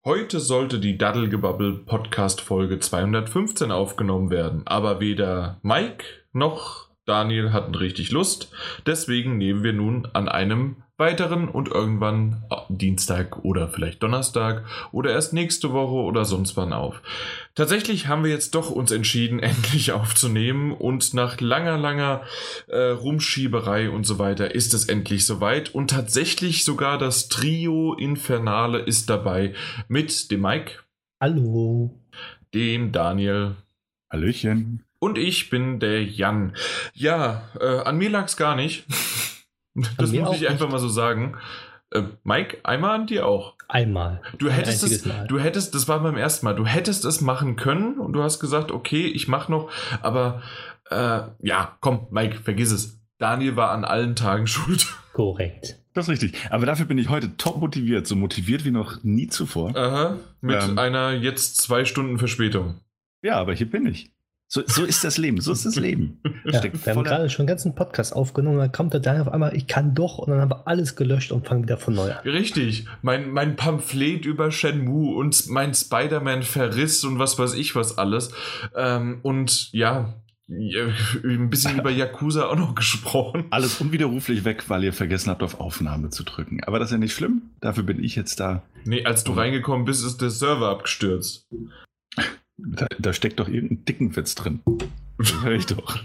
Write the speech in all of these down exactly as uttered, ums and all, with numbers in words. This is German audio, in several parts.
Heute sollte die Daddelgebabbel Podcast Folge zweihundertfünfzehn aufgenommen werden, aber weder Mike noch Daniel hatten richtig Lust, deswegen nehmen wir nun an einem weiteren und irgendwann Dienstag oder vielleicht Donnerstag oder erst nächste Woche oder sonst wann auf. Tatsächlich haben wir jetzt doch uns entschieden, endlich aufzunehmen und nach langer, langer äh, Rumschieberei und so weiter ist es endlich soweit und tatsächlich sogar das Trio Infernale ist dabei mit dem Mike. Hallo. Dem Daniel. Hallöchen. Und ich bin der Jan. Ja, äh, an mir lag es gar nicht. Das muss ich einfach mal so sagen. Äh, Mike, einmal an dir auch. Einmal. Du hättest es, du hättest, das war beim ersten Mal, du hättest es machen können und du hast gesagt, okay, ich mach noch, aber äh, ja, komm, Mike, vergiss es. Daniel war an allen Tagen schuld. Korrekt. Das ist richtig. Aber dafür bin ich heute top motiviert, so motiviert wie noch nie zuvor. Aha, mit ähm, einer jetzt zwei Stunden Verspätung. Ja, aber hier bin ich. So, so ist das Leben, so ist das Leben. Ja, wir haben gerade schon einen ganzen Podcast aufgenommen, dann kommt der Daniel auf einmal, ich kann doch, und dann haben wir alles gelöscht und fangen wieder von neu an. Richtig, mein, mein Pamphlet über Shenmue und mein Spider-Man-Verriss und was weiß ich was alles. Ähm, und ja, ein bisschen über Yakuza auch noch gesprochen. Alles unwiderruflich weg, weil ihr vergessen habt, auf Aufnahme zu drücken. Aber das ist ja nicht schlimm, dafür bin ich jetzt da. Nee, als du reingekommen bist, ist der Server abgestürzt. Da, da steckt doch irgendein dicken Witz drin. Das höre ich doch.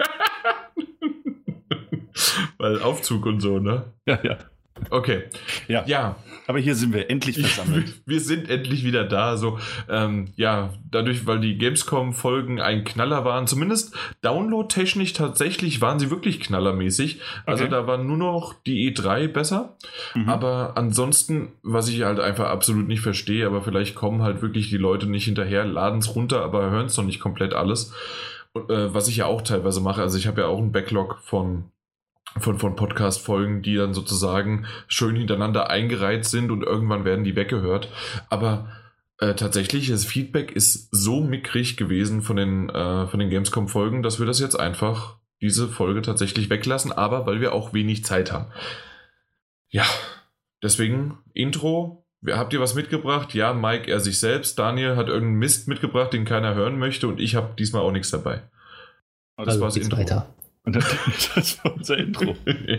Weil Aufzug und so, ne? Ja, ja. Okay. Ja. Ja. Aber hier sind wir endlich versammelt. Wir sind endlich wieder da. So, ähm, ja, dadurch, weil die Gamescom-Folgen ein Knaller waren, zumindest download-technisch tatsächlich waren sie wirklich knallermäßig. Also Okay. da war nur noch die E drei besser. Mhm. Aber ansonsten, was ich halt einfach absolut nicht verstehe, aber vielleicht kommen halt wirklich die Leute nicht hinterher, laden es runter, aber hören es noch nicht komplett alles. Und, äh, was ich ja auch teilweise mache, also ich habe ja auch einen Backlog von von, von Podcast-Folgen, die dann sozusagen schön hintereinander eingereiht sind und irgendwann werden die weggehört. Aber äh, tatsächlich, das Feedback ist so mickrig gewesen von den, äh, von den Gamescom-Folgen, dass wir das jetzt einfach, diese Folge tatsächlich weglassen, aber weil wir auch wenig Zeit haben. Ja, deswegen Intro. Habt ihr was mitgebracht? Ja, Mike, er sich selbst. Daniel hat irgendeinen Mist mitgebracht, den keiner hören möchte und ich habe diesmal auch nichts dabei. Das also, war das Intro. Weiter. Und das war unser Intro.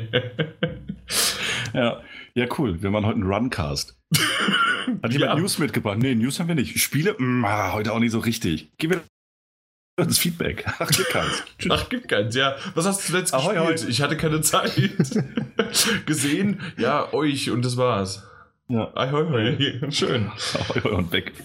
ja. ja, cool. Wir machen heute einen Runcast. Hat jemand ja. News mitgebracht? Nee, News haben wir nicht. Spiele? Mh, heute auch nicht so richtig. Gib mir das Feedback. Ach, gibt keins. Ach, gibt keins, ja. Was hast du zuletzt Ahoi, gespielt? Ahoi. Ich hatte keine Zeit. Gesehen? Ja, euch und das war's. Ja. Ahoi, ahoi. Schön. Ahoi, ahoi und weg.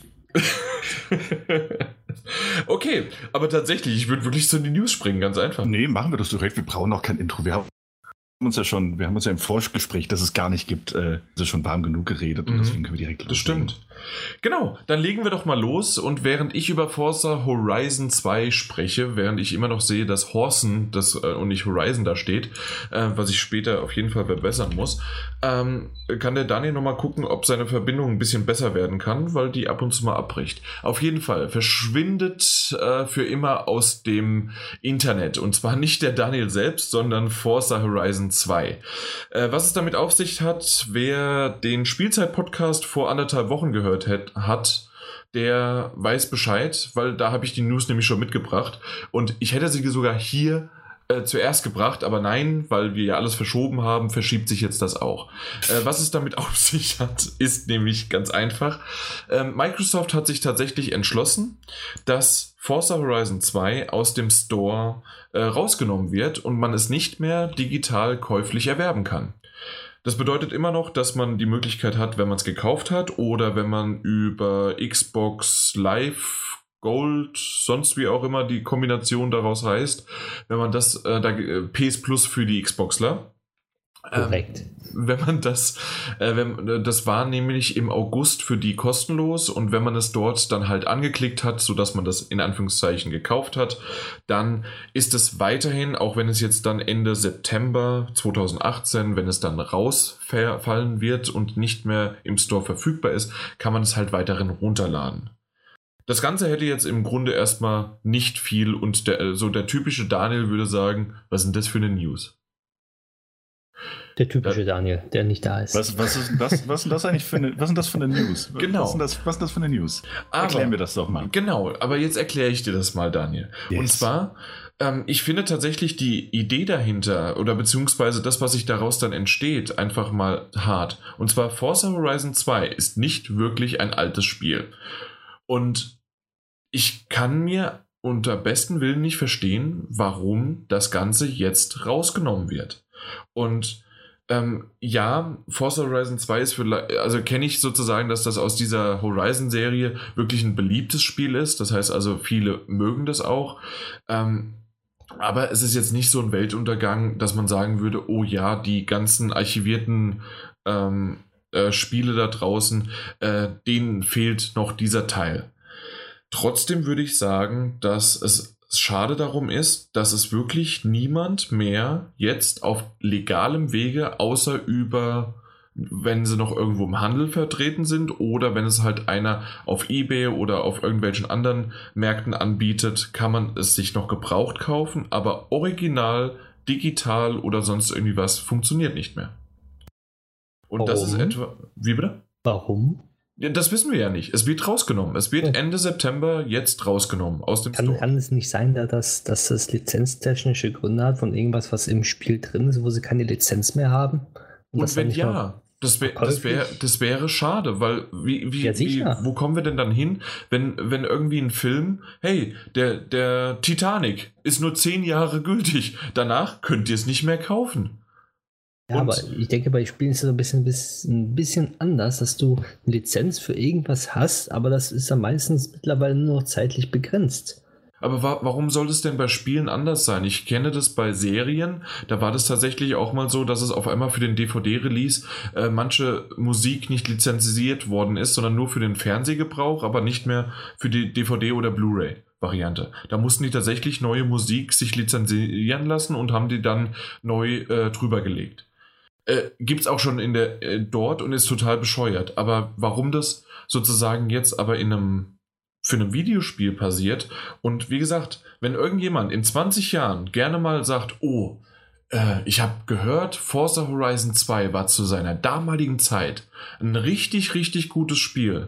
Okay, aber tatsächlich, ich würde wirklich zu den News springen, ganz einfach. Nee, machen wir das direkt. Wir brauchen noch kein Intro. Wir haben uns ja schon, wir haben uns ja im Vorgespräch, das es gar nicht gibt, äh, ist schon warm genug geredet und mhm. deswegen können wir direkt loslegen. Das stimmt. Genau, dann legen wir doch mal los und während ich über Forza Horizon zwei spreche, während ich immer noch sehe, dass Horsen das, äh, und nicht Horizon da steht, äh, was ich später auf jeden Fall verbessern muss, ähm, kann der Daniel nochmal gucken, ob seine Verbindung ein bisschen besser werden kann, weil die ab und zu mal abbricht. Auf jeden Fall verschwindet äh, für immer aus dem Internet und zwar nicht der Daniel selbst, sondern Forza Horizon zwei. Äh, was es damit auf sich hat, wer den Spielzeit-Podcast vor anderthalb Wochen gehört hat, der weiß Bescheid, weil da habe ich die News nämlich schon mitgebracht und ich hätte sie sogar hier äh, zuerst gebracht, aber nein, weil wir ja alles verschoben haben, verschiebt sich jetzt das auch. Äh, was es damit auf sich hat, ist nämlich ganz einfach. Ähm, Microsoft hat sich tatsächlich entschlossen, dass Forza Horizon zwei aus dem Store äh, rausgenommen wird und man es nicht mehr digital käuflich erwerben kann. Das bedeutet immer noch, dass man die Möglichkeit hat, wenn man es gekauft hat oder wenn man über Xbox Live Gold, sonst wie auch immer die Kombination daraus heißt, wenn man das, äh, da, P S Plus für die Xboxler. Korrekt. Ähm, wenn man das, äh, wenn, das war nämlich im August für die kostenlos und wenn man es dort dann halt angeklickt hat, sodass man das in Anführungszeichen gekauft hat, dann ist es weiterhin, auch wenn es jetzt dann Ende September zweitausendachtzehn, wenn es dann rausfallen wird und nicht mehr im Store verfügbar ist, kann man es halt weiterhin runterladen. Das Ganze hätte jetzt im Grunde erstmal nicht viel und der, so der typische Daniel würde sagen, was sind das für eine News? Der typische Daniel, der nicht da ist. Was, was, ist, das, was ist denn das eigentlich für eine, was ist das für eine News? Genau. Was ist das, was ist das für eine News? Aber, Erklären wir das doch mal. Genau, aber jetzt erkläre ich dir das mal, Daniel. Yes. Und zwar, ähm, ich finde tatsächlich die Idee dahinter oder beziehungsweise das, was sich daraus dann entsteht, einfach mal hart. Und zwar Forza Horizon zwei ist nicht wirklich ein altes Spiel. Und ich kann mir unter bestem Willen nicht verstehen, warum das Ganze jetzt rausgenommen wird. Und Ähm, ja, Forza Horizon zwei ist für, also kenne ich sozusagen, dass das aus dieser Horizon-Serie wirklich ein beliebtes Spiel ist. Das heißt also, viele mögen das auch. Ähm, aber es ist jetzt nicht so ein Weltuntergang, dass man sagen würde, oh ja, die ganzen archivierten ähm, äh, Spiele da draußen, äh, denen fehlt noch dieser Teil. Trotzdem würde ich sagen, dass es schade darum ist, dass es wirklich niemand mehr jetzt auf legalem Wege, außer über, wenn sie noch irgendwo im Handel vertreten sind oder wenn es halt einer auf eBay oder auf irgendwelchen anderen Märkten anbietet, kann man es sich noch gebraucht kaufen, aber original, digital oder sonst irgendwie was funktioniert nicht mehr. Und Warum? Das ist etwa... Wie bitte? Warum? Ja, das wissen wir ja nicht. Es wird rausgenommen. Es wird Ende September jetzt rausgenommen aus dem kann, Store. Kann es nicht sein, dass, dass das lizenztechnische Gründe hat von irgendwas, was im Spiel drin ist, wo sie keine Lizenz mehr haben? Und, Und wenn ja, das, wär, das, wär, das wäre schade, weil wie, wie, ja, wie, wo kommen wir denn dann hin, wenn, wenn irgendwie ein Film, hey, der, der Titanic ist nur zehn Jahre gültig, danach könnt ihr es nicht mehr kaufen. Ja, und aber ich denke, bei Spielen ist es ein bisschen, ein bisschen anders, dass du eine Lizenz für irgendwas hast, aber das ist dann meistens mittlerweile nur noch zeitlich begrenzt. Aber wa- warum soll es denn bei Spielen anders sein? Ich kenne das bei Serien, da war das tatsächlich auch mal so, dass es auf einmal für den D V D-Release äh, manche Musik nicht lizenziert worden ist, sondern nur für den Fernsehgebrauch, aber nicht mehr für die D V D- oder Blu-ray-Variante. Da mussten die tatsächlich neue Musik sich lizenzieren lassen und haben die dann neu äh, drüber gelegt. Äh, gibt es auch schon in der äh, dort und ist total bescheuert. Aber warum das sozusagen jetzt aber in einem für ein Videospiel passiert und wie gesagt, wenn irgendjemand in zwanzig Jahren gerne mal sagt, oh, äh, ich habe gehört, Forza Horizon zwei war zu seiner damaligen Zeit ein richtig, richtig gutes Spiel.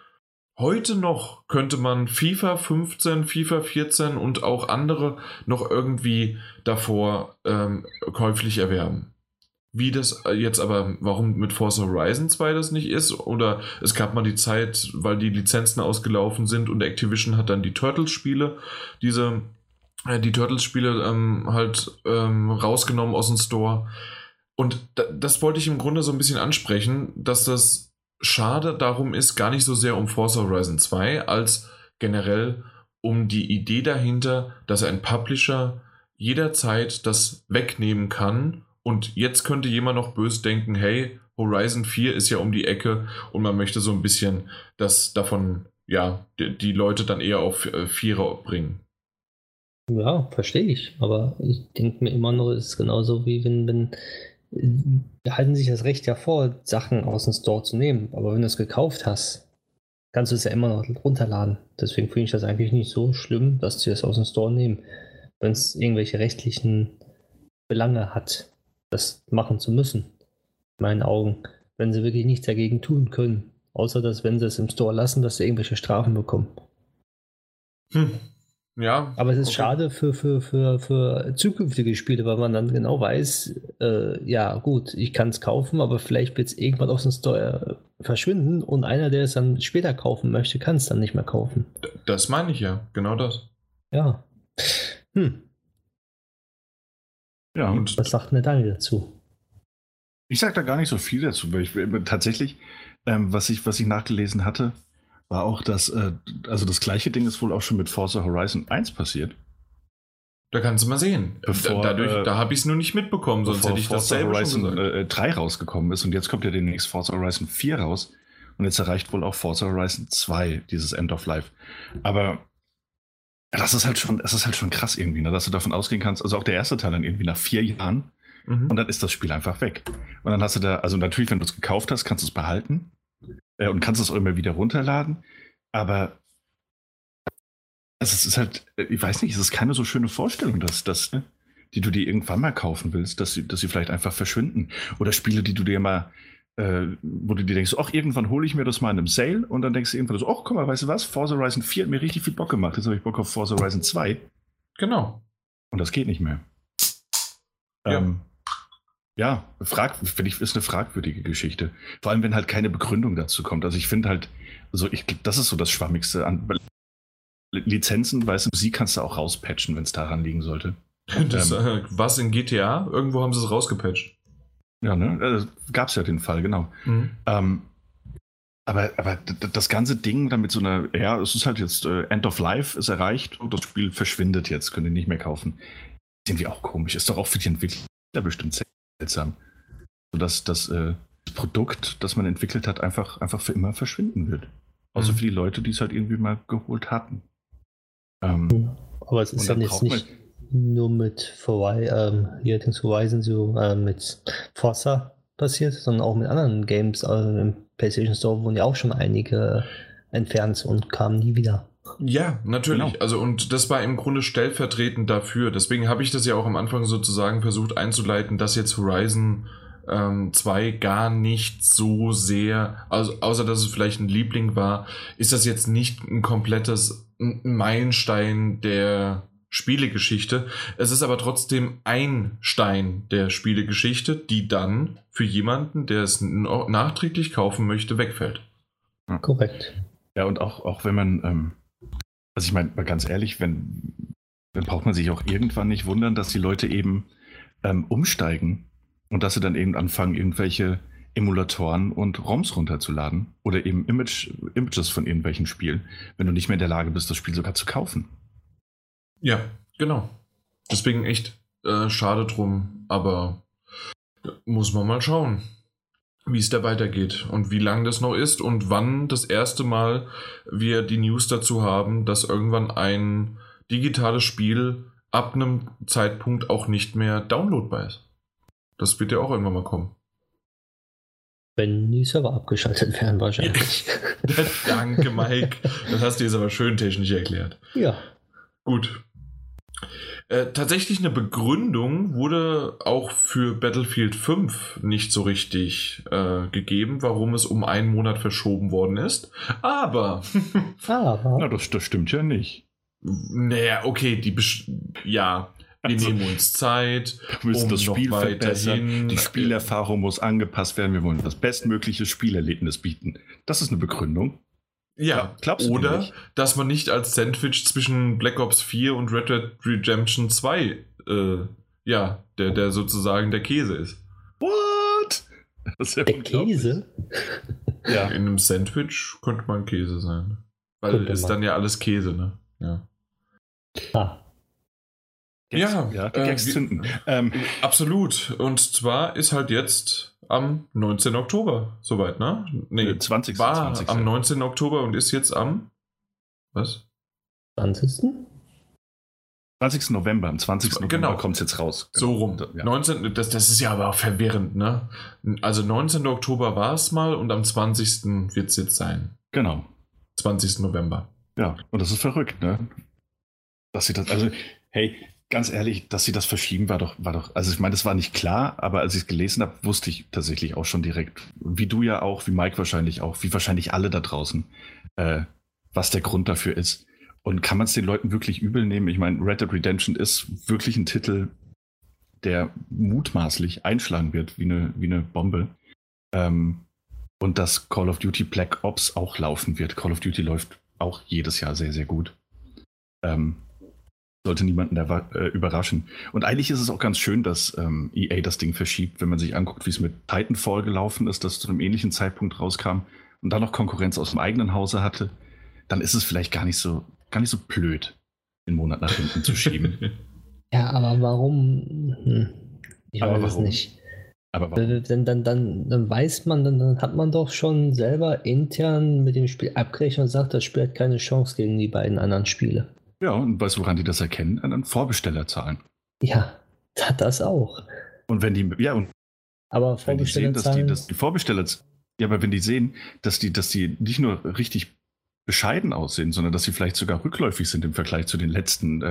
Heute noch könnte man FIFA fünfzehn, FIFA vierzehn und auch andere noch irgendwie davor ähm, käuflich erwerben. Wie das jetzt aber, warum mit Forza Horizon zwei das nicht ist, oder es gab mal die Zeit, weil die Lizenzen ausgelaufen sind und Activision hat dann die Turtles-Spiele, diese, äh, die Turtles-Spiele ähm, halt ähm, rausgenommen aus dem Store. Und da, das wollte ich im Grunde so ein bisschen ansprechen, dass das schade darum ist, gar nicht so sehr um Forza Horizon zwei, als generell um die Idee dahinter, dass ein Publisher jederzeit das wegnehmen kann. Und jetzt könnte jemand noch böse denken, hey, Horizon vier ist ja um die Ecke und man möchte so ein bisschen das davon, ja, die, die Leute dann eher auf äh, Vierer bringen. Ja, verstehe ich. Aber ich denke mir immer noch, es ist genauso wie wenn, wenn wir halten sich das Recht ja vor, Sachen aus dem Store zu nehmen. Aber wenn du es gekauft hast, kannst du es ja immer noch runterladen. Deswegen finde ich das eigentlich nicht so schlimm, dass sie es aus dem Store nehmen, wenn es irgendwelche rechtlichen Belange hat, das machen zu müssen, in meinen Augen, wenn sie wirklich nichts dagegen tun können, außer dass, wenn sie es im Store lassen, dass sie irgendwelche Strafen bekommen. Hm. Ja. Aber es ist okay. schade für, für, für, für zukünftige Spiele, weil man dann genau weiß, äh, ja gut, ich kann es kaufen, aber vielleicht wird es irgendwann aus dem Store äh, verschwinden und einer, der es dann später kaufen möchte, kann es dann nicht mehr kaufen. Das meine ich ja, genau das. Ja. Hm. Ja, und was sagt denn Daniel dazu? Ich sage da gar nicht so viel dazu, weil ich tatsächlich, ähm, was ich, was ich nachgelesen hatte, war auch, dass, äh, also das gleiche Ding ist wohl auch schon mit Forza Horizon eins passiert. Da kannst du mal sehen. Bevor, Dadurch, äh, da habe ich es nur nicht mitbekommen, sonst hätte ich das Forza selber Horizon schon gesagt. äh, drei rausgekommen ist und jetzt kommt ja demnächst Forza Horizon vier raus und jetzt erreicht wohl auch Forza Horizon zwei dieses End of Life. Aber ja, das ist halt schon, das ist halt schon krass irgendwie, ne, dass du davon ausgehen kannst, also auch der erste Teil dann irgendwie nach vier Jahren mhm. und dann ist das Spiel einfach weg. Und dann hast du da, also natürlich, wenn du es gekauft hast, kannst du es behalten äh, und kannst es auch immer wieder runterladen, aber es ist halt, ich weiß nicht, es ist keine so schöne Vorstellung, dass, dass, ne, die du dir irgendwann mal kaufen willst, dass sie, dass sie vielleicht einfach verschwinden. Oder Spiele, die du dir mal, äh, wo du dir denkst, ach, irgendwann hole ich mir das mal in einem Sale und dann denkst du irgendwann so, ach, guck mal, weißt du was, Forza Horizon vier hat mir richtig viel Bock gemacht, jetzt habe ich Bock auf Forza Horizon zwei. Genau. Und das geht nicht mehr. Ja. Ähm, ja, frag, finde ich, ist eine fragwürdige Geschichte. Vor allem, wenn halt keine Begründung dazu kommt. Also ich finde halt, also ich, das ist so das Schwammigste an Lizenzen, weißt du, Musik kannst du auch rauspatchen, wenn es daran liegen sollte. Das, ähm, äh, was in G T A? Irgendwo haben sie es rausgepatcht. Ja, ne? Äh, Gab es ja den Fall, genau. Mhm. Ähm, aber, aber das ganze Ding dann mit so einer, ja, es ist halt jetzt äh, End of Life ist erreicht und das Spiel verschwindet jetzt, könnt ihr nicht mehr kaufen. Ist irgendwie auch komisch. Ist doch auch für die Entwickler bestimmt seltsam. So dass das äh, Produkt, das man entwickelt hat, einfach, einfach für immer verschwinden wird. Außer Mhm. für die Leute, die es halt irgendwie mal geholt hatten. Ähm, Aber es ist und dann dann jetzt braucht nicht nur mit Horizon, ähm, hier Dings Horizon so äh, mit Forza passiert, sondern auch mit anderen Games. Also im PlayStation Store wurden ja auch schon einige entfernt und kamen nie wieder. Ja, natürlich. Genau. Also und das war im Grunde stellvertretend dafür. Deswegen habe ich das ja auch am Anfang sozusagen versucht einzuleiten, dass jetzt Horizon ähm, zwei gar nicht so sehr, also außer dass es vielleicht ein Liebling war, ist das jetzt nicht ein komplettes Meilenstein der Spielegeschichte. Es ist aber trotzdem ein Stein der Spielegeschichte, die dann für jemanden, der es no- nachträglich kaufen möchte, wegfällt. Korrekt. Ja, und auch, auch wenn man, ähm, also ich meine, mal ganz ehrlich, wenn, dann braucht man sich auch irgendwann nicht wundern, dass die Leute eben ähm, umsteigen und dass sie dann eben anfangen, irgendwelche Emulatoren und ROMs runterzuladen oder eben Image, Images von irgendwelchen Spielen, wenn du nicht mehr in der Lage bist, das Spiel sogar zu kaufen. Ja, genau. Deswegen echt äh, schade drum, aber muss man mal schauen, wie es da weitergeht und wie lang das noch ist und wann das erste Mal wir die News dazu haben, dass irgendwann ein digitales Spiel ab einem Zeitpunkt auch nicht mehr downloadbar ist. Das wird ja auch irgendwann mal kommen. Wenn die Server abgeschaltet werden, wahrscheinlich. Danke, Mike. Das hast du jetzt aber schön technisch erklärt. Ja. Gut. Äh, tatsächlich eine Begründung wurde auch für Battlefield fünf nicht so richtig äh, gegeben, warum es um einen Monat verschoben worden ist. Aber, Aber. Na, das, das stimmt ja nicht. naja, okay, die Besch ja, wir Also, nehmen uns Zeit, Wir müssen um das Spiel noch verbessern. weiterhin. Die Spielerfahrung muss angepasst werden. Wir wollen das bestmögliche Spielerlebnis bieten. Das ist eine Begründung. Ja, Glaubst du oder nicht? dass man nicht als Sandwich zwischen Black Ops vier und Red Dead Redemption zwei, äh, ja, der, der sozusagen der Käse ist. What? Das ist ja Der unglaublich. Käse? Ja. In einem Sandwich könnte man Käse sein. Weil Könnte ist man. dann ja alles Käse, ne? Ja. Ah. Gags, Ja, ja, die äh, Gags wie- zünden. Ähm, Absolut. Und zwar ist halt jetzt am neunzehnten Oktober soweit, ne? Nee, Äh, zwanzigsten war zwanzigsten am neunzehnten Oktober und ist jetzt am was? zwanzigsten zwanzigsten November, am zwanzigsten Genau. November kommt es jetzt raus. So rum. Ja. neunzehnten Das, das ist ja aber auch verwirrend, ne? Also neunzehnten Oktober war es mal und am zwanzigsten wird es jetzt sein. Genau. zwanzigsten November. Ja, und das ist verrückt, ne? Dass sie das, also, hey, ganz ehrlich, dass sie das verschieben, war doch, war doch, also ich meine, das war nicht klar, aber als ich es gelesen habe, wusste ich tatsächlich auch schon direkt, wie du ja auch, wie Mike wahrscheinlich auch, wie wahrscheinlich alle da draußen, äh, was der Grund dafür ist. Und kann man es den Leuten wirklich übel nehmen? Ich meine, Red Dead Redemption ist wirklich ein Titel, der mutmaßlich einschlagen wird wie eine, wie eine Bombe. Ähm, und dass Call of Duty Black Ops auch laufen wird. Call of Duty läuft auch jedes Jahr sehr, sehr gut. Ähm, sollte niemanden da, äh, überraschen. Und eigentlich ist es auch ganz schön, dass ähm, E A das Ding verschiebt, wenn man sich anguckt, wie es mit Titanfall gelaufen ist, das zu einem ähnlichen Zeitpunkt rauskam und dann noch Konkurrenz aus dem eigenen Hause hatte, dann ist es vielleicht gar nicht so, gar nicht so blöd, den Monat nach hinten zu schieben. Ja, aber warum? Hm. Ich Aber weiß es warum? nicht. Aber warum? Dann, dann, dann, dann weiß man, dann, dann hat man doch schon selber intern mit dem Spiel abgerechnet und sagt, das Spiel hat keine Chance gegen die beiden anderen Spiele. Ja, und weißt du, woran die das erkennen? An Vorbestellerzahlen. Ja, hat das auch. Und wenn die, ja, und Aber wenn die sehen, dass die, Vorbestellerzahlen, dass die Vorbesteller, ja, aber wenn die sehen, dass die, dass die nicht nur richtig bescheiden aussehen, sondern dass sie vielleicht sogar rückläufig sind im Vergleich zu den letzten äh,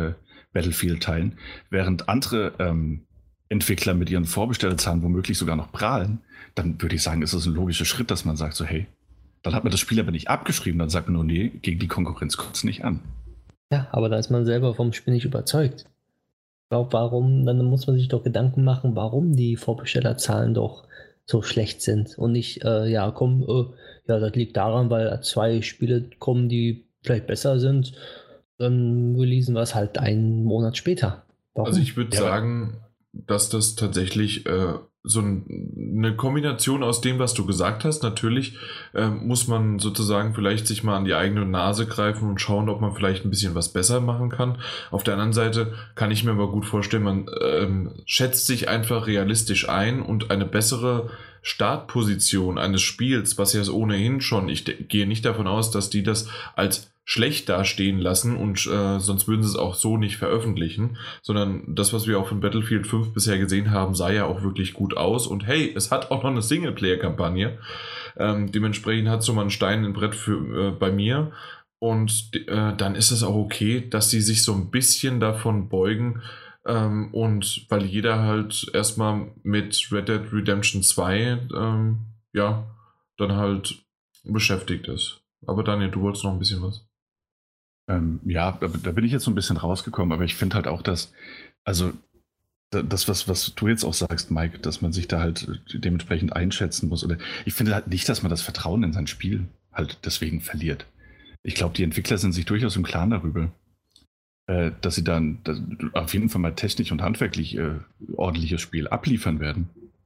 Battlefield-Teilen, während andere ähm, Entwickler mit ihren Vorbestellerzahlen womöglich sogar noch prahlen, dann würde ich sagen, ist es ein logischer Schritt, dass man sagt so, hey, dann hat man das Spiel aber nicht abgeschrieben, dann sagt man nur, nee, gegen die Konkurrenz kommt es nicht an. Ja, aber da ist man selber vom Spiel nicht überzeugt. Ich glaube, warum, dann muss man sich doch Gedanken machen, warum die Vorbestellerzahlen doch so schlecht sind und nicht, äh, ja, komm, äh, ja, das liegt daran, weil zwei Spiele kommen, die vielleicht besser sind, dann releasen wir es halt einen Monat später. Warum? Also ich würde Ja, sagen, dass das tatsächlich äh, so ein, eine Kombination aus dem, was du gesagt hast. Natürlich äh, muss man sozusagen vielleicht sich mal an die eigene Nase greifen und schauen, ob man vielleicht ein bisschen was besser machen kann. Auf der anderen Seite kann ich mir aber gut vorstellen, man ähm, schätzt sich einfach realistisch ein und eine bessere Startposition eines Spiels, was ja ohnehin schon, ich de- gehe nicht davon aus, dass die das als schlecht dastehen lassen und äh, sonst würden sie es auch so nicht veröffentlichen, sondern das, was wir auch von Battlefield fünf bisher gesehen haben, sah ja auch wirklich gut aus und hey, es hat auch noch eine Singleplayer-Kampagne. Ähm, dementsprechend hat so mal einen Stein im Brett für, äh, bei mir und äh, dann ist es auch okay, dass sie sich so ein bisschen davon beugen ähm, und weil jeder halt erstmal mit Red Dead Redemption zwei ähm, ja, dann halt beschäftigt ist. Aber Daniel, du wolltest noch ein bisschen was? Ähm, ja, da, da bin ich jetzt so ein bisschen rausgekommen, aber ich finde halt auch, dass, also da- das, was, was du jetzt auch sagst, Mike, dass man sich da halt dementsprechend einschätzen muss. Oder ich finde halt nicht, dass man das Vertrauen in sein Spiel halt deswegen verliert. Ich glaube, die Entwickler sind sich durchaus im Klaren darüber, äh, dass sie dann dass auf jeden Fall mal technisch und handwerklich äh, ordentliches Spiel abliefern werden.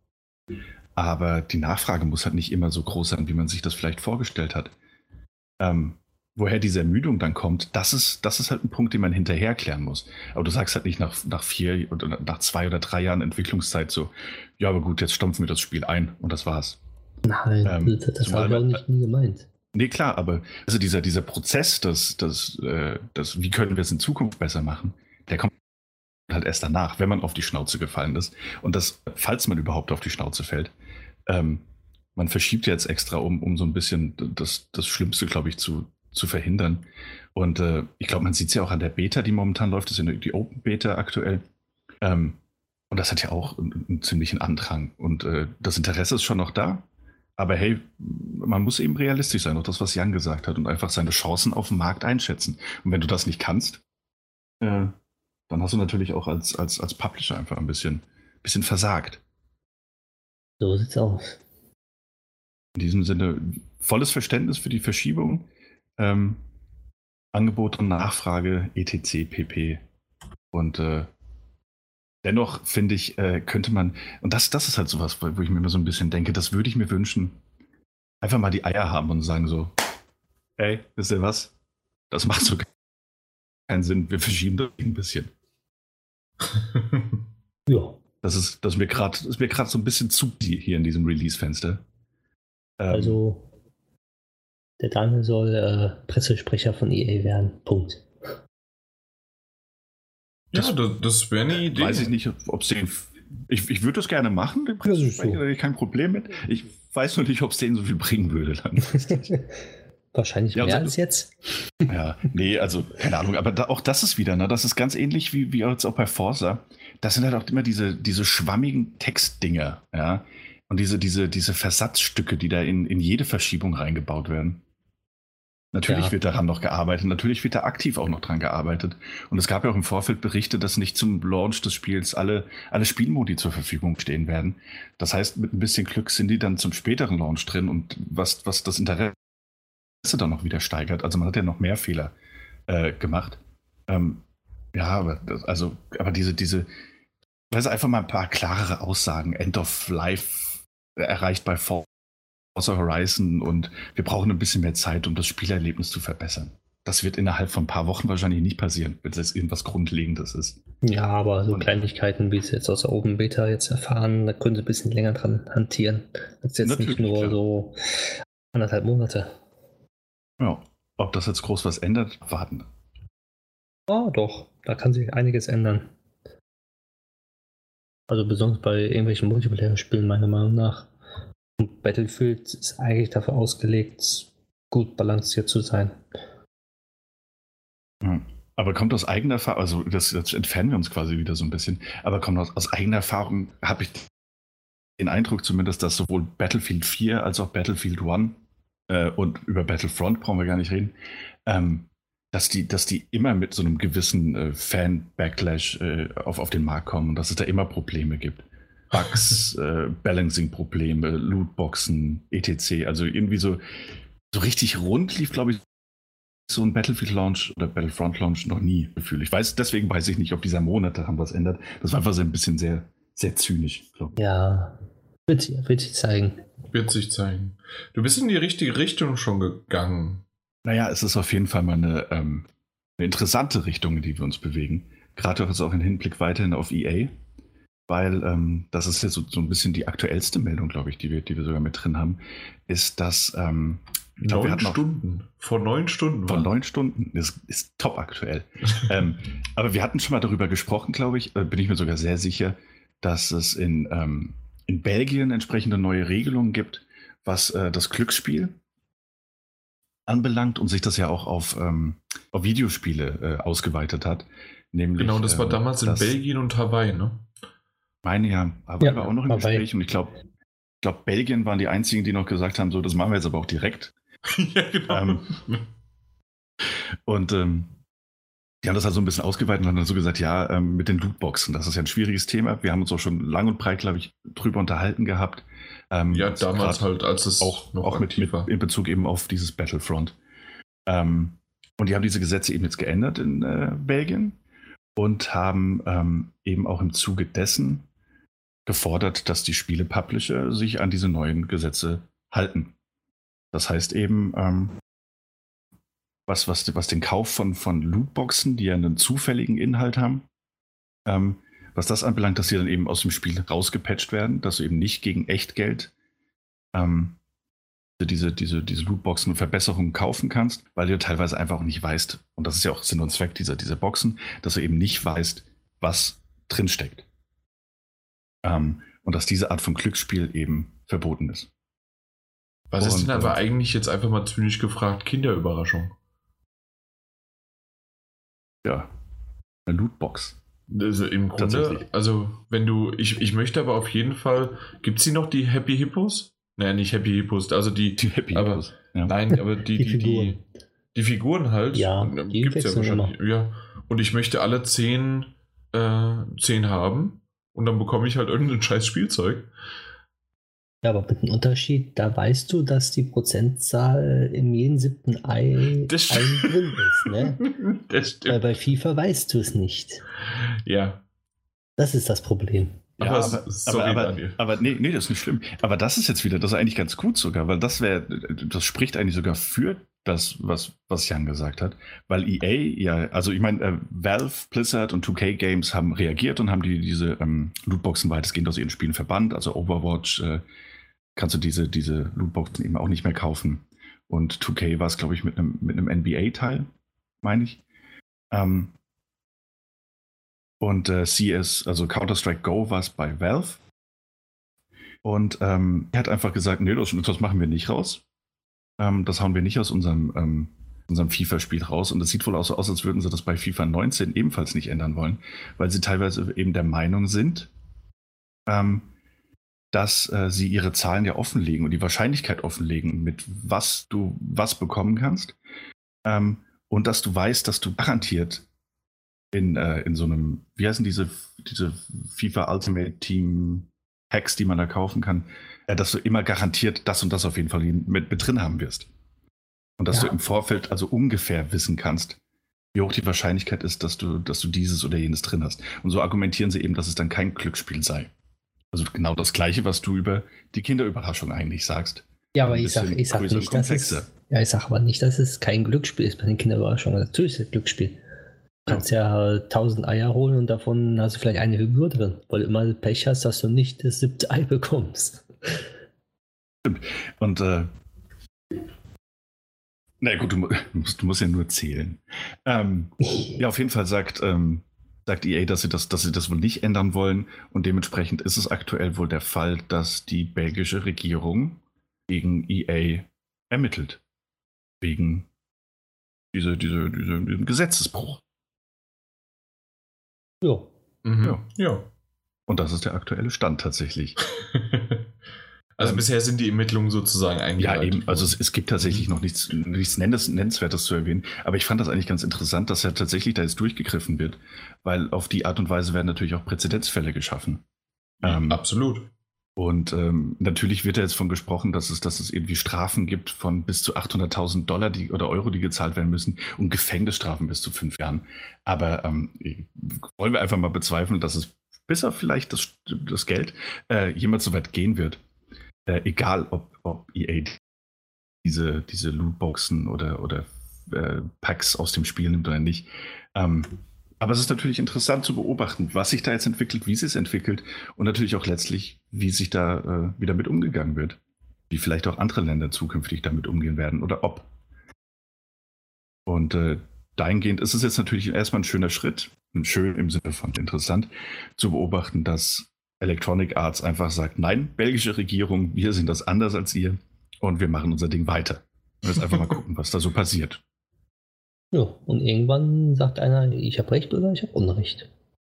Aber die Nachfrage muss halt nicht immer so groß sein, wie man sich das vielleicht vorgestellt hat. Ähm, woher diese Ermüdung dann kommt, das ist, das ist halt ein Punkt, den man hinterher klären muss. Aber du sagst halt nicht nach, nach vier oder nach zwei oder drei Jahren Entwicklungszeit so, ja, aber gut, jetzt stampfen wir das Spiel ein und das war's. Nein, Ähm, das, das zumal habe ich auch man- nicht nie gemeint. Nee, klar, aber also dieser, dieser Prozess, das, das, äh, das, wie können wir es in Zukunft besser machen, der kommt halt erst danach, wenn man auf die Schnauze gefallen ist. Und das, falls man überhaupt auf die Schnauze fällt, ähm, man verschiebt jetzt extra, um, um so ein bisschen das, das Schlimmste, glaube ich, zu, zu verhindern. Und äh, ich glaube, man sieht es ja auch an der Beta, die momentan läuft, das ist ja die Open Beta aktuell. Ähm, und das hat ja auch einen, einen ziemlichen Andrang. Und äh, das Interesse ist schon noch da. Aber hey, man muss eben realistisch sein, auch das, was Jan gesagt hat, und einfach seine Chancen auf dem Markt einschätzen. Und wenn du das nicht kannst, äh, dann hast du natürlich auch als, als, als Publisher einfach ein bisschen, bisschen versagt. So sieht's aus. In diesem Sinne volles Verständnis für die Verschiebung, ähm, Angebot und Nachfrage, et cetera pp. Und äh, dennoch finde ich, äh, könnte man, und das, das ist halt sowas, wo ich mir immer so ein bisschen denke, das würde ich mir wünschen, einfach mal die Eier haben und sagen so, ey, wisst ihr was? Das macht so keinen Sinn, wir verschieben das ein bisschen. Ja. Das ist, das ist mir gerade so ein bisschen zu hier in diesem Release-Fenster. Ähm, Also, der Daniel soll äh, Pressesprecher von E A werden. Punkt. Ja, Das- das, das wäre eine Idee. weiß ich nicht, ob es den. Ich, ich würde das gerne machen, den Pressesprecher, da hätte ich kein Problem mit. Ich weiß nur nicht, ob es denen so viel bringen würde dann. Wahrscheinlich Ja, mehr und- als jetzt. Ja, nee, also keine Ahnung, aber da, auch das ist wieder, ne, das ist ganz ähnlich wie, wie jetzt auch bei Forza. Das sind halt auch immer diese, diese schwammigen Textdinger, ja, und diese, diese, diese Versatzstücke, die da in, in jede Verschiebung reingebaut werden. Natürlich Ja. wird daran noch gearbeitet, natürlich wird da aktiv auch noch dran gearbeitet. Und es gab ja auch im Vorfeld Berichte, dass nicht zum Launch des Spiels alle, alle Spielmodi zur Verfügung stehen werden. Das heißt, mit ein bisschen Glück sind die dann zum späteren Launch drin und was, was das Interesse dann noch wieder steigert. Also man hat ja noch mehr Fehler äh, gemacht. Ähm, ja, aber das, also, aber diese, diese, also einfach mal ein paar klarere Aussagen. End of Life erreicht bei Forza Horizon und wir brauchen ein bisschen mehr Zeit, um das Spielerlebnis zu verbessern. Das wird innerhalb von ein paar Wochen wahrscheinlich nicht passieren, wenn das irgendwas Grundlegendes ist. Ja, aber so Und- Kleinigkeiten, wie es jetzt aus der Open Beta jetzt erfahren, da können sie ein bisschen länger dran hantieren. Als jetzt Natürlich, nicht nur klar. so anderthalb Monate. Ja, ob das jetzt groß was ändert, warten. Ah, doch, da kann sich einiges ändern. Also besonders bei irgendwelchen Multiplayer-Spielen meiner Meinung nach. Und Battlefield ist eigentlich dafür ausgelegt, gut balanciert zu sein. Hm. Aber kommt aus eigener Erfahrung, also das, das entfernen wir uns quasi wieder so ein bisschen, aber kommt aus, aus eigener Erfahrung, habe ich den Eindruck zumindest, dass sowohl Battlefield vier als auch Battlefield eins äh, und über Battlefront brauchen wir gar nicht reden, ähm, dass die, dass die immer mit so einem gewissen äh, Fan-Backlash äh, auf, auf den Markt kommen und dass es da immer Probleme gibt. Bugs, äh, Balancing-Probleme, Lootboxen, et cetera. Also irgendwie so, so richtig rund lief, glaube ich, so ein Battlefield-Launch oder Battlefront-Launch noch nie gefühlt. Ich weiß, deswegen weiß ich nicht, ob dieser Monat daran was ändert. Das war einfach so ein bisschen sehr, sehr zynisch, glaube ich. Ja, wird, wird sich zeigen. Wird sich zeigen. Du bist in die richtige Richtung schon gegangen. Naja, es ist auf jeden Fall mal eine, ähm, eine interessante Richtung, in die wir uns bewegen. Gerade auch im Hinblick weiterhin auf E A. Weil ähm, das ist jetzt so, so ein bisschen die aktuellste Meldung, glaube ich, die wir, die wir sogar mit drin haben, ist, dass ähm, glaub, neun Stunden. Vor neun Stunden. Vor neun Stunden. Das ist top aktuell. ähm, aber wir hatten schon mal darüber gesprochen, glaube ich, äh, bin ich mir sogar sehr sicher, dass es in, ähm, in Belgien entsprechende neue Regelungen gibt, was äh, das Glücksspiel anbelangt und sich das ja auch auf, ähm, auf Videospiele äh, ausgeweitet hat. Nämlich, genau, das war damals ähm, in Belgien und Hawaii, ne? Meine ja, aber ja, war auch noch im Hawaii. Gespräch und ich glaube, ich glaube, Belgien waren die einzigen, die noch gesagt haben, so, das machen wir jetzt aber auch direkt. Ja, genau. Ähm, und ähm, die haben das halt so ein bisschen ausgeweitet und haben dann so gesagt, ja, ähm, mit den Lootboxen, das ist ja ein schwieriges Thema. Wir haben uns auch schon lang und breit, glaube ich, drüber unterhalten gehabt. Ähm, ja, damals halt, als es auch, noch auch mit, mit in Bezug eben auf dieses Battlefront. Ähm, und die haben diese Gesetze eben jetzt geändert in äh, Belgien und haben ähm, eben auch im Zuge dessen gefordert, dass die Spiele-Publisher sich an diese neuen Gesetze halten. Das heißt eben, ähm, was, was, was den Kauf von, von Lootboxen, die ja einen zufälligen Inhalt haben, ähm, was das anbelangt, dass sie dann eben aus dem Spiel rausgepatcht werden, dass du eben nicht gegen Echtgeld ähm, diese, diese, diese Lootboxen und Verbesserungen kaufen kannst, weil du teilweise einfach auch nicht weißt, und das ist ja auch Sinn und Zweck dieser, dieser Boxen, dass du eben nicht weißt, was drinsteckt. Ähm, und dass diese Art von Glücksspiel eben verboten ist. Was und, ist denn aber äh, eigentlich jetzt einfach mal zynisch gefragt? Kinderüberraschung. Ja, eine Lootbox. Also im Grunde, also wenn du, ich, ich möchte aber auf jeden Fall, gibt es die noch, die Happy Hippos? Naja, nicht Happy Hippos, also die, die Happy aber, Hippos. Ja. Nein, aber die, die, die, die, die Figuren halt, ja, die gibt es ja wahrscheinlich. Ja. Und ich möchte alle zehn, äh, zehn haben und dann bekomme ich halt irgendein scheiß Spielzeug. Ja, aber mit dem Unterschied, da weißt du, dass die Prozentzahl im jeden siebten Ei ein drin ist, ne? Das stimmt. Weil bei FIFA weißt du es nicht. Ja. Das ist das Problem. Ja, aber, aber, sorry, aber, aber, aber nee, nee, das ist nicht schlimm. Aber das ist jetzt wieder, das ist eigentlich ganz gut sogar, weil das wäre, das spricht eigentlich sogar für das, was, was Jan gesagt hat, weil E A, ja, also ich meine, äh, Valve, Blizzard und zwei K Games haben reagiert und haben die, diese ähm, Lootboxen weitestgehend aus ihren Spielen verbannt, also Overwatch, äh, kannst du diese, diese Lootboxen eben auch nicht mehr kaufen. Und zwei K war es, glaube ich, mit einem mit einem N B A-Teil, meine ich. Ähm, und äh, C S, also Counter-Strike Go, war es bei Valve. Und ähm, er hat einfach gesagt, nee, das, das machen wir nicht raus. Ähm, das hauen wir nicht aus unserem, ähm, unserem FIFA-Spiel raus. Und es sieht wohl auch so aus, als würden sie das bei FIFA neunzehn ebenfalls nicht ändern wollen, weil sie teilweise eben der Meinung sind, ähm, dass äh, sie ihre Zahlen ja offenlegen und die Wahrscheinlichkeit offenlegen, mit was du was bekommen kannst. Ähm, und dass du weißt, dass du garantiert in, äh, in so einem, wie heißen diese, diese FIFA Ultimate Team Hacks, die man da kaufen kann, äh, dass du immer garantiert das und das auf jeden Fall mit, mit drin haben wirst. Und dass ja. du im Vorfeld also ungefähr wissen kannst, wie hoch die Wahrscheinlichkeit ist, dass du, dass du dieses oder jenes drin hast. Und so argumentieren sie eben, dass es dann kein Glücksspiel sei. Also genau das Gleiche, was du über die Kinderüberraschung eigentlich sagst. Ja, aber ich sage ich sag nicht, dass es, ja, ich sag aber nicht, dass es kein Glücksspiel ist bei den Kinderüberraschungen. Natürlich ist es Glücksspiel. Du kannst ja tausend Eier holen und davon hast du vielleicht eine Figur drin, weil du immer Pech hast, dass du nicht das siebte Ei bekommst. Stimmt. Und äh, na gut, du musst, du musst ja nur zählen. Ähm, ja, auf jeden Fall sagt ähm, sagt E A, dass sie das, dass sie das wohl nicht ändern wollen und dementsprechend ist es aktuell wohl der Fall, dass die belgische Regierung gegen E A ermittelt. Wegen diese, diese, diese, diesem Gesetzesbruch. Ja. Mhm. Ja. Ja. Und das ist der aktuelle Stand tatsächlich. Also Ähm, bisher sind die Ermittlungen sozusagen Ja, eingeleitet eben. Also es, worden. es gibt tatsächlich noch nichts, nichts Nennens, Nennenswertes zu erwähnen. Aber ich fand das eigentlich ganz interessant, dass ja tatsächlich da jetzt durchgegriffen wird. Weil auf die Art und Weise werden natürlich auch Präzedenzfälle geschaffen. Ähm, Absolut. Und ähm, natürlich wird ja jetzt von gesprochen, dass es, dass es irgendwie Strafen gibt von bis zu achthunderttausend Dollar die, oder Euro, die gezahlt werden müssen und Gefängnisstrafen bis zu fünf Jahren. Aber ähm, wollen wir einfach mal bezweifeln, dass es bis auf vielleicht das, das Geld äh, jemals so weit gehen wird. Äh, egal, ob, ob E A diese, diese Lootboxen oder, oder äh, Packs aus dem Spiel nimmt oder nicht. Ähm, aber es ist natürlich interessant zu beobachten, was sich da jetzt entwickelt, wie es sich entwickelt und natürlich auch letztlich, wie sich da äh, wieder mit umgegangen wird. Wie vielleicht auch andere Länder zukünftig damit umgehen werden oder ob. Und äh, dahingehend ist es jetzt natürlich erstmal ein schöner Schritt, schön im Sinne von interessant, zu beobachten, dass Electronic Arts einfach sagt, nein, belgische Regierung, wir sind das anders als ihr und wir machen unser Ding weiter. Und jetzt einfach mal gucken, was da so passiert. Ja, und irgendwann sagt einer, ich habe Recht oder ich habe Unrecht.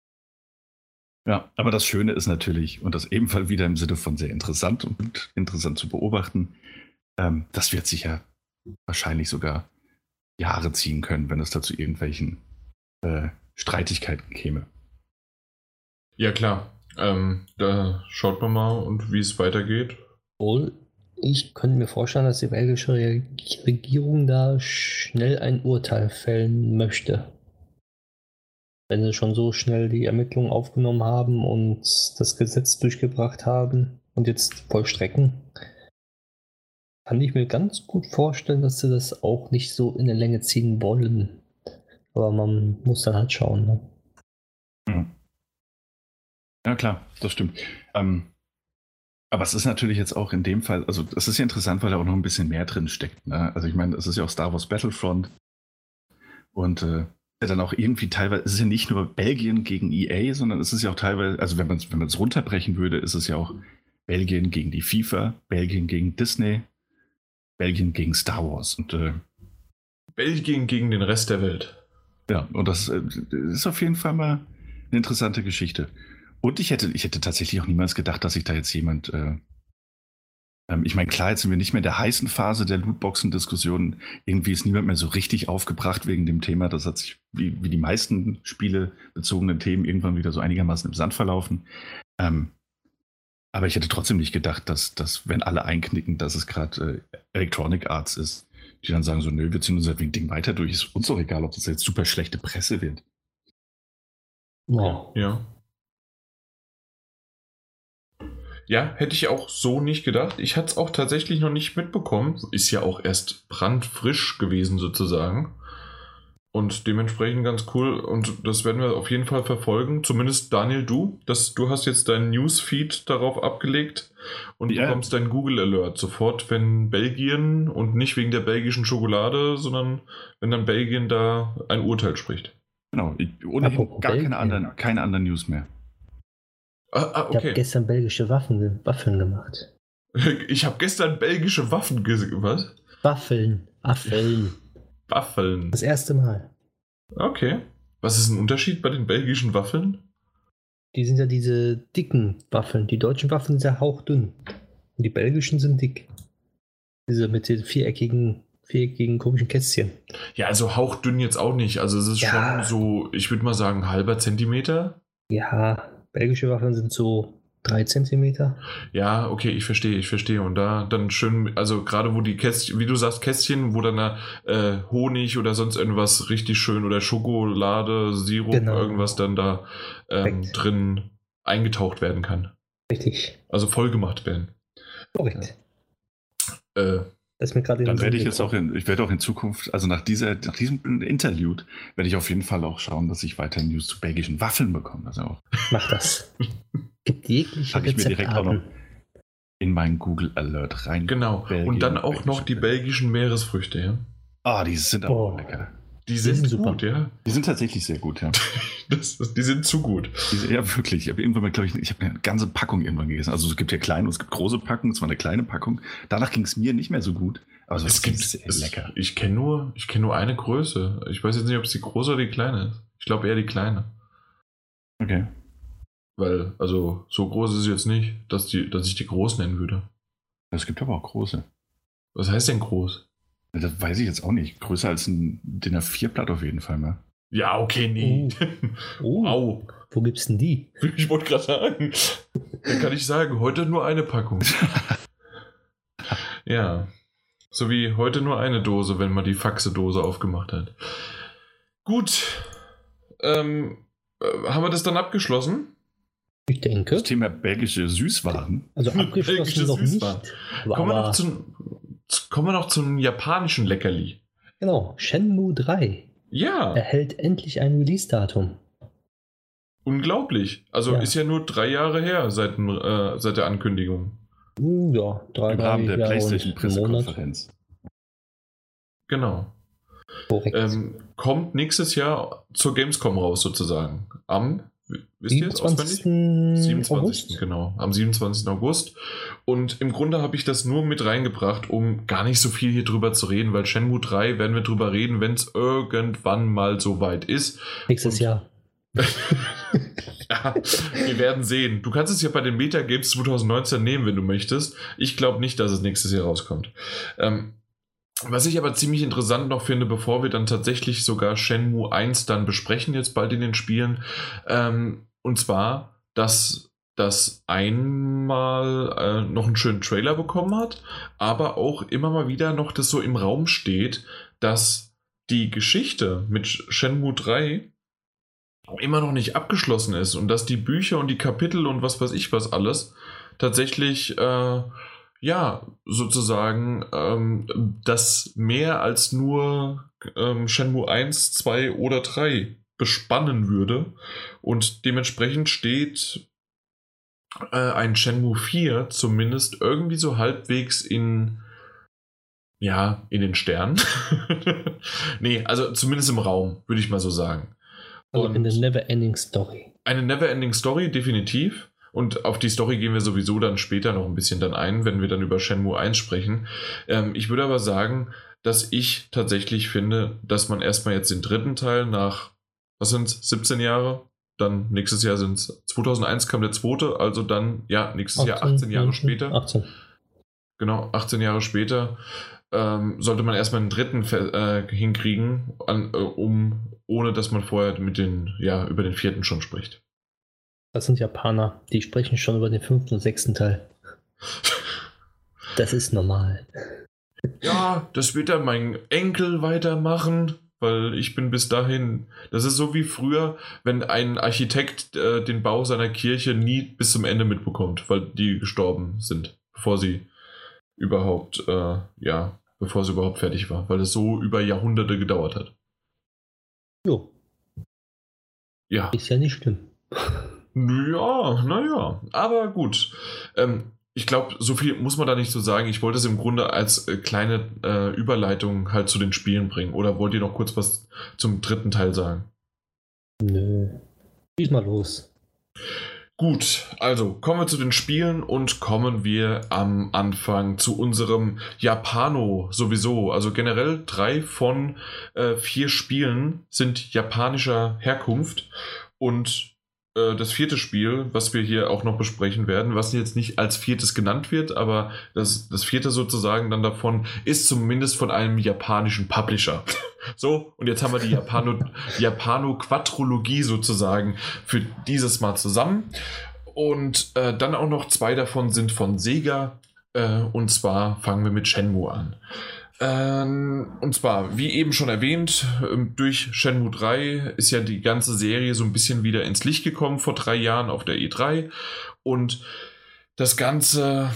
Ja, aber das Schöne ist natürlich, und das ebenfalls wieder im Sinne von sehr interessant und interessant zu beobachten, ähm, das wird sich ja wahrscheinlich sogar Jahre ziehen können, wenn es da zu irgendwelchen äh, Streitigkeiten käme. Ja, klar. Ähm, da schaut man mal und wie es weitergeht. Obwohl, ich könnte mir vorstellen, dass die belgische Re- Regierung da schnell ein Urteil fällen möchte. Wenn sie schon so schnell die Ermittlungen aufgenommen haben und das Gesetz durchgebracht haben und jetzt vollstrecken, kann ich mir ganz gut vorstellen, dass sie das auch nicht so in der Länge ziehen wollen. Aber man muss dann halt schauen. Ne? Mhm. Ja, klar, das stimmt. Ähm, aber es ist natürlich jetzt auch in dem Fall, also es ist ja interessant, weil da auch noch ein bisschen mehr drin steckt. Ne? Also ich meine, es ist ja auch Star Wars Battlefront und äh, dann auch irgendwie teilweise, es ist ja nicht nur Belgien gegen E A, sondern es ist ja auch teilweise, also wenn man es wenn man es runterbrechen würde, ist es ja auch Belgien gegen die FIFA, Belgien gegen Disney, Belgien gegen Star Wars. Und äh, Belgien gegen den Rest der Welt. ja, und das äh, ist auf jeden Fall mal eine interessante Geschichte. Und ich hätte, ich hätte tatsächlich auch niemals gedacht, dass sich da jetzt jemand, äh, ähm, ich meine, klar, jetzt sind wir nicht mehr in der heißen Phase der Lootboxen-Diskussion. Irgendwie ist niemand mehr so richtig aufgebracht wegen dem Thema. Das hat sich, wie, wie die meisten spielebezogenen Themen, irgendwann wieder so einigermaßen im Sand verlaufen. Ähm, aber ich hätte trotzdem nicht gedacht, dass, dass wenn alle einknicken, dass es gerade äh, Electronic Arts ist, die dann sagen so, nö, wir ziehen unser Ding weiter durch. Ist uns doch egal, ob das jetzt super schlechte Presse wird. Ja. Ja. Ja, hätte ich auch so nicht gedacht. Ich hatte es auch tatsächlich noch nicht mitbekommen. Ist ja auch erst brandfrisch gewesen sozusagen. Und dementsprechend ganz cool. Und das werden wir auf jeden Fall verfolgen. Zumindest Daniel, du. Das, du hast jetzt deinen Newsfeed darauf abgelegt und Ja. bekommst deinen Google Alert sofort, wenn Belgien und nicht wegen der belgischen Schokolade, sondern wenn dann Belgien da ein Urteil spricht. Genau, ich, ohnehin Apropos gar keine Belgien. anderen, keine anderen News mehr. Ah, ah, Ich habe okay. gestern belgische Waffen, Waffeln gemacht. Ich habe gestern belgische Waffen gesehen. Was? Waffeln, Waffeln. Waffeln. Das erste Mal. Okay. Was ist ein Unterschied bei den belgischen Waffeln? Die sind ja diese dicken Waffeln. Die deutschen Waffeln sind ja hauchdünn. Und die belgischen sind dick. Diese mit den viereckigen, viereckigen komischen Kästchen. Ja, also hauchdünn jetzt auch nicht. Also es ist Ja. schon so, ich würde mal sagen, halber Zentimeter. Ja, belgische Waffeln sind so drei Zentimeter. Ja, okay, ich verstehe, ich verstehe. Und da dann schön, also gerade wo die Kästchen, wie du sagst, Kästchen, wo dann da äh, Honig oder sonst irgendwas richtig schön oder Schokolade, Sirup, Genau. irgendwas dann da ähm, Perfekt. drin eingetaucht werden kann. Richtig. Also voll gemacht werden. Korrekt. Äh, Das ist mir gerade in Dann den werde ich Sinn jetzt auch gekommen. in, ich werde auch in Zukunft, also nach dieser, nach diesem Interlude, werde ich auf jeden Fall auch schauen, dass ich weiter News zu belgischen Waffeln bekomme. Also auch Mach das. Gibt jegliche Pack ich mir direkt auch Rezeptarten. in meinen Google Alert rein. genau. Belgien, Und dann auch noch belgische die belgischen Meeresfrüchte, ja. Ah, die sind aber Oh. auch lecker. Die sind, sind super. gut, ja. Die sind tatsächlich sehr gut, ja. Das, das, die sind zu gut. Die, ja, wirklich. Ich habe irgendwann mal, glaube ich, ich habe eine ganze Packung irgendwann gegessen. Also es gibt ja kleine und es gibt große Packungen. Es war eine kleine Packung. Danach ging es mir nicht mehr so gut. Aber es, Es war gibt sehr es, lecker. Ich kenne nur, ich kenn nur eine Größe. Ich weiß jetzt nicht, ob es die große oder die kleine ist. Ich glaube eher die kleine. Okay. Weil, also, so groß ist es jetzt nicht, dass, die, dass ich die groß nennen würde. Es gibt aber auch große. Was heißt denn groß? Das weiß ich jetzt auch nicht. Größer als ein D I N A vier Blatt auf jeden Fall, ne? Ja, okay, nee. Oh. Au. Wo gibt's denn die? Ich wollte gerade sagen. Dann kann ich sagen, heute nur eine Packung. Ja. So wie heute nur eine Dose, wenn man die Faxe-Dose aufgemacht hat. Gut. Ähm, äh, haben wir das dann abgeschlossen? Ich denke. Das Thema belgische Süßwaren. Also abgeschlossen Belgische noch Süßwaren. nicht. Aber, Kommen wir, noch aber zum, kommen wir noch zum japanischen Leckerli. genau, Shenmue drei Ja, erhält endlich ein Release-Datum. unglaublich. Also Ja. ist ja nur drei Jahre her seit, dem, äh, seit der Ankündigung. Hm, Ja, drei, Im drei Rahmen der Jahre und PlayStation einen Monat. Pressekonferenz. Genau. Korrekt. Ähm, kommt nächstes Jahr zur Gamescom raus sozusagen. Am, wisst ihr jetzt auswendig? siebenundzwanzigsten siebenundzwanzigsten August. Genau, am siebenundzwanzigsten August. Und im Grunde habe ich das nur mit reingebracht, um gar nicht so viel hier drüber zu reden, weil Shenmue drei werden wir drüber reden, wenn es irgendwann mal so weit ist. Nächstes Und- Jahr. Ja, wir werden sehen. Du kannst es ja bei den Meta Games zwanzig neunzehn nehmen, wenn du möchtest. Ich glaube nicht, dass es nächstes Jahr rauskommt. Ähm, was ich aber ziemlich interessant noch finde, bevor wir dann tatsächlich sogar Shenmue eins dann besprechen, jetzt bald in den Spielen, ähm, und zwar, dass das einmal äh, noch einen schönen Trailer bekommen hat, aber auch immer mal wieder noch das so im Raum steht, dass die Geschichte mit Shenmue drei immer noch nicht abgeschlossen ist und dass die Bücher und die Kapitel und was weiß ich was alles tatsächlich äh, ja sozusagen ähm, das mehr als nur ähm, Shenmue eins, zwei oder drei bespannen würde und dementsprechend steht äh, ein Shenmue vier zumindest irgendwie so halbwegs in ja, in den Sternen. Nee, also zumindest im Raum, würde ich mal so sagen. Also Und eine Never-Ending Story. eine Never-Ending Story, definitiv. Und auf die Story gehen wir sowieso dann später noch ein bisschen dann ein, wenn wir dann über Shenmue eins sprechen. Ähm, ich würde aber sagen, dass ich tatsächlich finde, dass man erstmal jetzt den dritten Teil nach, was sind es, siebzehn Jahre? Dann nächstes Jahr sind es, zweitausendeins kam der zweite, also dann, ja, nächstes Jahr achtzehn Jahre später. achtzehn. Genau, achtzehn Jahre später ähm, sollte man erstmal einen dritten äh, hinkriegen, an, äh, um, ohne dass man vorher mit den, ja, über den vierten schon spricht. Das sind Japaner, die sprechen schon über den fünften und sechsten Teil. Das ist normal. Ja, das wird dann mein Enkel weitermachen, weil ich bin bis dahin, das ist so wie früher, wenn ein Architekt äh, den Bau seiner Kirche nie bis zum Ende mitbekommt, weil die gestorben sind, bevor sie überhaupt, äh, ja, bevor sie überhaupt fertig war, weil es so über Jahrhunderte gedauert hat. Jo, Ja. ist ja nicht schlimm. Ja, naja, aber gut. Ähm, ich glaube, so viel muss man da nicht so sagen. Ich wollte es im Grunde als äh, kleine äh, Überleitung halt zu den Spielen bringen. Oder wollt ihr noch kurz was zum dritten Teil sagen? Nö. Schieß mal los. Gut, also kommen wir zu den Spielen und kommen wir am Anfang zu unserem Japano sowieso. Also generell drei von äh, vier Spielen sind japanischer Herkunft und äh, das vierte Spiel, was wir hier auch noch besprechen werden, was jetzt nicht als viertes genannt wird, aber das, das vierte sozusagen dann davon ist zumindest von einem japanischen Publisher. So, und jetzt haben wir die Japano, Japano-Quadrologie sozusagen für dieses Mal zusammen. Und äh, dann auch noch zwei davon sind von Sega. Äh, und zwar fangen wir mit Shenmue an. Ähm, und zwar, wie eben schon erwähnt, durch Shenmue drei ist ja die ganze Serie so ein bisschen wieder ins Licht gekommen vor drei Jahren auf der E drei. Und das Ganze...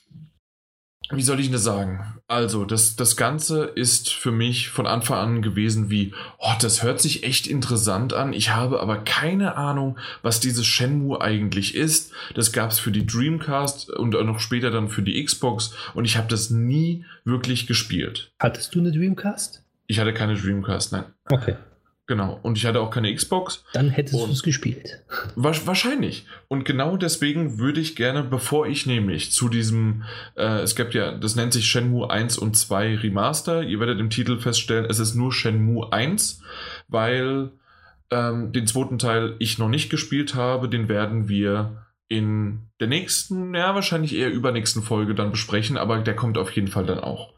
Wie soll ich das sagen? Also, das, das Ganze ist für mich von Anfang an gewesen wie, oh, das hört sich echt interessant an. Ich habe aber keine Ahnung, was dieses Shenmue eigentlich ist. Das gab es für die Dreamcast und auch noch später dann für die Xbox und ich habe das nie wirklich gespielt. Hattest du eine Dreamcast? Ich hatte keine Dreamcast, nein. Okay. Genau. Und ich hatte auch keine Xbox. Dann hättest Und- du es gespielt. Wahrscheinlich. Und genau deswegen würde ich gerne, bevor ich nämlich zu diesem, äh, es gibt ja, das nennt sich Shenmue eins und zwei Remaster. Ihr werdet im Titel feststellen, es ist nur Shenmue eins, weil ähm, den zweiten Teil ich noch nicht gespielt habe, den werden wir in der nächsten, ja wahrscheinlich eher übernächsten Folge dann besprechen, aber der kommt auf jeden Fall dann auch.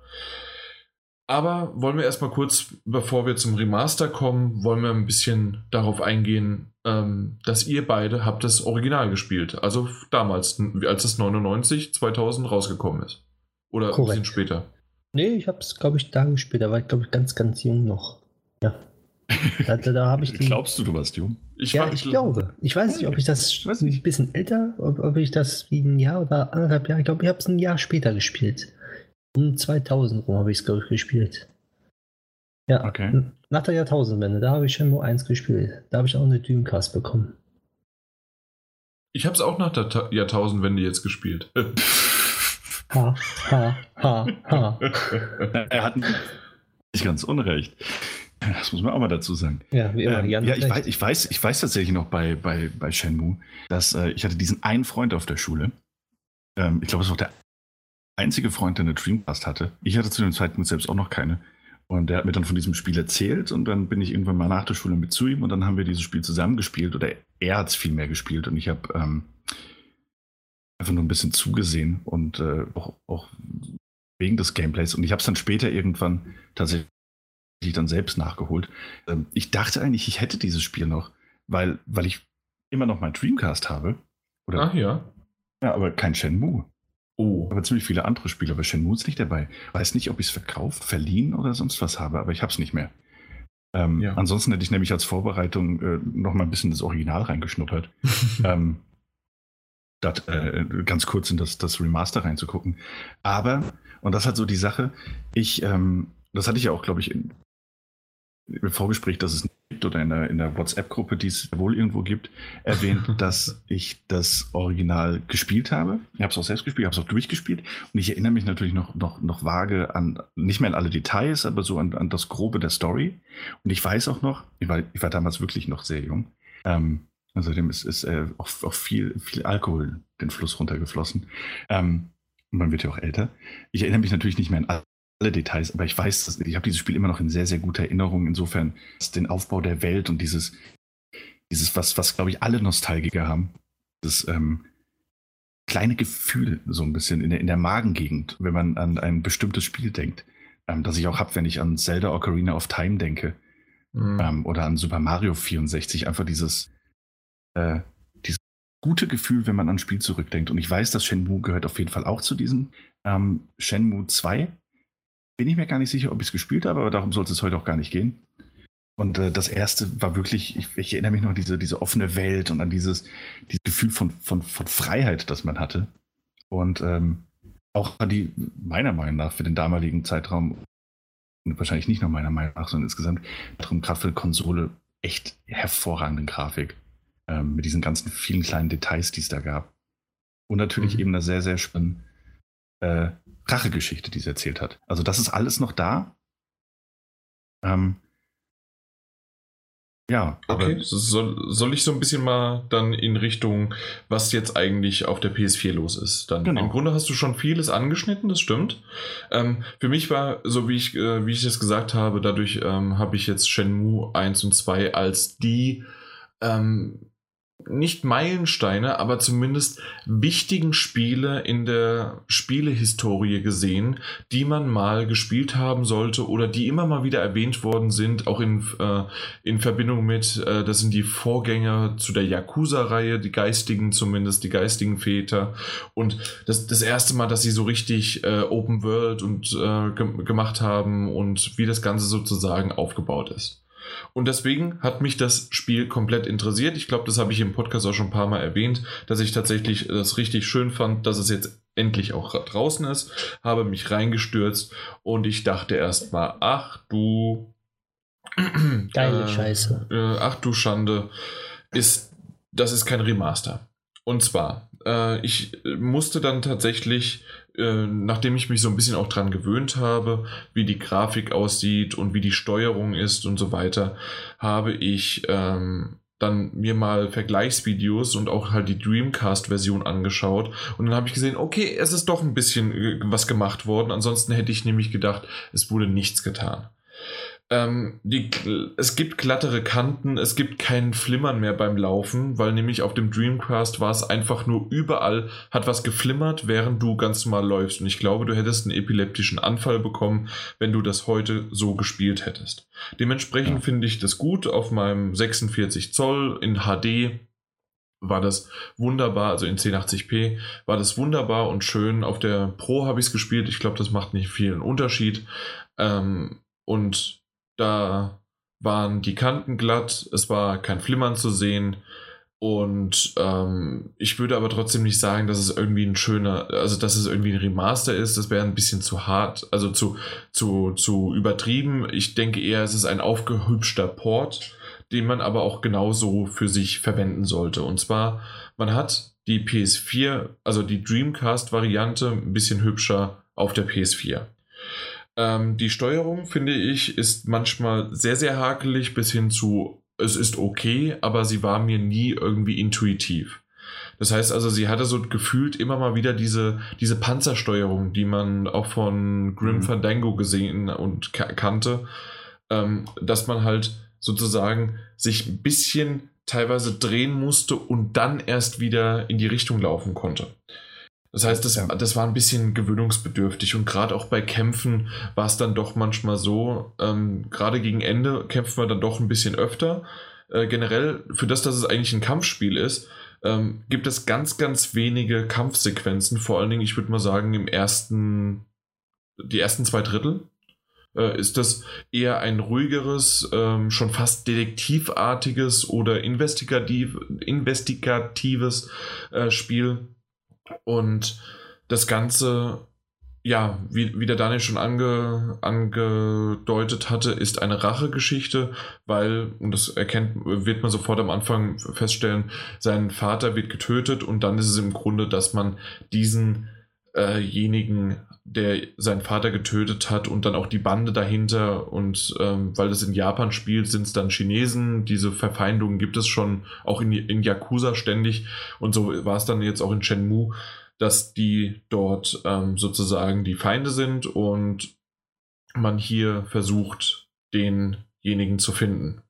Aber wollen wir erstmal kurz, bevor wir zum Remaster kommen, wollen wir ein bisschen darauf eingehen, ähm, dass ihr beide habt das Original gespielt. Also damals, als es neunundneunzig, zweitausend rausgekommen ist. Oder Korrekt. ein bisschen später. Nee, ich hab's, glaube ich, da gespielt. Da war ich, glaube ich, ganz, ganz jung noch. Ja. Da, da, da habe ich die, Glaubst du, du warst jung? Ich ja, war, ich glaube. Ich weiß nicht, ob ich das weiß ein nicht. bisschen älter, ob, ob ich das wie ein Jahr oder anderthalb Jahre, ich glaube, ich habe es ein Jahr später gespielt. Um zweitausend rum habe ich es, glaube ich, gespielt. Ja, Okay. n- nach der Jahrtausendwende, da habe ich schon nur eins gespielt. Da habe ich auch eine Dreamcast bekommen. ich habe es auch nach der Ta- Jahrtausendwende jetzt gespielt. Ha, ha, ha, ha. Er hat nicht ganz unrecht. Das muss man auch mal dazu sagen. Ja, wie immer. Ähm, Jan ja, hat ich recht. weiß, ich, weiß, ich weiß tatsächlich noch bei, bei, bei Shenmue, dass äh, ich hatte diesen einen Freund auf der Schule. Ähm, ich glaube, es war der einzige Freund, der eine Dreamcast hatte. Ich hatte zu dem Zeitpunkt selbst auch noch keine. Und der hat mir dann von diesem Spiel erzählt und dann bin ich irgendwann mal nach der Schule mit zu ihm und dann haben wir dieses Spiel zusammengespielt oder er hat es viel mehr gespielt und ich habe ähm, einfach nur ein bisschen zugesehen und äh, auch, auch wegen des Gameplays und ich habe es dann später irgendwann tatsächlich dann selbst nachgeholt. Ähm, ich dachte eigentlich, ich hätte dieses Spiel noch, weil, weil ich immer noch mein Dreamcast habe. Oder, Ach ja. ja, aber kein Shenmue. Oh. Aber ziemlich viele andere Spiele, aber Shenmue ist nicht dabei. Weiß nicht, ob ich es verkauft, verliehen oder sonst was habe, aber ich habe es nicht mehr. Ähm, Ja. Ansonsten hätte ich nämlich als Vorbereitung äh, noch mal ein bisschen das Original reingeschnuppert. ähm, dat, äh, ganz kurz in das, das Remaster reinzugucken. Aber, und das ist halt so die Sache, ich, ähm, das hatte ich ja auch, glaube ich, in, im Vorgespräch, dass es nicht gibt oder in der, in der WhatsApp-Gruppe, die es wohl irgendwo gibt, erwähnt, dass ich das Original gespielt habe. Ich habe es auch selbst gespielt, ich habe es auch durchgespielt und ich erinnere mich natürlich noch, noch, noch vage an, nicht mehr an alle Details, aber so an, an das Grobe der Story. Und ich weiß auch noch, ich war, ich war damals wirklich noch sehr jung, ähm, außerdem ist, ist äh, auch, auch viel, viel Alkohol den Fluss runtergeflossen. Ähm, und man wird ja auch älter. Ich erinnere mich natürlich nicht mehr an alle alle Details, aber ich weiß, dass, ich habe dieses Spiel immer noch in sehr, sehr guter Erinnerung, insofern den Aufbau der Welt und dieses, dieses was, was glaube ich alle Nostalgiker haben, das ähm, kleine Gefühl so ein bisschen in der, in der Magengegend, wenn man an ein bestimmtes Spiel denkt, ähm, das ich auch habe, wenn ich an Zelda Ocarina of Time denke Mhm. ähm, oder an Super Mario vierundsechzig, einfach dieses, äh, dieses gute Gefühl, wenn man an ein Spiel zurückdenkt. Und ich weiß, dass Shenmue gehört auf jeden Fall auch zu diesen. Ähm, Shenmue zwei bin ich mir gar nicht sicher, ob ich es gespielt habe, aber darum soll es heute auch gar nicht gehen. Und äh, das erste war wirklich, ich, ich erinnere mich noch an diese, diese offene Welt und an dieses, dieses Gefühl von, von, von Freiheit, das man hatte. Und ähm, auch an die, meiner Meinung nach, für den damaligen Zeitraum, und wahrscheinlich nicht nur meiner Meinung nach, sondern insgesamt, gerade für eine Konsole echt hervorragenden Grafik. Ähm, mit diesen ganzen vielen kleinen Details, die es da gab. Und natürlich Mhm. eben eine sehr, sehr spannende äh, Rachegeschichte, die sie erzählt hat. Also das ist alles noch da. Ähm, ja, Okay, aber soll, soll ich so ein bisschen mal dann in Richtung, was jetzt eigentlich auf der P S vier los ist? Dann Genau. im Grunde hast du schon vieles angeschnitten, das stimmt. Ähm, für mich war, so wie ich, äh, wie ich es gesagt habe, dadurch ähm, habe ich jetzt Shenmue eins und zwei als die ähm, nicht Meilensteine, aber zumindest wichtigen Spiele in der Spielehistorie gesehen, die man mal gespielt haben sollte oder die immer mal wieder erwähnt worden sind, auch in, äh, in Verbindung mit, äh, das sind die Vorgänger zu der Yakuza-Reihe, die geistigen zumindest, die geistigen Väter und das, das erste Mal, dass sie so richtig äh, Open World und äh, ge- gemacht haben und wie das Ganze sozusagen aufgebaut ist. Und deswegen hat mich das Spiel komplett interessiert. Ich glaube, das habe ich im Podcast auch schon ein paar Mal erwähnt, dass ich tatsächlich das richtig schön fand, dass es jetzt endlich auch draußen ist. Habe mich reingestürzt und ich dachte erst mal, ach du Geile äh, Scheiße. Äh, ach du Schande, ist, das ist kein Remaster. Und zwar, äh, ich musste dann tatsächlich, äh, nachdem ich mich so ein bisschen auch dran gewöhnt habe, wie die Grafik aussieht und wie die Steuerung ist und so weiter, habe ich ähm, dann mir mal Vergleichsvideos und auch halt die Dreamcast-Version angeschaut und dann habe ich gesehen, okay, es ist doch ein bisschen äh, was gemacht worden, ansonsten hätte ich nämlich gedacht, es wurde nichts getan. Ähm, die, es gibt glattere Kanten, es gibt kein Flimmern mehr beim Laufen, weil nämlich auf dem Dreamcast war es einfach nur überall, hat was geflimmert, während du ganz normal läufst. Und ich glaube, du hättest einen epileptischen Anfall bekommen, wenn du das heute so gespielt hättest. Dementsprechend ja. finde ich das gut. Auf meinem sechsundvierzig Zoll in H D war das wunderbar, also in zehn achtzig p war das wunderbar und schön. Auf der Pro habe ich es gespielt. Ich glaube, das macht nicht viel einen Unterschied. Ähm, und da waren die Kanten glatt, es war kein Flimmern zu sehen und ähm, ich würde aber trotzdem nicht sagen, dass es irgendwie ein schöner, also dass es irgendwie ein Remaster ist, das wäre ein bisschen zu hart, also zu, zu, zu übertrieben. Ich denke eher, es ist ein aufgehübschter Port, den man aber auch genauso für sich verwenden sollte. Und zwar, man hat die P S vier, also die Dreamcast-Variante ein bisschen hübscher auf der P S vier. Ähm, die Steuerung, finde ich, ist manchmal sehr, sehr hakelig bis hin zu, es ist okay, aber sie war mir nie irgendwie intuitiv. Das heißt also, sie hatte so gefühlt immer mal wieder diese, diese Panzersteuerung, die man auch von Grim mhm. Fandango gesehen und ka- kannte, ähm, dass man halt sozusagen sich ein bisschen teilweise drehen musste und dann erst wieder in die Richtung laufen konnte. Das heißt, das, das war ein bisschen gewöhnungsbedürftig und gerade auch bei Kämpfen war es dann doch manchmal so, ähm, gerade gegen Ende kämpft man dann doch ein bisschen öfter. Äh, generell, für das, dass es eigentlich ein Kampfspiel ist, ähm, gibt es ganz, ganz wenige Kampfsequenzen, vor allen Dingen, ich würde mal sagen, im ersten, die ersten zwei Drittel äh, ist das eher ein ruhigeres, ähm, schon fast detektivartiges oder investigativ, investigatives äh, Spiel. Und das Ganze, ja, wie, wie der Daniel schon ange, angedeutet hatte, ist eine Rachegeschichte, weil, und das erkennt, wird man sofort am Anfang feststellen, sein Vater wird getötet und dann ist es im Grunde, dass man diesen äh der seinen Vater getötet hat und dann auch die Bande dahinter und ähm, weil es in Japan spielt, sind es dann Chinesen. Diese Verfeindungen gibt es schon auch in, in Yakuza ständig und so war es dann jetzt auch in Shenmue, dass die dort ähm, sozusagen die Feinde sind und man hier versucht, denjenigen zu finden.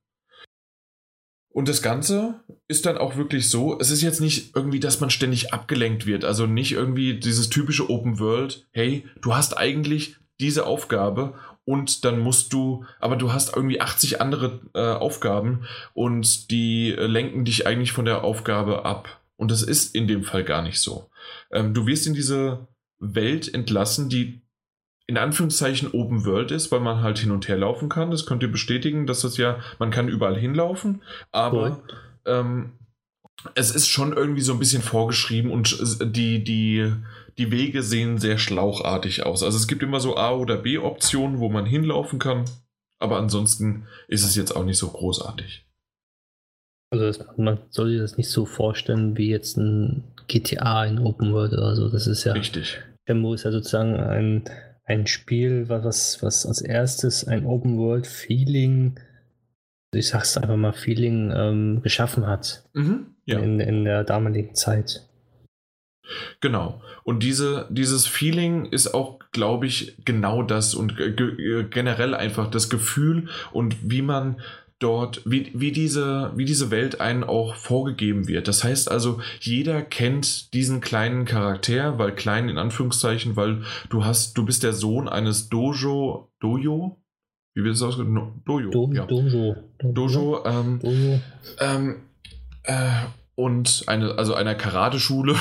Und das Ganze ist dann auch wirklich so, es ist jetzt nicht irgendwie, dass man ständig abgelenkt wird, also nicht irgendwie dieses typische Open World, hey, du hast eigentlich diese Aufgabe und dann musst du, aber du hast irgendwie achtzig andere äh, Aufgaben und die äh, lenken dich eigentlich von der Aufgabe ab. Und das ist in dem Fall gar nicht so. Ähm, du wirst in diese Welt entlassen, die in Anführungszeichen Open World ist, weil man halt hin und her laufen kann. Das könnt ihr bestätigen, dass das ja, man kann überall hinlaufen, aber ähm, es ist schon irgendwie so ein bisschen vorgeschrieben und die, die, die Wege sehen sehr schlauchartig aus. Also es gibt immer so A- oder B-Optionen, wo man hinlaufen kann, aber ansonsten ist es jetzt auch nicht so großartig. Also das, man soll sich das nicht so vorstellen wie jetzt ein G T A in Open World oder so. Das ist ja... Richtig. Shenmue ist ja sozusagen ein Ein Spiel, was, was als erstes ein Open-World-Feeling, ich sag's einfach mal, Feeling ähm, geschaffen hat. Mhm, ja. in, in der damaligen Zeit. Genau. Und diese, dieses Feeling ist auch, glaube ich, genau das und ge- generell einfach das Gefühl und wie man dort, wie, wie, diese, wie diese Welt einen auch vorgegeben wird. Das heißt also, jeder kennt diesen kleinen Charakter, weil klein in Anführungszeichen, weil du hast, du bist der Sohn eines Dojo, Dojo? Wie wird es ausgedrückt? No, Dojo. Do, ja. Dojo. Dojo. Ähm, Dojo. Ähm, äh, und eine, also einer Karateschule.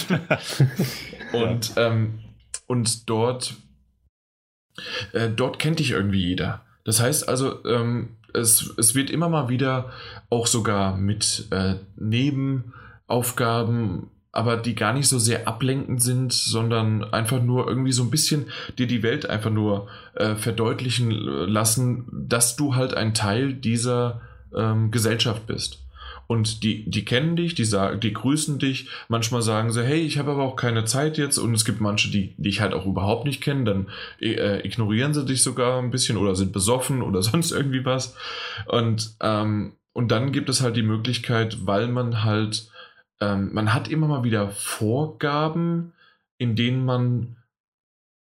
und, ja. ähm, und dort, äh, dort kennt dich irgendwie jeder. Das heißt also, ähm, Es, es wird immer mal wieder auch sogar mit äh, Nebenaufgaben, aber die gar nicht so sehr ablenkend sind, sondern einfach nur irgendwie so ein bisschen dir die Welt einfach nur äh, verdeutlichen lassen, dass du halt ein Teil dieser ähm, Gesellschaft bist. Und die, die kennen dich, die sagen, die grüßen dich, manchmal sagen sie, hey, ich habe aber auch keine Zeit jetzt, und es gibt manche, die dich halt auch überhaupt nicht kennen, dann äh, ignorieren sie dich sogar ein bisschen oder sind besoffen oder sonst irgendwie was. Und, ähm, und dann gibt es halt die Möglichkeit, weil man halt, ähm, man hat immer mal wieder Vorgaben, in denen man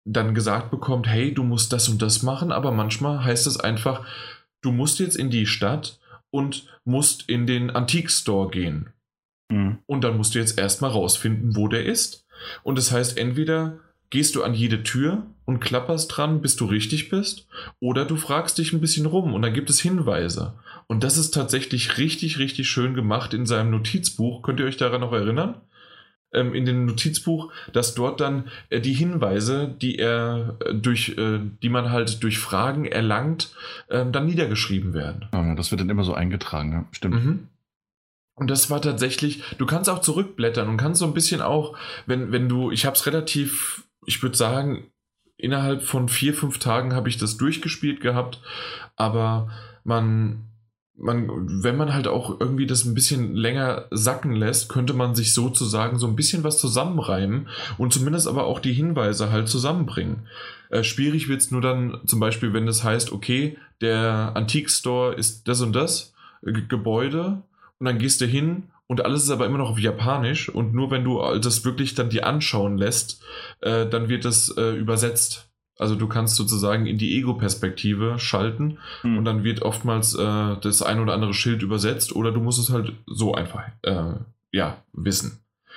dann gesagt bekommt, hey, du musst das und das machen, aber manchmal heißt es einfach, du musst jetzt in die Stadt und musst in den Antikstore gehen. Mhm. Und dann musst du jetzt erstmal rausfinden, wo der ist. Und das heißt, entweder gehst du an jede Tür und klapperst dran, bis du richtig bist, oder du fragst dich ein bisschen rum und dann gibt es Hinweise. Und das ist tatsächlich richtig, richtig schön gemacht in seinem Notizbuch. Könnt ihr euch daran noch erinnern? Ähm, in dem Notizbuch, dass dort dann äh, die Hinweise, die er äh, durch, äh, die man halt durch Fragen erlangt, äh, dann niedergeschrieben werden. Ja, das wird dann immer so eingetragen, ja. Stimmt. Mhm. Und das war tatsächlich, du kannst auch zurückblättern und kannst so ein bisschen auch, wenn, wenn du, ich habe es relativ, ich würde sagen, innerhalb von vier, fünf Tagen habe ich das durchgespielt gehabt, aber man, man, wenn man halt auch irgendwie das ein bisschen länger sacken lässt, könnte man sich sozusagen so ein bisschen was zusammenreimen und zumindest aber auch die Hinweise halt zusammenbringen. Äh, schwierig wird es nur dann zum Beispiel, wenn das heißt, okay, der Antikstore ist das und das äh, Gebäude, und dann gehst du hin und alles ist aber immer noch auf Japanisch und nur wenn du das wirklich dann dir anschauen lässt, äh, dann wird das äh, übersetzt. Also du kannst sozusagen in die Ego-Perspektive schalten hm. und dann wird oftmals äh, das ein oder andere Schild übersetzt oder du musst es halt so einfach äh, ja, wissen.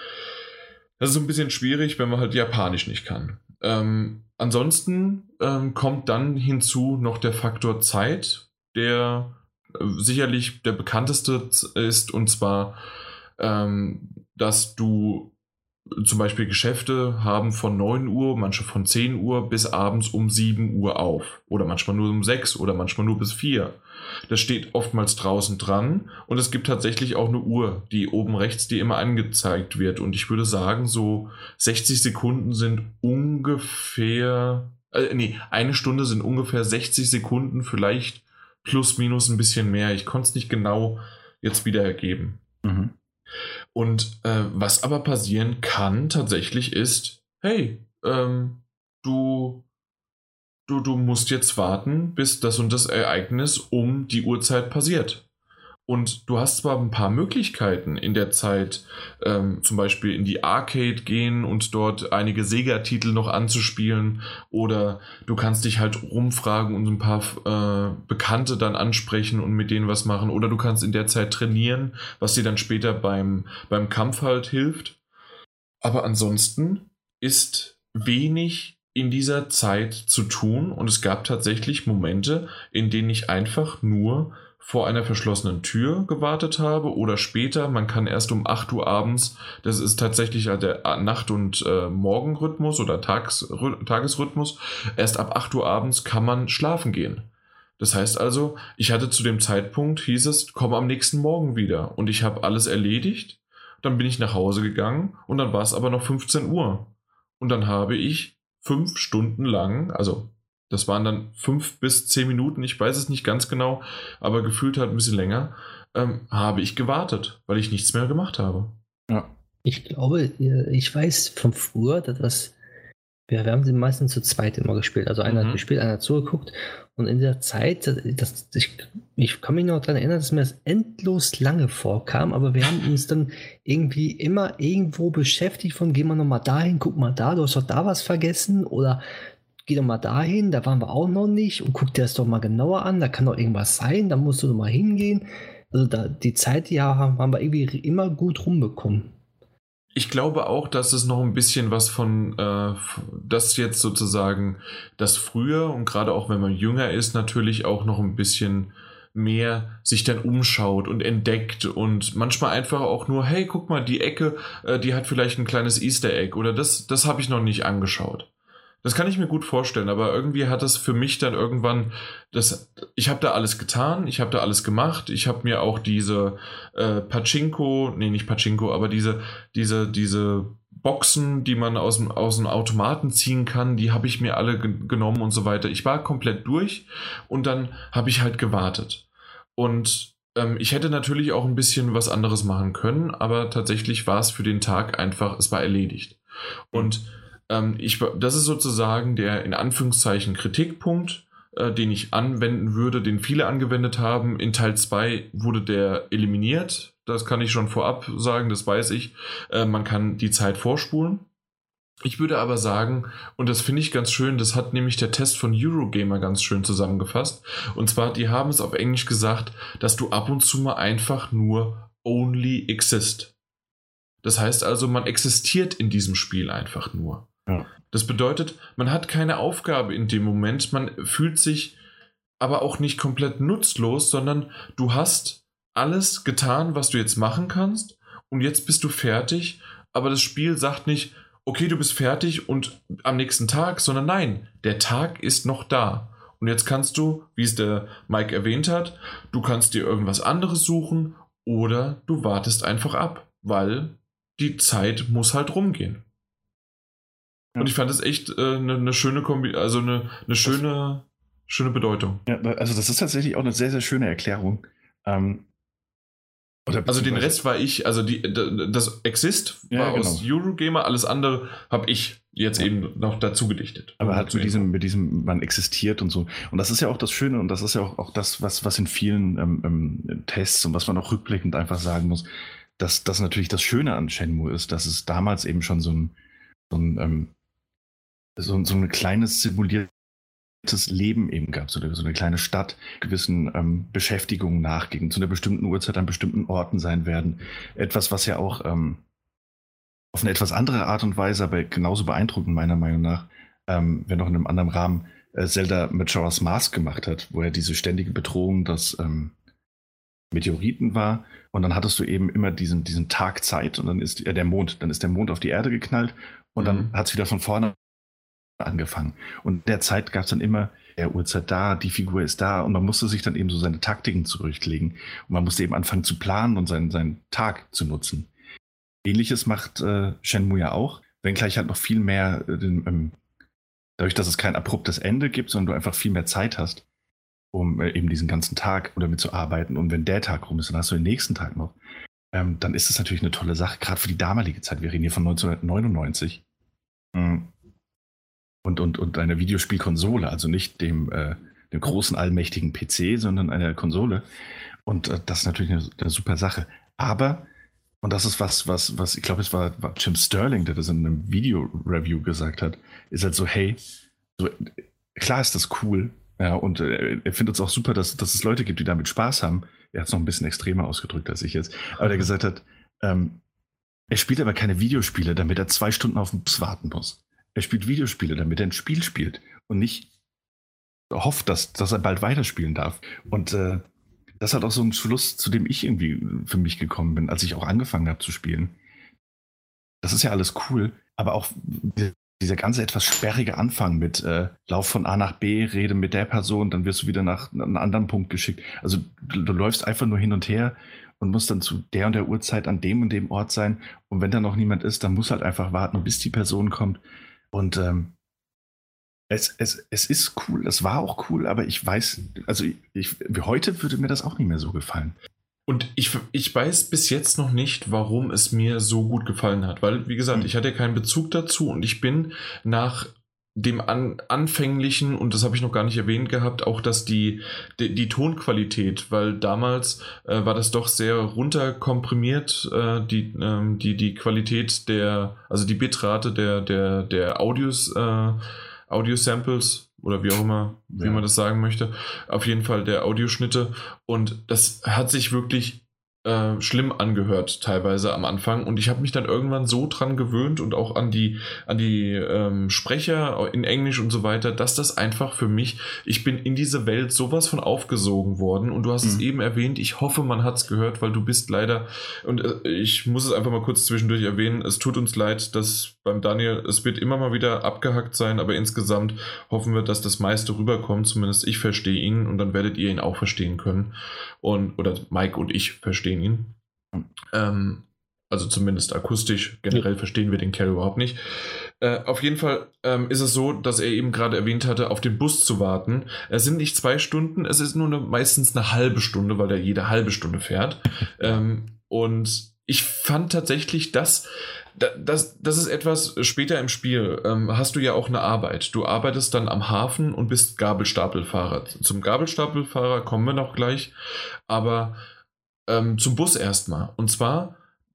Das ist so ein bisschen schwierig, wenn man halt Japanisch nicht kann. Ähm, ansonsten ähm, kommt dann hinzu noch der Faktor Zeit, der sicherlich der bekannteste ist, und zwar, ähm, dass du zum Beispiel Geschäfte haben von neun Uhr, manche von zehn Uhr bis abends um sieben Uhr auf oder manchmal nur um sechs oder manchmal nur bis vier. Das steht oftmals draußen dran und es gibt tatsächlich auch eine Uhr, die oben rechts, die immer angezeigt wird, und ich würde sagen, so sechzig Sekunden sind ungefähr, äh, nee, eine Stunde sind ungefähr sechzig Sekunden, vielleicht plus, minus ein bisschen mehr. Ich konnte es nicht genau jetzt wiedergeben. Mhm. Und äh, was aber passieren kann tatsächlich ist, hey, ähm, du, du, du musst jetzt warten, bis das und das Ereignis um die Uhrzeit passiert. Und du hast zwar ein paar Möglichkeiten in der Zeit, ähm, zum Beispiel in die Arcade gehen und dort einige Sega-Titel noch anzuspielen, oder du kannst dich halt rumfragen und ein paar äh, Bekannte dann ansprechen und mit denen was machen, oder du kannst in der Zeit trainieren, was dir dann später beim, beim Kampf halt hilft. Aber ansonsten ist wenig in dieser Zeit zu tun und es gab tatsächlich Momente, in denen ich einfach nur vor einer verschlossenen Tür gewartet habe oder später, man kann erst um acht Uhr abends, das ist tatsächlich der Nacht- und äh, Morgenrhythmus oder Tags, Tagesrhythmus, erst ab acht Uhr abends kann man schlafen gehen. Das heißt also, ich hatte zu dem Zeitpunkt, hieß es, komm am nächsten Morgen wieder, und ich habe alles erledigt, dann bin ich nach Hause gegangen und dann war es aber noch fünfzehn Uhr und dann habe ich fünf Stunden lang, also das waren dann fünf bis zehn Minuten, ich weiß es nicht ganz genau, aber gefühlt halt ein bisschen länger, ähm, habe ich gewartet, weil ich nichts mehr gemacht habe. Ja. Ich glaube, ich weiß von früher, dass das, wir, wir haben sie meistens zu zweit immer gespielt. Also einer mhm. hat gespielt, einer hat zugeguckt. Und in der Zeit, das, ich, ich kann mich noch daran erinnern, dass mir das endlos lange vorkam, aber wir haben uns dann irgendwie immer irgendwo beschäftigt von, gehen wir nochmal dahin, guck mal da, du hast doch da was vergessen, oder geh doch mal dahin, da waren wir auch noch nicht, und guck dir das doch mal genauer an, da kann doch irgendwas sein, da musst du doch mal hingehen. Also da, die Zeit, die haben, haben wir irgendwie immer gut rumbekommen. Ich glaube auch, dass es noch ein bisschen was von, äh, das jetzt sozusagen das früher, und gerade auch wenn man jünger ist, natürlich auch noch ein bisschen mehr sich dann umschaut und entdeckt und manchmal einfach auch nur, hey, guck mal, die Ecke, äh, die hat vielleicht ein kleines Easter Egg oder das, das habe ich noch nicht angeschaut. Das kann ich mir gut vorstellen, aber irgendwie hat das für mich dann irgendwann, das, ich habe da alles getan, ich habe da alles gemacht, ich habe mir auch diese äh, Pachinko, nee, nicht Pachinko, aber diese, diese, diese Boxen, die man aus dem, aus dem Automaten ziehen kann, die habe ich mir alle ge- genommen und so weiter. Ich war komplett durch und dann habe ich halt gewartet. Und ähm, ich hätte natürlich auch ein bisschen was anderes machen können, aber tatsächlich war es für den Tag einfach, es war erledigt. Und Ich, das ist sozusagen der in Anführungszeichen Kritikpunkt, äh, den ich anwenden würde, den viele angewendet haben. In Teil zwei wurde der eliminiert. Das kann ich schon vorab sagen, das weiß ich. Äh, man kann die Zeit vorspulen. Ich würde aber sagen, und das finde ich ganz schön, das hat nämlich der Test von Eurogamer ganz schön zusammengefasst. Und zwar, die haben es auf Englisch gesagt, dass du ab und zu mal einfach nur only exist. Das heißt also, man existiert in diesem Spiel einfach nur. Ja. Das bedeutet, man hat keine Aufgabe in dem Moment, man fühlt sich aber auch nicht komplett nutzlos, sondern du hast alles getan, was du jetzt machen kannst und jetzt bist du fertig, aber das Spiel sagt nicht, okay, du bist fertig und am nächsten Tag, sondern nein, der Tag ist noch da. Und jetzt kannst du, wie es der Mike erwähnt hat, du kannst dir irgendwas anderes suchen oder du wartest einfach ab, weil die Zeit muss halt rumgehen. Ja. Und ich fand das echt eine äh, ne, ne schöne Kombi, also eine ne schöne, schöne Bedeutung. Ja, also das ist tatsächlich auch eine sehr, sehr schöne Erklärung. Ähm, Oder also den Rest war ich, also die, das Exist war ja, genau. aus Eurogamer, alles andere habe ich jetzt ja. eben noch dazu gedichtet. Aber halt mit diesem, mit diesem, man existiert und so. Und das ist ja auch das Schöne und das ist ja auch, auch das, was, was in vielen ähm, ähm, Tests und was man auch rückblickend einfach sagen muss, dass das natürlich das Schöne an Shenmue ist, dass es damals eben schon so ein, so ein, ähm, so, so ein kleines simuliertes Leben eben gab, so eine, so eine kleine Stadt, gewissen ähm, Beschäftigungen nachging, zu einer bestimmten Uhrzeit an bestimmten Orten sein werden. Etwas, was ja auch ähm, auf eine etwas andere Art und Weise, aber genauso beeindruckend meiner Meinung nach, ähm, wenn auch in einem anderen Rahmen, äh, Zelda Majora's Mask gemacht hat, wo ja diese ständige Bedrohung des ähm, Meteoriten war und dann hattest du eben immer diesen, diesen Tag Zeit und dann ist äh, der Mond, dann ist der Mond auf die Erde geknallt und mhm. dann hat es wieder von vorne angefangen. Und in der Zeit gab es dann immer, der Uhrzeit da, die Figur ist da und man musste sich dann eben so seine Taktiken zurücklegen und man musste eben anfangen zu planen und seinen, seinen Tag zu nutzen. Ähnliches macht äh, Shenmue ja auch, wenngleich halt noch viel mehr, äh, den, ähm, dadurch, dass es kein abruptes Ende gibt, sondern du einfach viel mehr Zeit hast, um äh, eben diesen ganzen Tag oder mit zu arbeiten und wenn der Tag rum ist, dann hast du den nächsten Tag noch, ähm, dann ist es natürlich eine tolle Sache, gerade für die damalige Zeit. Wir reden hier von neunzehnhundertneunundneunzig. Mhm. Und, und, und eine Videospielkonsole, also nicht dem, äh, dem großen, allmächtigen P C, sondern einer Konsole. Und äh, das ist natürlich eine, eine super Sache. Aber, und das ist was, was, was ich glaube, es war, war Jim Sterling, der das in einem Video-Review gesagt hat, ist halt so, hey, so, klar ist das cool, ja, und äh, er findet es auch super, dass, dass es Leute gibt, die damit Spaß haben. Er hat es noch ein bisschen extremer ausgedrückt als ich jetzt. Aber der gesagt hat, ähm, er spielt aber keine Videospiele, damit er zwei Stunden auf den Bus warten muss. Er spielt Videospiele, damit er ein Spiel spielt und nicht hofft, dass, dass er bald weiterspielen darf. Und äh, das ist halt auch so ein Schluss, zu dem ich irgendwie für mich gekommen bin, als ich auch angefangen habe zu spielen. Das ist ja alles cool, aber auch dieser ganze etwas sperrige Anfang mit äh, Lauf von A nach B, rede mit der Person, dann wirst du wieder nach einem anderen Punkt geschickt. Also du, du läufst einfach nur hin und her und musst dann zu der und der Uhrzeit an dem und dem Ort sein. Und wenn da noch niemand ist, dann musst du halt einfach warten, bis die Person kommt. Und ähm, es, es, es ist cool, es war auch cool, aber ich weiß, also ich, ich, heute würde mir das auch nicht mehr so gefallen. Und ich, ich weiß bis jetzt noch nicht, warum es mir so gut gefallen hat, weil, wie gesagt, mhm. ich hatte keinen Bezug dazu und ich bin nach dem an, anfänglichen, und das habe ich noch gar nicht erwähnt gehabt, auch dass die, die, die Tonqualität, weil damals äh, war das doch sehr runterkomprimiert, äh, die, ähm, die, die Qualität der, also die Bitrate der, der, der Audios, äh, Audio-Samples oder wie auch immer, wie ja. man das sagen möchte, auf jeden Fall der Audioschnitte, und das hat sich wirklich Äh, schlimm angehört teilweise am Anfang, und ich habe mich dann irgendwann so dran gewöhnt und auch an die an die ähm, Sprecher in Englisch und so weiter, dass das einfach für mich, ich bin in diese Welt sowas von aufgesogen worden, und du hast mhm. es eben erwähnt, ich hoffe, man hat es gehört, weil du bist leider, und äh, ich muss es einfach mal kurz zwischendurch erwähnen, es tut uns leid, dass beim Daniel, es wird immer mal wieder abgehackt sein, aber insgesamt hoffen wir, dass das meiste rüberkommt, zumindest ich verstehe ihn, und dann werdet ihr ihn auch verstehen können, und oder Mike und ich verstehen ihn. Ähm, also zumindest akustisch. Generell ja. verstehen wir den Kerl überhaupt nicht. Äh, auf jeden Fall ähm, ist es so, dass er eben gerade erwähnt hatte, auf den Bus zu warten. Es sind nicht zwei Stunden, es ist nur eine, meistens eine halbe Stunde, weil er jede halbe Stunde fährt. ähm, und ich fand tatsächlich, dass Das, das ist etwas später im Spiel. Ähm, hast du ja auch eine Arbeit. Du arbeitest dann am Hafen und bist Gabelstapelfahrer. Zum Gabelstapelfahrer kommen wir noch gleich, aber ähm, zum Bus erstmal. Und zwar,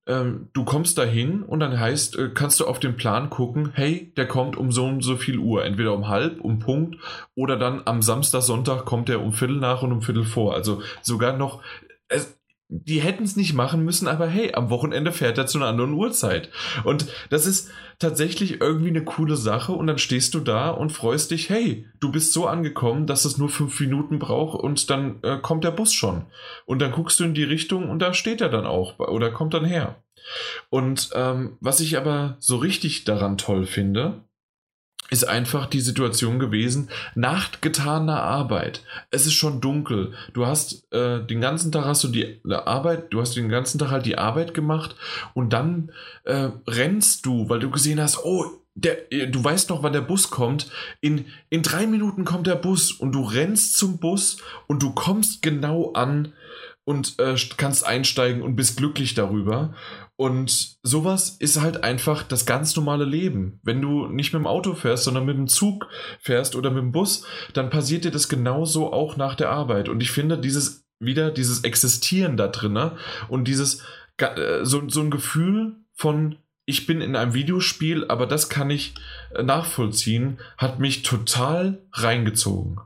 ähm, du kommst dahin und dann heißt, äh, kannst du auf den Plan gucken, hey, der kommt um so und so viel Uhr, entweder um halb, um Punkt oder dann am Samstag, Sonntag kommt er um Viertel nach und um Viertel vor. Also sogar noch, es, die hätten es nicht machen müssen, aber hey, am Wochenende fährt er zu einer anderen Uhrzeit. Und das ist tatsächlich irgendwie eine coole Sache und dann stehst du da und freust dich, hey, du bist so angekommen, dass es nur fünf Minuten braucht und dann äh, kommt der Bus schon. Und dann guckst du in die Richtung und da steht er dann auch oder kommt dann her. Und ähm, was ich aber so richtig daran toll finde, ist einfach die Situation gewesen, nach getaner Arbeit. Es ist schon dunkel. Du hast äh, den ganzen Tag hast du die Arbeit, du hast den ganzen Tag halt die Arbeit gemacht und dann äh, rennst du, weil du gesehen hast, oh, der, du weißt noch, wann der Bus kommt. In, in drei Minuten kommt der Bus und du rennst zum Bus und du kommst genau an und äh, kannst einsteigen und bist glücklich darüber. Und sowas ist halt einfach das ganz normale Leben. Wenn du nicht mit dem Auto fährst, sondern mit dem Zug fährst oder mit dem Bus, dann passiert dir das genauso auch nach der Arbeit. Und ich finde dieses wieder dieses Existieren da drin, ne? Und dieses so, so ein Gefühl von ich bin in einem Videospiel, aber das kann ich nachvollziehen, hat mich total reingezogen.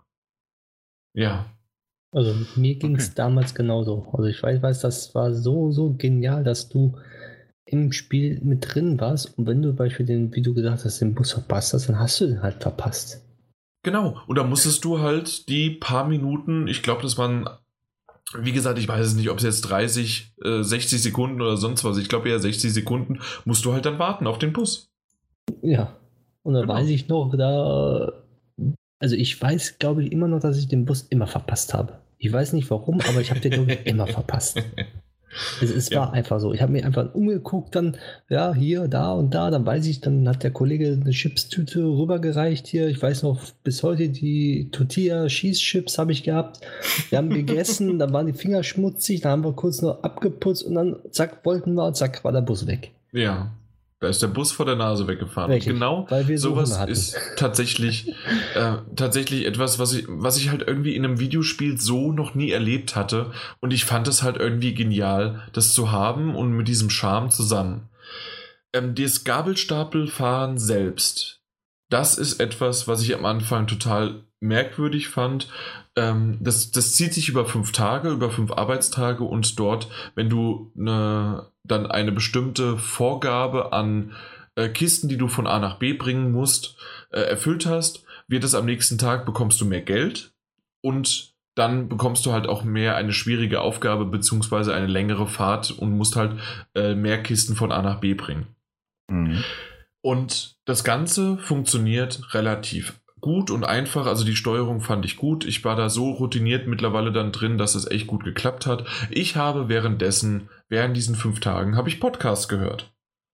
Ja. Also mir ging es Okay. damals genauso. Also ich weiß, weiß, das war so, so genial, dass du im Spiel mit drin warst und wenn du beispielsweise, den, wie du gesagt hast, den Bus verpasst hast, dann hast du den halt verpasst. Genau, und da musstest du halt die paar Minuten, ich glaube, das waren, wie gesagt, ich weiß es nicht, ob es jetzt dreißig, äh, sechzig Sekunden oder sonst was, ich glaube eher sechzig Sekunden, musst du halt dann warten auf den Bus. Ja, und dann Genau. weiß ich noch, da, also ich weiß, glaube ich, immer noch, dass ich den Bus immer verpasst habe. Ich weiß nicht warum, aber ich habe den, glaube ich, immer verpasst. Es, es Ja. war einfach so. Ich habe mir einfach umgeguckt, dann, ja, hier, da und da, dann weiß ich, dann hat der Kollege eine Chipstüte rübergereicht hier. Ich weiß noch, bis heute die Tortilla Schießchips habe ich gehabt. Wir haben gegessen, dann waren die Finger schmutzig, dann haben wir kurz noch abgeputzt und dann, zack, wollten wir, zack, war der Bus weg. Ja, da ist der Bus vor der Nase weggefahren. Richtig, Und genau weil wir so sowas Hunger hatten. ist tatsächlich, äh, tatsächlich etwas, was ich, was ich halt irgendwie in einem Videospiel so noch nie erlebt hatte. Und ich fand es halt irgendwie genial, das zu haben und mit diesem Charme zusammen. Ähm, das Gabelstapelfahren selbst, das ist etwas, was ich am Anfang total merkwürdig fand. Ähm, das, das zieht sich über fünf Tage, über fünf Arbeitstage und dort, wenn du eine, dann eine bestimmte Vorgabe an äh, Kisten, die du von A nach B bringen musst, äh, erfüllt hast, wird es am nächsten Tag, bekommst du mehr Geld und dann bekommst du halt auch mehr eine schwierige Aufgabe beziehungsweise eine längere Fahrt und musst halt äh, mehr Kisten von A nach B bringen. Mhm. Und das Ganze funktioniert relativ gut und einfach, also die Steuerung fand ich gut. Ich war da so routiniert mittlerweile dann drin, dass es echt gut geklappt hat. Ich habe währenddessen, während diesen fünf Tagen, habe ich Podcasts gehört.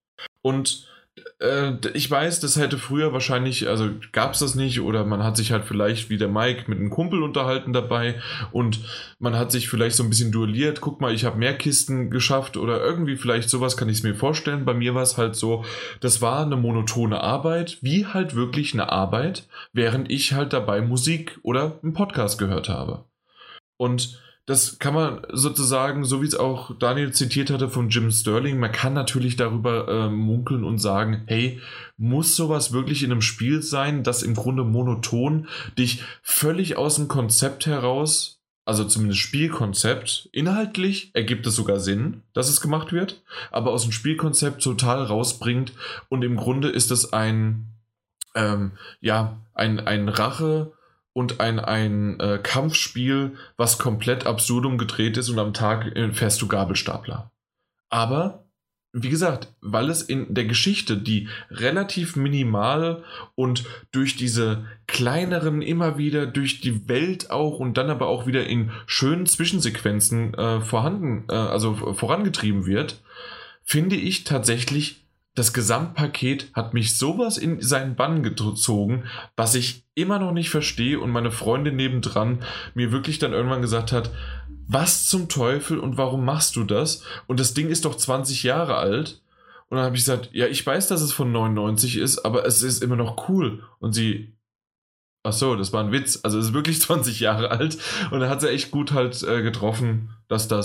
Und äh, ich weiß, das hätte früher wahrscheinlich, also gab es das nicht oder man hat sich halt vielleicht wie der Mike mit einem Kumpel unterhalten dabei und man hat sich vielleicht so ein bisschen duelliert, guck mal, ich habe mehr Kisten geschafft oder irgendwie vielleicht sowas kann ich es mir vorstellen. Bei mir war es halt so, das war eine monotone Arbeit, wie halt wirklich eine Arbeit, während ich halt dabei Musik oder einen Podcast gehört habe. Und das kann man sozusagen, so wie es auch Daniel zitiert hatte von Jim Sterling, man kann natürlich darüber äh, munkeln und sagen, hey, muss sowas wirklich in einem Spiel sein, das im Grunde monoton dich völlig aus dem Konzept heraus, also zumindest Spielkonzept, inhaltlich ergibt es sogar Sinn, dass es gemacht wird, aber aus dem Spielkonzept total rausbringt und im Grunde ist es ein, ähm, ja, ein, ein Rache- und ein, ein äh, Kampfspiel, was komplett absurdum gedreht ist und am Tag äh, fährst du Gabelstapler. Aber, wie gesagt, weil es in der Geschichte, die relativ minimal und durch diese kleineren immer wieder durch die Welt auch und dann aber auch wieder in schönen Zwischensequenzen äh, vorhanden, äh, also vorangetrieben wird, finde ich tatsächlich, das Gesamtpaket hat mich sowas in seinen Bann gezogen, was ich immer noch nicht verstehe und meine Freundin nebendran mir wirklich dann irgendwann gesagt hat, was zum Teufel und warum machst du das? Und das Ding ist doch zwanzig Jahre alt. Und dann habe ich gesagt, ja, ich weiß, dass es von neunundneunzig ist, aber es ist immer noch cool. Und sie, ach so, das war ein Witz. Also es ist wirklich zwanzig Jahre alt. Und da hat sie echt gut halt äh, getroffen, dass das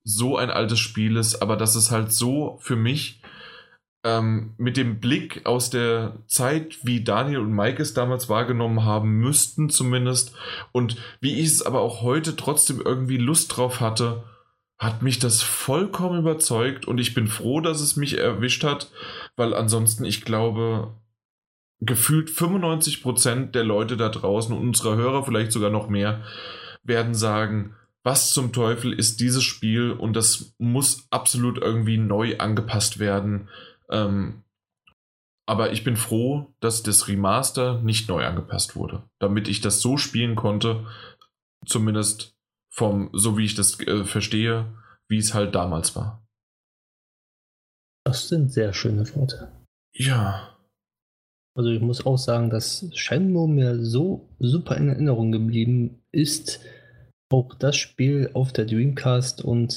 so ein altes Spiel ist, aber dass es halt so für mich ähm, mit dem Blick aus der Zeit, wie Daniel und Mike es damals wahrgenommen haben müssten zumindest, und wie ich es aber auch heute trotzdem irgendwie Lust drauf hatte, hat mich das vollkommen überzeugt, und ich bin froh, dass es mich erwischt hat, weil ansonsten, ich glaube, gefühlt fünfundneunzig Prozent der Leute da draußen und unserer Hörer vielleicht sogar noch mehr werden sagen, was zum Teufel ist dieses Spiel, und das muss absolut irgendwie neu angepasst werden. Ähm, aber ich bin froh, dass das Remaster nicht neu angepasst wurde, damit ich das so spielen konnte, zumindest vom, so wie ich das äh, verstehe, wie es halt damals war. Das sind sehr schöne Worte. Ja. Also ich muss auch sagen, dass Shenmue mir so super in Erinnerung geblieben ist, auch das Spiel auf der Dreamcast, und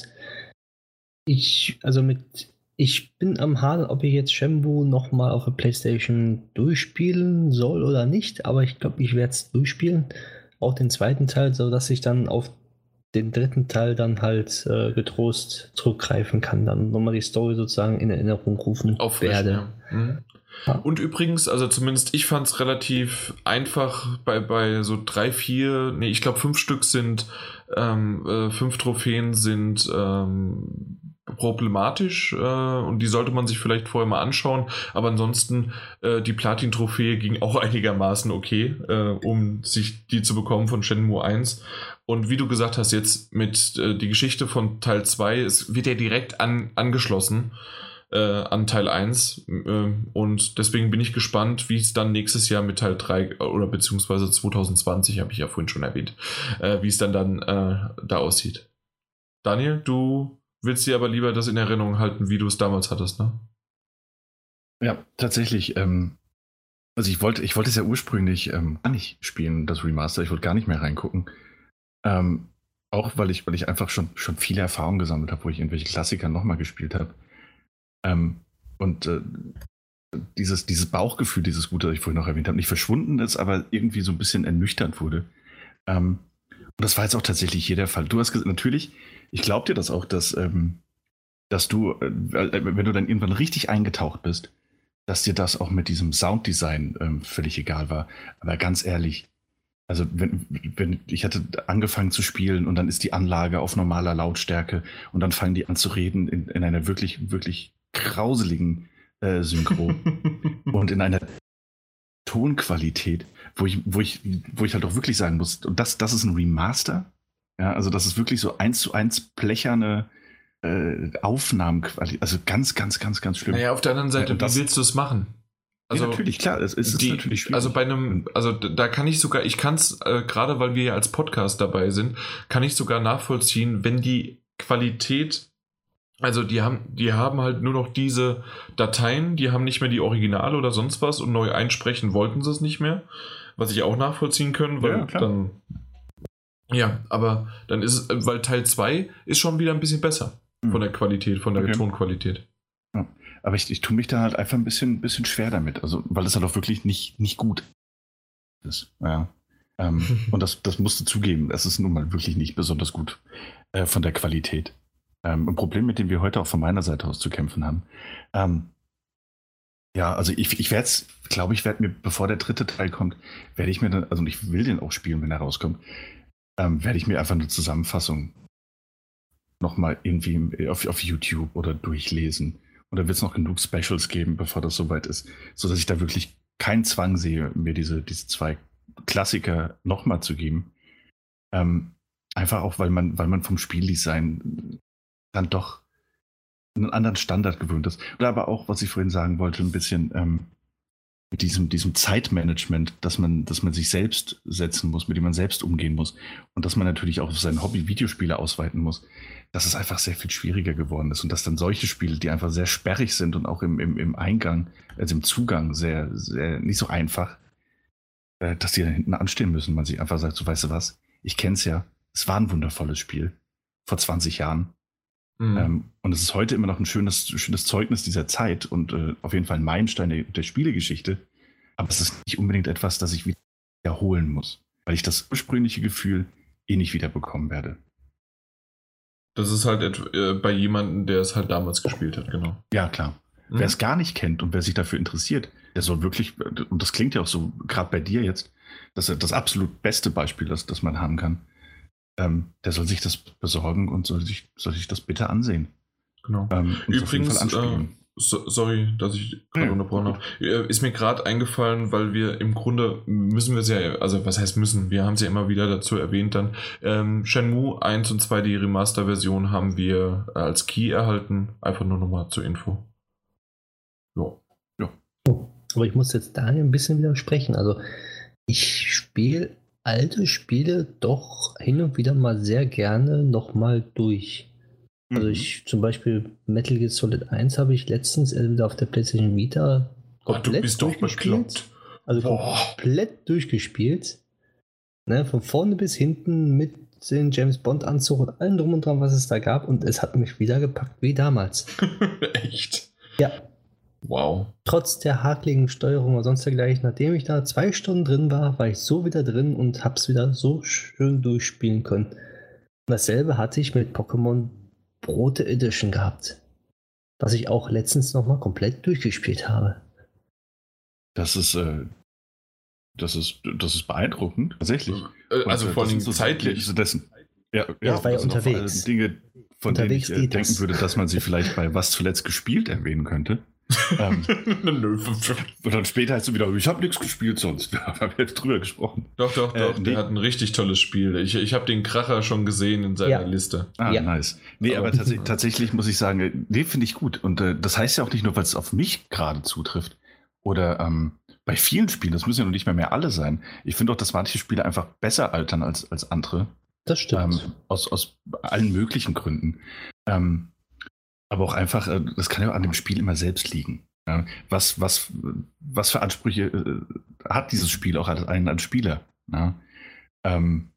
ich, also mit, ich bin am Hadern, ob ich jetzt Shenmue nochmal auf der PlayStation durchspielen soll oder nicht, aber ich glaube, ich werde es durchspielen, auch den zweiten Teil, sodass ich dann auf den dritten Teil dann halt äh, getrost zurückgreifen kann, dann nochmal die Story sozusagen in Erinnerung rufen werde. Ja. Mhm. Und übrigens, also zumindest ich fand es relativ einfach bei, bei so drei, vier, nee, ich glaube fünf Stück sind, ähm, äh, fünf Trophäen sind ähm, problematisch äh, und die sollte man sich vielleicht vorher mal anschauen, aber ansonsten äh, die Platin-Trophäe ging auch einigermaßen okay, äh, um sich die zu bekommen von Shenmue eins. Und wie du gesagt hast, jetzt mit äh, die Geschichte von Teil zwei, es wird ja direkt an, angeschlossen äh, an Teil eins, äh, und deswegen bin ich gespannt, wie es dann nächstes Jahr mit Teil drei oder beziehungsweise zwanzig zwanzig, habe ich ja vorhin schon erwähnt, äh, wie es dann, dann äh, da aussieht. Daniel, du willst dir aber lieber das in Erinnerung halten, wie du es damals hattest, ne? Ja, tatsächlich. Ähm, also ich wollte, ich wollte es ja ursprünglich ähm, gar nicht spielen, das Remaster. Ich wollte gar nicht mehr reingucken. Ähm, auch weil ich, weil ich einfach schon, schon viele Erfahrungen gesammelt habe, wo ich irgendwelche Klassiker nochmal gespielt habe. Ähm, und äh, dieses, dieses Bauchgefühl, dieses Gute, das ich vorhin noch erwähnt habe, nicht verschwunden ist, aber irgendwie so ein bisschen ernüchternd wurde. Ähm, und das war jetzt auch tatsächlich hier der Fall. Du hast gesagt, natürlich, ich glaube dir das auch, dass, ähm, dass du, äh, wenn du dann irgendwann richtig eingetaucht bist, dass dir das auch mit diesem Sounddesign ähm, völlig egal war. Aber ganz ehrlich, also wenn, wenn ich hatte angefangen zu spielen und dann ist die Anlage auf normaler Lautstärke und dann fangen die an zu reden in, in einer wirklich, wirklich grauseligen äh, Synchro und in einer Tonqualität, wo ich, wo ich, wo ich halt auch wirklich sagen muss, und das, das ist ein Remaster. Ja, also das ist wirklich so eins zu eins blecherne äh, Aufnahmenqualität. Also ganz, ganz, ganz, ganz schlimm. Naja, auf der anderen Seite, ja, das, wie willst du es machen? Also ja, natürlich, klar, es ist, die, natürlich schwierig. Also bei einem, also da kann ich sogar, ich kann es, äh, gerade weil wir ja als Podcast dabei sind, kann ich sogar nachvollziehen, wenn die Qualität, also die haben, die haben halt nur noch diese Dateien, die haben nicht mehr die Originale oder sonst was, und neu einsprechen wollten sie es nicht mehr, was ich auch nachvollziehen können, weil ja, klar. dann, ja, aber dann ist es, weil Teil zwei ist schon wieder ein bisschen besser hm. von der Qualität, von der okay. Tonqualität. Ja. Aber ich, ich tue mich da halt einfach ein bisschen, bisschen schwer damit, also weil es halt auch wirklich nicht, nicht gut ist. Ja. Ähm, und das, das musst du zugeben, es ist nun mal wirklich nicht besonders gut äh, von der Qualität. Ähm, ein Problem, mit dem wir heute auch von meiner Seite aus zu kämpfen haben. Ähm, ja, also ich, ich werde es, glaube ich, werde mir, bevor der dritte Teil kommt, werde ich mir dann, also ich will den auch spielen, wenn er rauskommt, ähm, werde ich mir einfach eine Zusammenfassung nochmal irgendwie auf, auf YouTube oder durchlesen. Und da wird es noch genug Specials geben, bevor das soweit ist, sodass ich da wirklich keinen Zwang sehe, mir diese, diese zwei Klassiker nochmal zu geben. Ähm, einfach auch, weil man, weil man vom Spieldesign dann doch einen anderen Standard gewöhnt ist. Oder aber auch, was ich vorhin sagen wollte, ein bisschen ähm, mit diesem, diesem Zeitmanagement, dass man, dass man sich selbst setzen muss, mit dem man selbst umgehen muss. Und dass man natürlich auch auf sein Hobby Videospiele ausweiten muss, dass es einfach sehr viel schwieriger geworden ist. Und dass dann solche Spiele, die einfach sehr sperrig sind und auch im, im, im Eingang, also im Zugang sehr, sehr nicht so einfach, äh, dass die da hinten anstehen müssen. Man sich einfach sagt, so, weißt du was, ich kenn's ja, es war ein wundervolles Spiel vor zwanzig Jahren. Mhm. Ähm, und es ist heute immer noch ein schönes, schönes Zeugnis dieser Zeit und äh, auf jeden Fall ein Meilenstein der, der Spielegeschichte. Aber es ist nicht unbedingt etwas, das ich wiederholen muss, weil ich das ursprüngliche Gefühl eh nicht wieder bekommen werde. Das ist halt et- äh, bei jemandem, der es halt damals gespielt hat, genau. Ja, klar. Mhm. Wer es gar nicht kennt und wer sich dafür interessiert, der soll wirklich, und das klingt ja auch so, gerade bei dir jetzt, das ist das absolut beste Beispiel, das, das man haben kann. Ähm, der soll sich das besorgen und soll sich, soll sich das bitte ansehen. Genau. Ähm, und auf jeden Übrigens, Fall anspielen. äh, so, sorry, dass ich gerade Ja, unterbrochen gut. habe. Äh, Ist mir gerade eingefallen, weil wir im Grunde müssen wir es ja, also was heißt müssen, wir haben es ja immer wieder dazu erwähnt dann. Ähm, Shenmue eins und zwei, die Remaster-Version, haben wir als Key erhalten. Einfach nur nochmal zur Info. Jo. Aber ich muss jetzt Daniel ein bisschen widersprechen. Also ich spiele alte Spiele doch hin und wieder mal sehr gerne nochmal durch. Also Mhm. ich zum Beispiel Metal Gear Solid eins habe ich letztens erst wieder auf der PlayStation Vita Ah, komplett du bist doch durchgespielt. bekloppt. Also Boah. komplett durchgespielt. Ne, von vorne bis hinten mit den James Bond Anzug und allem drum und dran, was es da gab. Und es hat mich wieder gepackt wie damals. Echt? Ja, Wow. trotz der hakligen Steuerung und sonst dergleichen. Nachdem ich da zwei Stunden drin war, war ich so wieder drin und hab's wieder so schön durchspielen können. Und dasselbe hatte ich mit Pokémon Brote Edition gehabt. Was ich auch letztens nochmal komplett durchgespielt habe. Das ist, äh, das ist, das ist beeindruckend, tatsächlich. Äh, Und, Also äh, vor das allem sind so zeitlich. so dessen. Ja, Ja, ich war ja das sind auch vor allem unterwegs. Dinge, von Unterwegs denen ich äh, geht denken das. würde, dass man sie vielleicht bei Was zuletzt gespielt erwähnen könnte. ähm, Nö. und dann später hast du wieder, ich habe nichts gespielt sonst. Da haben wir jetzt drüber gesprochen. Doch, doch, Äh, doch. nee. Der hat ein richtig tolles Spiel. Ich, ich habe den Kracher schon gesehen in seiner Ja. Liste. Ah, Ja. nice. Nee, aber, Aber- tats tatsächlich muss ich sagen, äh, nee, finde ich gut. Und äh, das heißt ja auch nicht nur, weil es auf mich gerade zutrifft. Oder ähm, bei vielen Spielen, das müssen ja noch nicht mehr, mehr alle sein. Ich finde auch, dass manche Spiele einfach besser altern als, als andere. Das stimmt. Ähm, aus, aus allen möglichen Gründen. Ähm, aber auch einfach, äh, das kann ja an dem Spiel immer selbst liegen. Ja? Was, was, was für Ansprüche äh, hat dieses Spiel auch als einen als Spieler? Ja? Ähm,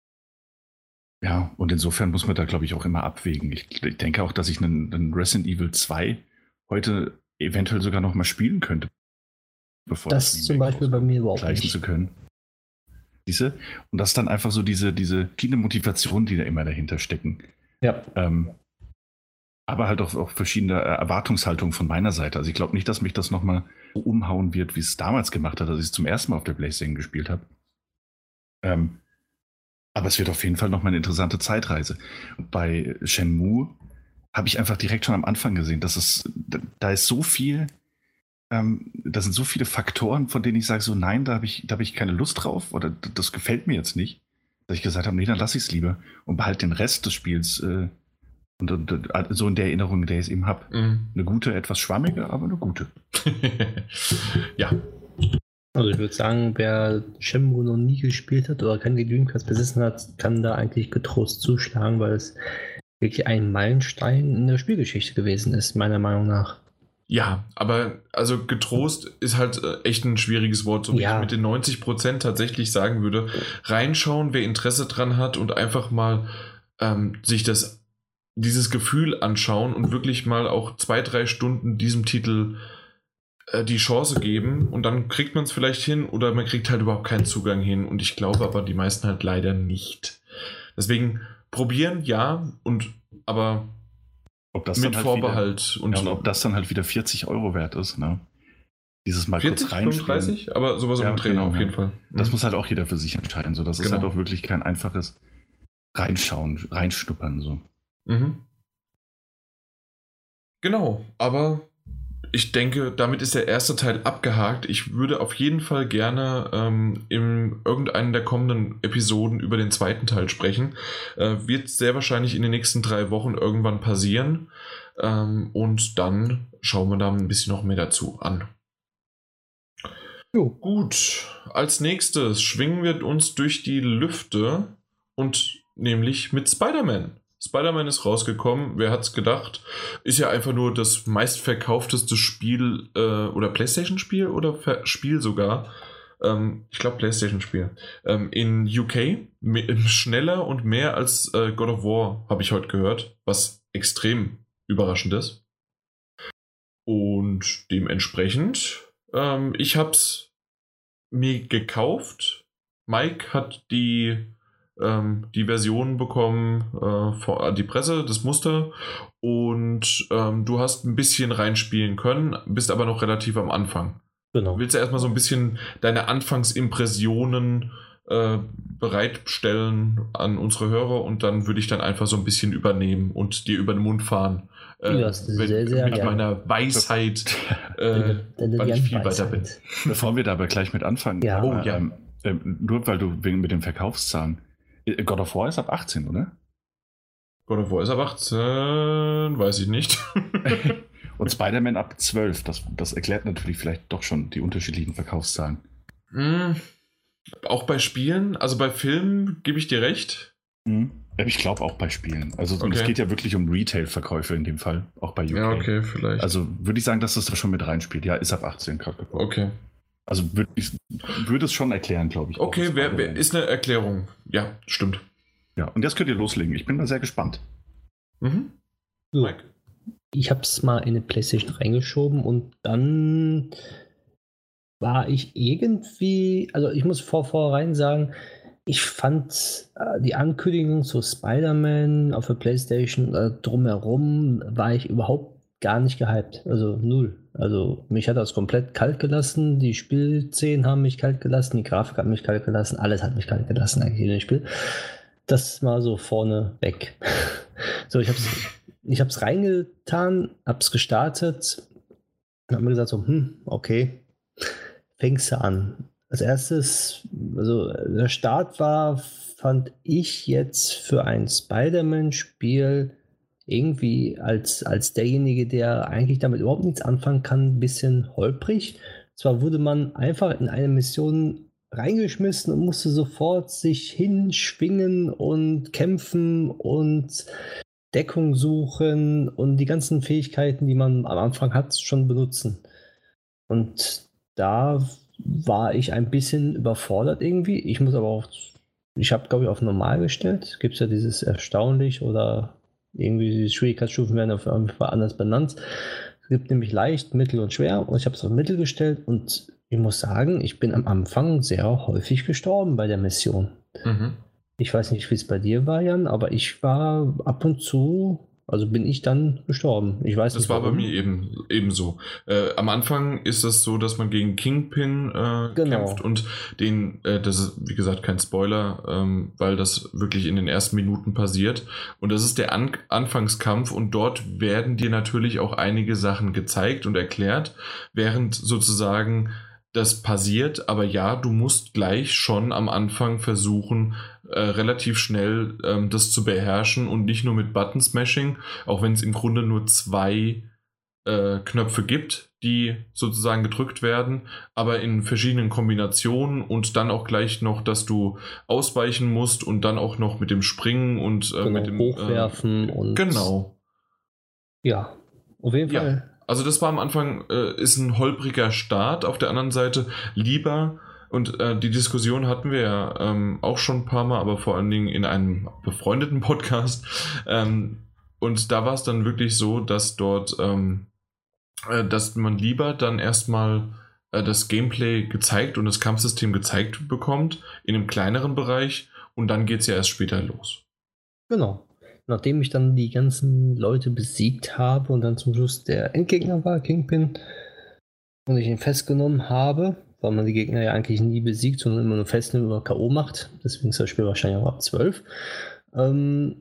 ja, und insofern muss man da, glaube ich, auch immer abwägen. Ich, ich denke auch, dass ich einen, einen Resident Evil zwei heute eventuell sogar noch mal spielen könnte. Bevor das Remake zum Beispiel bei rauskommt, mir überhaupt gleichen nicht. zu können. Siehste? Und das ist dann einfach so diese, diese kleine Motivation, die da immer dahinter stecken. Ja. Ähm, aber halt auch, auch verschiedene Erwartungshaltungen von meiner Seite. Also ich glaube nicht, dass mich das nochmal so umhauen wird, wie es damals gemacht hat, als ich es zum ersten Mal auf der PlayStation gespielt habe. Ähm, aber es wird auf jeden Fall nochmal eine interessante Zeitreise. Und bei Shenmue habe ich einfach direkt schon am Anfang gesehen, dass es, da, da ist so viel, ähm, da sind so viele Faktoren, von denen ich sage, so nein, da habe ich, da habe ich keine Lust drauf oder d- das gefällt mir jetzt nicht. Dass ich gesagt habe, nee, dann lasse ich es lieber und behalte den Rest des Spiels äh, und, und, und so in der Erinnerung, in der ich es eben habe. Mhm. Eine gute, etwas schwammige, aber eine gute. Ja. Also ich würde sagen, wer Shenmue noch nie gespielt hat oder keine Dreamcast besessen hat, kann da eigentlich getrost zuschlagen, weil es wirklich ein Meilenstein in der Spielgeschichte gewesen ist, meiner Meinung nach. Ja, aber also getrost ist halt äh, echt ein schwieriges Wort, so wie Ja. ich mit den neunzig Prozent tatsächlich sagen würde. Reinschauen, wer Interesse dran hat und einfach mal ähm, sich das, dieses Gefühl anschauen und wirklich mal auch zwei, drei Stunden diesem Titel äh, die Chance geben und dann kriegt man es vielleicht hin oder man kriegt halt überhaupt keinen Zugang hin und ich glaube aber die meisten halt leider nicht. Deswegen probieren, ja, und aber Ob das mit dann halt Vorbehalt wieder, und ja, und so. ob das dann halt wieder vierzig Euro wert ist, ne? Dieses mal vierzig, kurz reinspielen. fünfunddreißig, aber sowas Ja, um den Dreh genau, auf ja. jeden Fall. Das Mhm. muss halt auch jeder für sich entscheiden. So, das ist Genau. halt auch wirklich kein einfaches Reinschauen, Reinschnuppern. So. Mhm. Genau, aber ich denke, damit ist der erste Teil abgehakt. Ich würde auf jeden Fall gerne ähm, in irgendeinen der kommenden Episoden über den zweiten Teil sprechen. Äh, wird sehr wahrscheinlich in den nächsten drei Wochen irgendwann passieren. Ähm, und dann schauen wir da ein bisschen noch mehr dazu an. Jo. Gut, als nächstes schwingen wir uns durch die Lüfte und nämlich mit Spider-Man. Spider-Man ist rausgekommen, wer hat's gedacht? Ist ja einfach nur das meistverkaufteste Spiel äh, oder PlayStation-Spiel oder Ver Spiel sogar. Ähm, ich glaube PlayStation-Spiel. Ähm, in U K me- schneller und mehr als äh, God of War, habe ich heute gehört, was extrem überraschend ist. Und dementsprechend, ähm, ich habe es mir gekauft. Mike hat die ähm, die Version bekommen, äh, vor, die Presse, das Muster, und ähm, du hast ein bisschen reinspielen können, bist aber noch relativ am Anfang. Genau. Willst du erstmal so ein bisschen deine Anfangsimpressionen äh, bereitstellen an unsere Hörer, und dann würde ich dann einfach so ein bisschen übernehmen und dir über den Mund fahren. Äh, Ja, sehr, sehr mit gerne. meiner Weisheit, äh, Deine- deine weil ich viel Lernweisheit. weiter bin. Bevor wir da aber gleich mit anfangen, Ja. aber, Oh, ja. ähm, ähm, nur weil du wegen mit den Verkaufszahlen. äh, God of War ist ab achtzehn, oder? God of War ist ab achtzehn, weiß ich nicht. Und Spider-Man ab zwölf. Das, das erklärt natürlich vielleicht doch schon die unterschiedlichen Verkaufszahlen. Hm, auch bei Spielen, also bei Filmen gebe ich dir recht. Mhm. Ich glaube auch bei Spielen. Also Okay. es geht ja wirklich um Retail-Verkäufe in dem Fall, auch bei U K. Ja, okay, vielleicht. Also würde ich sagen, dass das da schon mit reinspielt. Ja, ist ab achtzehn gerade geworden. okay, Also würde ich würde es schon erklären, glaube ich. auch, okay das wer, wer Spider-Man. ist eine Erklärung. Ja, stimmt. Ja, und jetzt könnt ihr loslegen. Ich bin da sehr gespannt. Mhm. So. Mike. Ich habe es mal in eine PlayStation reingeschoben und dann war ich irgendwie, also ich muss vor vornherein sagen, ich fand äh, die Ankündigung zu Spider-Man auf der PlayStation äh, drumherum war ich überhaupt gar nicht gehypt, also null. Also mich hat das komplett kalt gelassen, die Spielszenen haben mich kalt gelassen, die Grafik hat mich kalt gelassen, alles hat mich kalt gelassen eigentlich in dem Spiel. Das mal so vorne weg. So, ich habe es ich hab's reingetan, habe es gestartet und habe mir gesagt so, hm, okay, fängst du an. Als erstes, also der Start war, fand ich jetzt für ein Spider-Man-Spiel irgendwie als, als derjenige, der eigentlich damit überhaupt nichts anfangen kann, ein bisschen holprig. Zwar wurde man einfach in eine Mission reingeschmissen und musste sofort sich hinschwingen und kämpfen und Deckung suchen und die ganzen Fähigkeiten, die man am Anfang hat, schon benutzen. Und da war ich ein bisschen überfordert irgendwie. Ich muss aber auch, ich habe glaube ich auf normal gestellt. Gibt es ja dieses erstaunlich oder irgendwie die Schwierigkeitsstufen werden auf jeden Fall anders benannt. Es gibt nämlich leicht, mittel und schwer und ich habe es auf mittel gestellt und ich muss sagen, ich bin am Anfang sehr häufig gestorben bei der Mission. Mhm. Ich weiß nicht, wie es bei dir war, Jan, aber ich war ab und zu, also bin ich dann gestorben. Ich weiß Das nicht, war bei warum. mir eben ebenso. Äh, am Anfang ist es so, dass man gegen Kingpin äh, Genau. kämpft und den, äh, das ist wie gesagt kein Spoiler, ähm, weil das wirklich in den ersten Minuten passiert. Und das ist der An- Anfangskampf und dort werden dir natürlich auch einige Sachen gezeigt und erklärt, während sozusagen das passiert. Aber ja, du musst gleich schon am Anfang versuchen, äh, relativ schnell ähm, das zu beherrschen und nicht nur mit Button-Smashing, auch wenn es im Grunde nur zwei äh, Knöpfe gibt, die sozusagen gedrückt werden, aber in verschiedenen Kombinationen und dann auch gleich noch, dass du ausweichen musst und dann auch noch mit dem Springen und äh, Genau, mit dem hochwerfen äh, und- genau. Ja, auf jeden Ja. Fall. Also das war am Anfang, äh, ist ein holpriger Start, auf der anderen Seite lieber, und äh, die Diskussion hatten wir ja ähm, auch schon ein paar Mal, aber vor allen Dingen in einem befreundeten Podcast. Ähm, und da war es dann wirklich so, dass dort, ähm, äh, dass man lieber dann erstmal äh, das Gameplay gezeigt und das Kampfsystem gezeigt bekommt in einem kleineren Bereich und dann geht es ja erst später los. Genau. Nachdem ich dann die ganzen Leute besiegt habe und dann zum Schluss der Endgegner war, Kingpin, und ich ihn festgenommen habe, weil man die Gegner ja eigentlich nie besiegt, sondern immer nur festnimmt oder K O macht, deswegen ist das Spiel wahrscheinlich auch ab zwölf, ähm,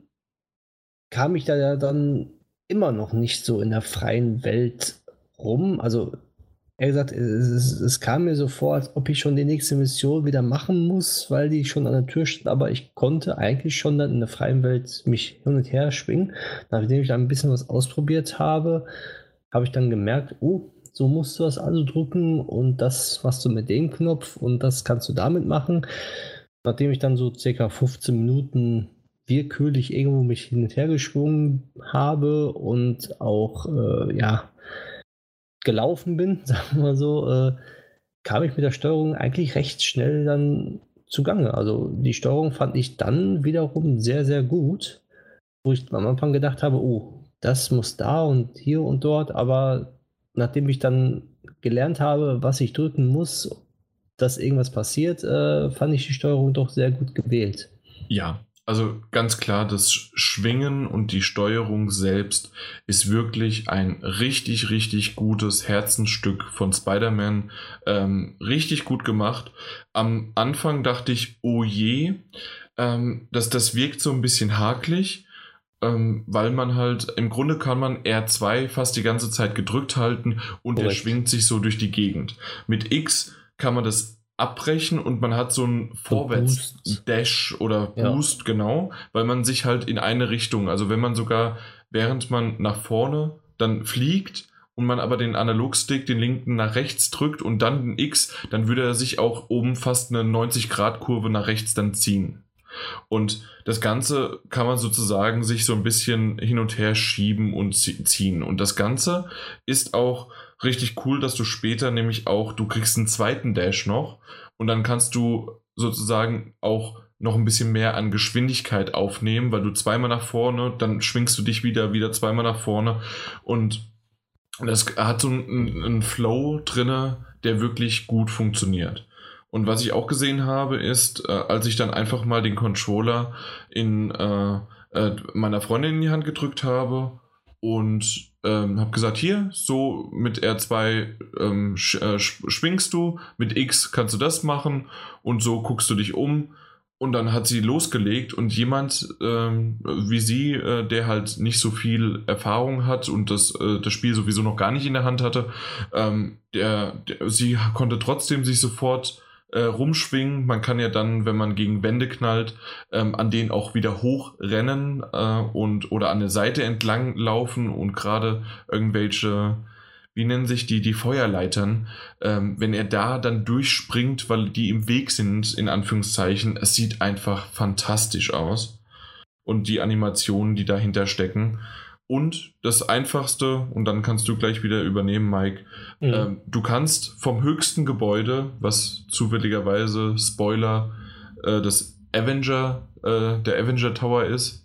kam ich da ja dann immer noch nicht so in der freien Welt rum. Also, er gesagt, es, es, es kam mir so vor, als ob ich schon die nächste Mission wieder machen muss, weil die schon an der Tür stand, aber ich konnte eigentlich schon dann in der freien Welt mich hin und her schwingen. Nachdem ich dann ein bisschen was ausprobiert habe, habe ich dann gemerkt, oh, so musst du das also drücken und das machst du mit dem Knopf und das kannst du damit machen. Nachdem ich dann so circa fünfzehn Minuten willkürlich irgendwo mich hin und her geschwungen habe und auch, äh, ja, gelaufen bin, sagen wir mal so, äh, kam ich mit der Steuerung eigentlich recht schnell dann zugange. Also die Steuerung fand ich dann wiederum sehr, sehr gut, wo ich am Anfang gedacht habe, oh, das muss da und hier und dort, aber nachdem ich dann gelernt habe, was ich drücken muss, dass irgendwas passiert, äh, fand ich die Steuerung doch sehr gut gewählt. Ja, also ganz klar, das Schwingen und die Steuerung selbst ist wirklich ein richtig, richtig gutes Herzensstück von Spider-Man. Ähm, richtig gut gemacht. Am Anfang dachte ich, oh je, ähm, das, das wirkt so ein bisschen hakelig. Ähm, weil man halt, im Grunde kann man R zwei fast die ganze Zeit gedrückt halten und er schwingt sich so durch die Gegend. Mit X kann man das abbrechen und man hat so einen Vorwärts-Dash oder Boost, ja. Genau, weil man sich halt in eine Richtung, also wenn man sogar, während man nach vorne dann fliegt und man aber den Analogstick, den linken nach rechts drückt und dann den X, dann würde er sich auch oben fast eine neunzig Grad Kurve nach rechts dann ziehen. Und das Ganze kann man sozusagen sich so ein bisschen hin und her schieben und ziehen. Und das Ganze ist auch richtig cool, dass du später nämlich auch, du kriegst einen zweiten Dash noch und dann kannst du sozusagen auch noch ein bisschen mehr an Geschwindigkeit aufnehmen, weil du zweimal nach vorne, dann schwingst du dich wieder, wieder zweimal nach vorne und das hat so einen, einen Flow drinne, der wirklich gut funktioniert. Und was ich auch gesehen habe, ist, äh, als ich dann einfach mal den Controller in äh, äh, meiner Freundin in die Hand gedrückt habe und ähm, habe gesagt, hier, so mit R zwei ähm, sch- äh, schwingst du, mit X kannst du das machen und so guckst du dich um. Und dann hat sie losgelegt und jemand ähm, wie sie, äh, der halt nicht so viel Erfahrung hat und das, äh, das Spiel sowieso noch gar nicht in der Hand hatte, ähm, der, der, sie konnte trotzdem sich sofort Äh, rumschwingen. Man kann ja dann, wenn man gegen Wände knallt, ähm, an denen auch wieder hochrennen äh, und oder an der Seite entlang laufen und gerade irgendwelche, wie nennen sich die, die Feuerleitern, ähm, wenn er da dann durchspringt, weil die im Weg sind, in Anführungszeichen, es sieht einfach fantastisch aus. Und die Animationen, die dahinter stecken. Und das Einfachste, und dann kannst du gleich wieder übernehmen, Mike, mhm. ähm, du kannst vom höchsten Gebäude, was zufälligerweise, Spoiler, äh, das Avenger, äh, der Avenger Tower ist,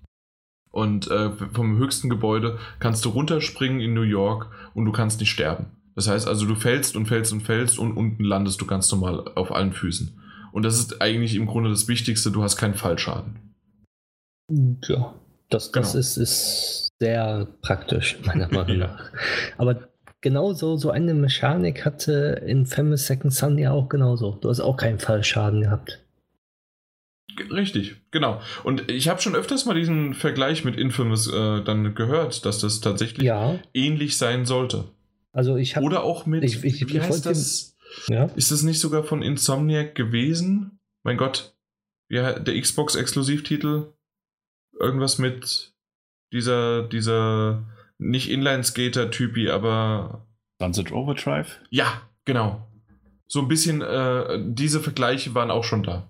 und äh, vom höchsten Gebäude kannst du runterspringen in New York und du kannst nicht sterben. Das heißt also, du fällst und fällst und fällst und unten landest du ganz normal auf allen Füßen. Und das ist eigentlich im Grunde das Wichtigste, du hast keinen Fallschaden. Ja, das, das genau. ist, ist sehr praktisch, meiner Meinung nach. Ja. Aber genauso so eine Mechanik hatte Infamous Second Son ja auch genauso. Du hast auch keinen Fallschaden gehabt. Richtig, genau. Und ich habe schon öfters mal diesen Vergleich mit Infamous äh, dann gehört, dass das tatsächlich ja. ähnlich sein sollte. Also ich hab, Oder auch mit, ich, ich, wie ich heißt das? Ja? Ist das nicht sogar von Insomniac gewesen? Mein Gott, ja, der Xbox-Exklusivtitel? Irgendwas mit dieser, dieser nicht Inline-Skater-Typi, aber Sunset Overdrive? Ja, genau. So ein bisschen, äh, diese Vergleiche waren auch schon da.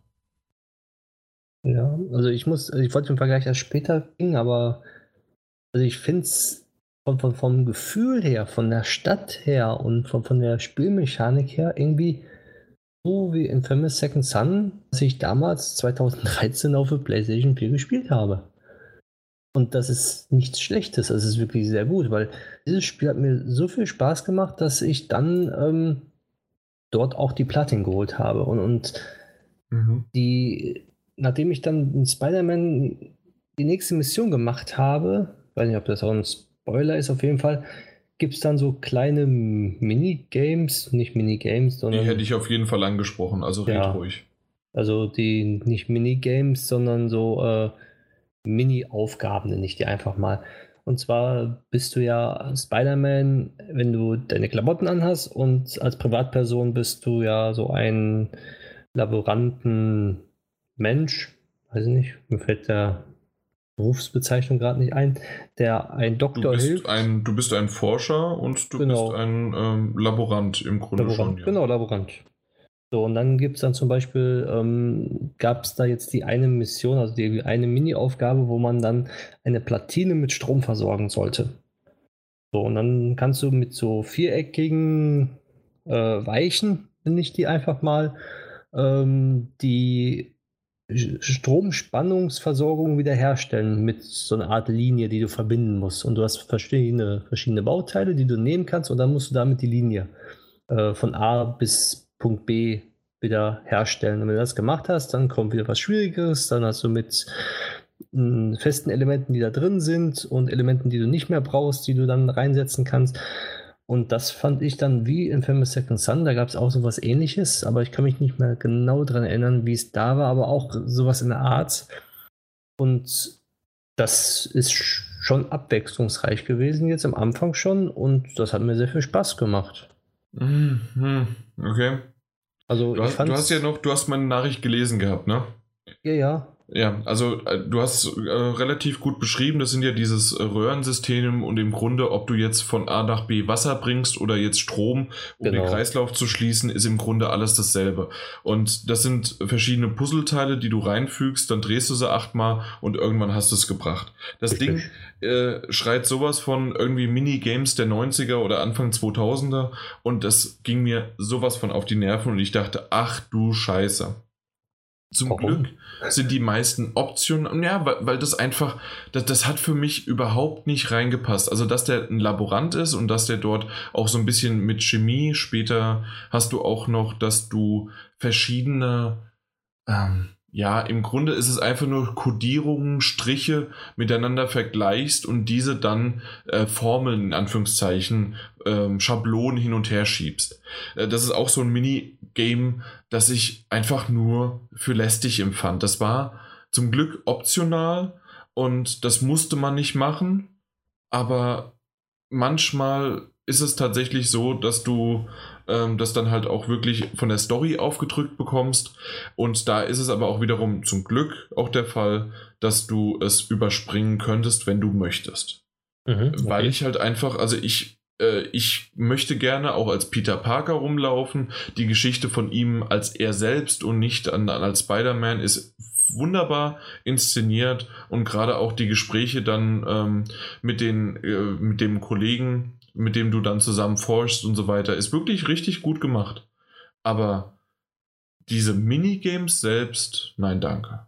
Ja, also ich muss, ich wollte den Vergleich erst später bringen, aber also ich finde es von, von, vom Gefühl her, von der Stadt her und von, von der Spielmechanik her irgendwie so wie Infamous Second Son, was ich damals zweitausenddreizehn auf der PlayStation vier gespielt habe. Und das ist nichts Schlechtes, das ist wirklich sehr gut, weil dieses Spiel hat mir so viel Spaß gemacht, dass ich dann ähm, dort auch die Platin geholt habe. Und, und mhm. die, nachdem ich dann in Spider-Man die nächste Mission gemacht habe, weiß nicht, ob das auch ein Spoiler ist, auf jeden Fall, gibt es dann so kleine Minigames, nicht Minigames, sondern... Die hätte ich auf jeden Fall angesprochen, also red ja, ruhig. Also die nicht Minigames, sondern so... Äh, Mini-Aufgaben nenne ich die einfach mal. Und zwar bist du ja Spider-Man, wenn du deine Klamotten anhast und als Privatperson bist du ja so ein Laboranten Mensch, weiß ich nicht, mir fällt der Berufsbezeichnung gerade nicht ein, der ein Doktor du bist hilft. Ein, du bist ein Forscher und du genau. bist ein ähm, Laborant im Grunde Laborant, schon. Ja. Genau, Laborant. So, und dann gibt es dann zum Beispiel, ähm, gab es da jetzt die eine Mission, also die eine Mini-Aufgabe, wo man dann eine Platine mit Strom versorgen sollte. So, und dann kannst du mit so viereckigen äh, Weichen, nenne ich die einfach mal, ähm, die Stromspannungsversorgung wiederherstellen mit so einer Art Linie, die du verbinden musst. Und du hast verschiedene, verschiedene Bauteile, die du nehmen kannst, und dann musst du damit die Linie äh, von A bis Punkt B wieder herstellen. Und wenn du das gemacht hast, dann kommt wieder was Schwieriges, dann hast du mit mh, festen Elementen, die da drin sind und Elementen, die du nicht mehr brauchst, die du dann reinsetzen kannst. Und das fand ich dann wie in Infamous Second Son, da gab es auch sowas Ähnliches, aber ich kann mich nicht mehr genau daran erinnern, wie es da war, aber auch sowas in der Art. Und das ist schon abwechslungsreich gewesen, jetzt am Anfang schon, und das hat mir sehr viel Spaß gemacht. Mhm. Okay. Also Du ich hast, du fand's- hast ja noch, du hast meine Nachricht gelesen gehabt, ne? Ja, ja. Ja, also äh, du hast äh, relativ gut beschrieben, das sind ja dieses äh, Röhrensystem und im Grunde, ob du jetzt von A nach B Wasser bringst oder jetzt Strom, um Genau. den Kreislauf zu schließen, ist im Grunde alles dasselbe. Und das sind verschiedene Puzzleteile, die du reinfügst, dann drehst du sie achtmal und irgendwann hast du es gebracht. Das Richtig. Ding äh, schreit sowas von irgendwie Minigames der neunziger oder Anfang zweitausender und das ging mir sowas von auf die Nerven und ich dachte, ach du Scheiße. Zum Warum? Glück sind die meisten Optionen, ja, weil, weil das einfach, das, das hat für mich überhaupt nicht reingepasst. Also, dass der ein Laborant ist und dass der dort auch so ein bisschen mit Chemie, später hast du auch noch, dass du verschiedene, ähm, ja, im Grunde ist es einfach nur Kodierungen, Striche miteinander vergleichst und diese dann äh, Formeln, in Anführungszeichen, ähm, Schablonen hin und her schiebst. Äh, das ist auch so ein Minigame, das ich einfach nur für lästig empfand. Das war zum Glück optional und das musste man nicht machen, aber manchmal ist es tatsächlich so, dass du ähm, das dann halt auch wirklich von der Story aufgedrückt bekommst und da ist es aber auch wiederum zum Glück auch der Fall, dass du es überspringen könntest, wenn du möchtest. Mhm, okay. Weil ich halt einfach, also ich äh, ich möchte gerne auch als Peter Parker rumlaufen. Die Geschichte von ihm als er selbst und nicht an, als Spider-Man ist wunderbar inszeniert und gerade auch die Gespräche dann ähm, mit, den, äh, mit dem Kollegen, mit dem du dann zusammen forschst und so weiter, ist wirklich richtig gut gemacht. Aber diese Minigames selbst, nein, danke.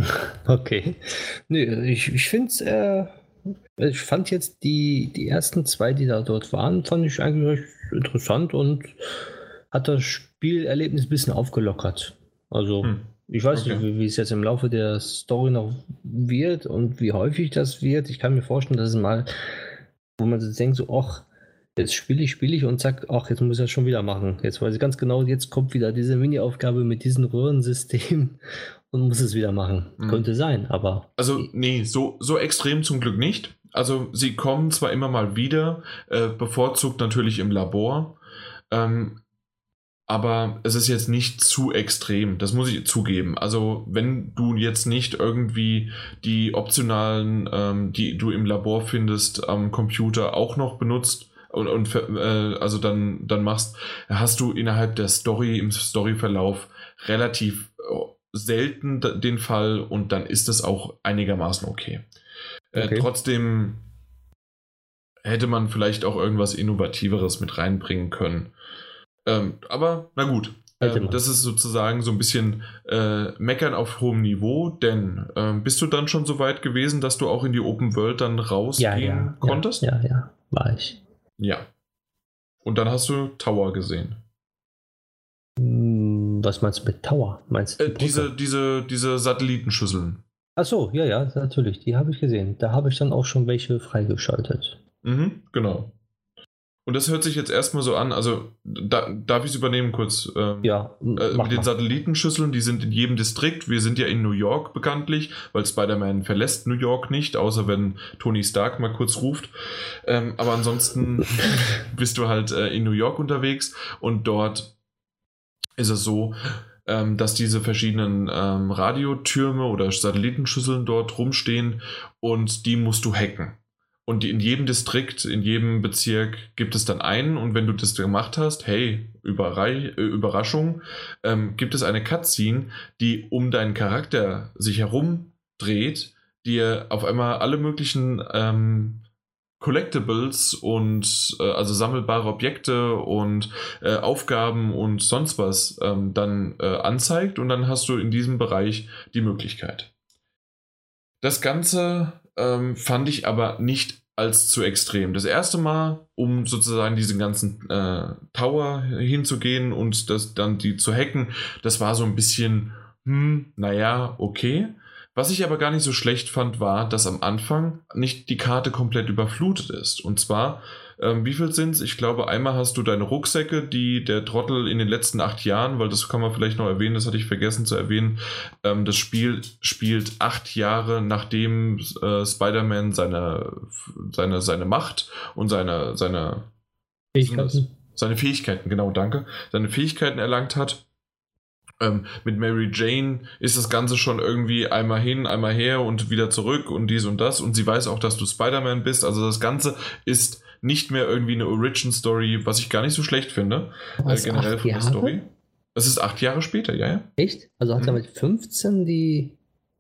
Okay. Nö, ich, ich finde es, äh, ich fand jetzt die, die ersten zwei, die da dort waren, fand ich eigentlich recht interessant und hat das Spielerlebnis ein bisschen aufgelockert. Also, Hm. ich weiß Okay. nicht, wie, wie es jetzt im Laufe der Story noch wird und wie häufig das wird. Ich kann mir vorstellen, dass es mal, wo man so denkt, so, ach, jetzt spiele ich, spiele ich und zack, ach, jetzt muss ich das schon wieder machen. Jetzt weiß ich ganz genau, jetzt kommt wieder diese Mini-Aufgabe mit diesem Röhrensystem und muss es wieder machen. Mhm. Könnte sein, aber. Also, nee, so, so extrem zum Glück nicht. Also, sie kommen zwar immer mal wieder, äh, bevorzugt natürlich im Labor, ähm, aber es ist jetzt nicht zu extrem, das muss ich zugeben. Also, wenn du jetzt nicht irgendwie die optionalen, ähm, die du im Labor findest, am Computer auch noch benutzt und, und äh, also dann, dann machst, hast du innerhalb der Story, im Storyverlauf relativ selten den Fall und dann ist es auch einigermaßen okay. Okay. Äh, trotzdem hätte man vielleicht auch irgendwas Innovativeres mit reinbringen können. Ähm, aber na gut, Hätte ähm, man. das ist sozusagen so ein bisschen äh, Meckern auf hohem Niveau, denn ähm, bist du dann schon so weit gewesen, dass du auch in die Open World dann rausgehen Ja, ja, konntest? Ja, ja, ja, war ich. Ja. Und dann hast du Tower gesehen. Hm, Was meinst du mit Tower? Meinst du Äh, die Brücke? diese, diese, diese Satellitenschüsseln. Ach so, ja, ja, natürlich, die habe ich gesehen. Da habe ich dann auch schon welche freigeschaltet. Mhm, genau. Und das hört sich jetzt erstmal so an, also da, darf ich es übernehmen kurz? Ähm, Ja, äh, mach mit den mal. Satellitenschüsseln, die sind in jedem Distrikt. Wir sind ja in New York bekanntlich, weil Spider-Man verlässt New York nicht, außer wenn Tony Stark mal kurz ruft. Ähm, aber ansonsten bist du halt äh, in New York unterwegs und dort ist es so, ähm, dass diese verschiedenen ähm, Radiotürme oder Satellitenschüsseln dort rumstehen und die musst du hacken. Und in jedem Distrikt, in jedem Bezirk gibt es dann einen und wenn du das gemacht hast, hey, Überrei- äh, Überraschung, ähm, gibt es eine Cutscene, die um deinen Charakter sich herumdreht, dir auf einmal alle möglichen ähm, Collectibles und äh, also sammelbare Objekte und äh, Aufgaben und sonst was ähm, dann äh, anzeigt und dann hast du in diesem Bereich die Möglichkeit. Das Ganze ähm, fand ich aber nicht als zu extrem. Das erste Mal, um sozusagen diesen ganzen äh, Tower hinzugehen und das dann die zu hacken, das war so ein bisschen, hm, naja, okay. Was ich aber gar nicht so schlecht fand, war, dass am Anfang nicht die Karte komplett überflutet ist. Und zwar, ähm, wie viel sind es? Ich glaube, einmal hast du deine Rucksäcke, die der Trottel in den letzten acht Jahren, weil das kann man vielleicht noch erwähnen, das hatte ich vergessen zu erwähnen, ähm, das Spiel spielt acht Jahre, nachdem äh, Spider-Man seine, seine, seine Macht und seine, seine Fähigkeiten. Seine Fähigkeiten, genau, danke. Seine Fähigkeiten erlangt hat. Ähm, mit Mary Jane ist das Ganze schon irgendwie einmal hin, einmal her und wieder zurück und dies und das. Und sie weiß auch, dass du Spider-Man bist. Also das Ganze ist nicht mehr irgendwie eine Origin-Story, was ich gar nicht so schlecht finde. Äh, generell von der Story. Es ist acht Jahre später, ja, ja. Echt? Also hat Mhm. er mit fünfzehn die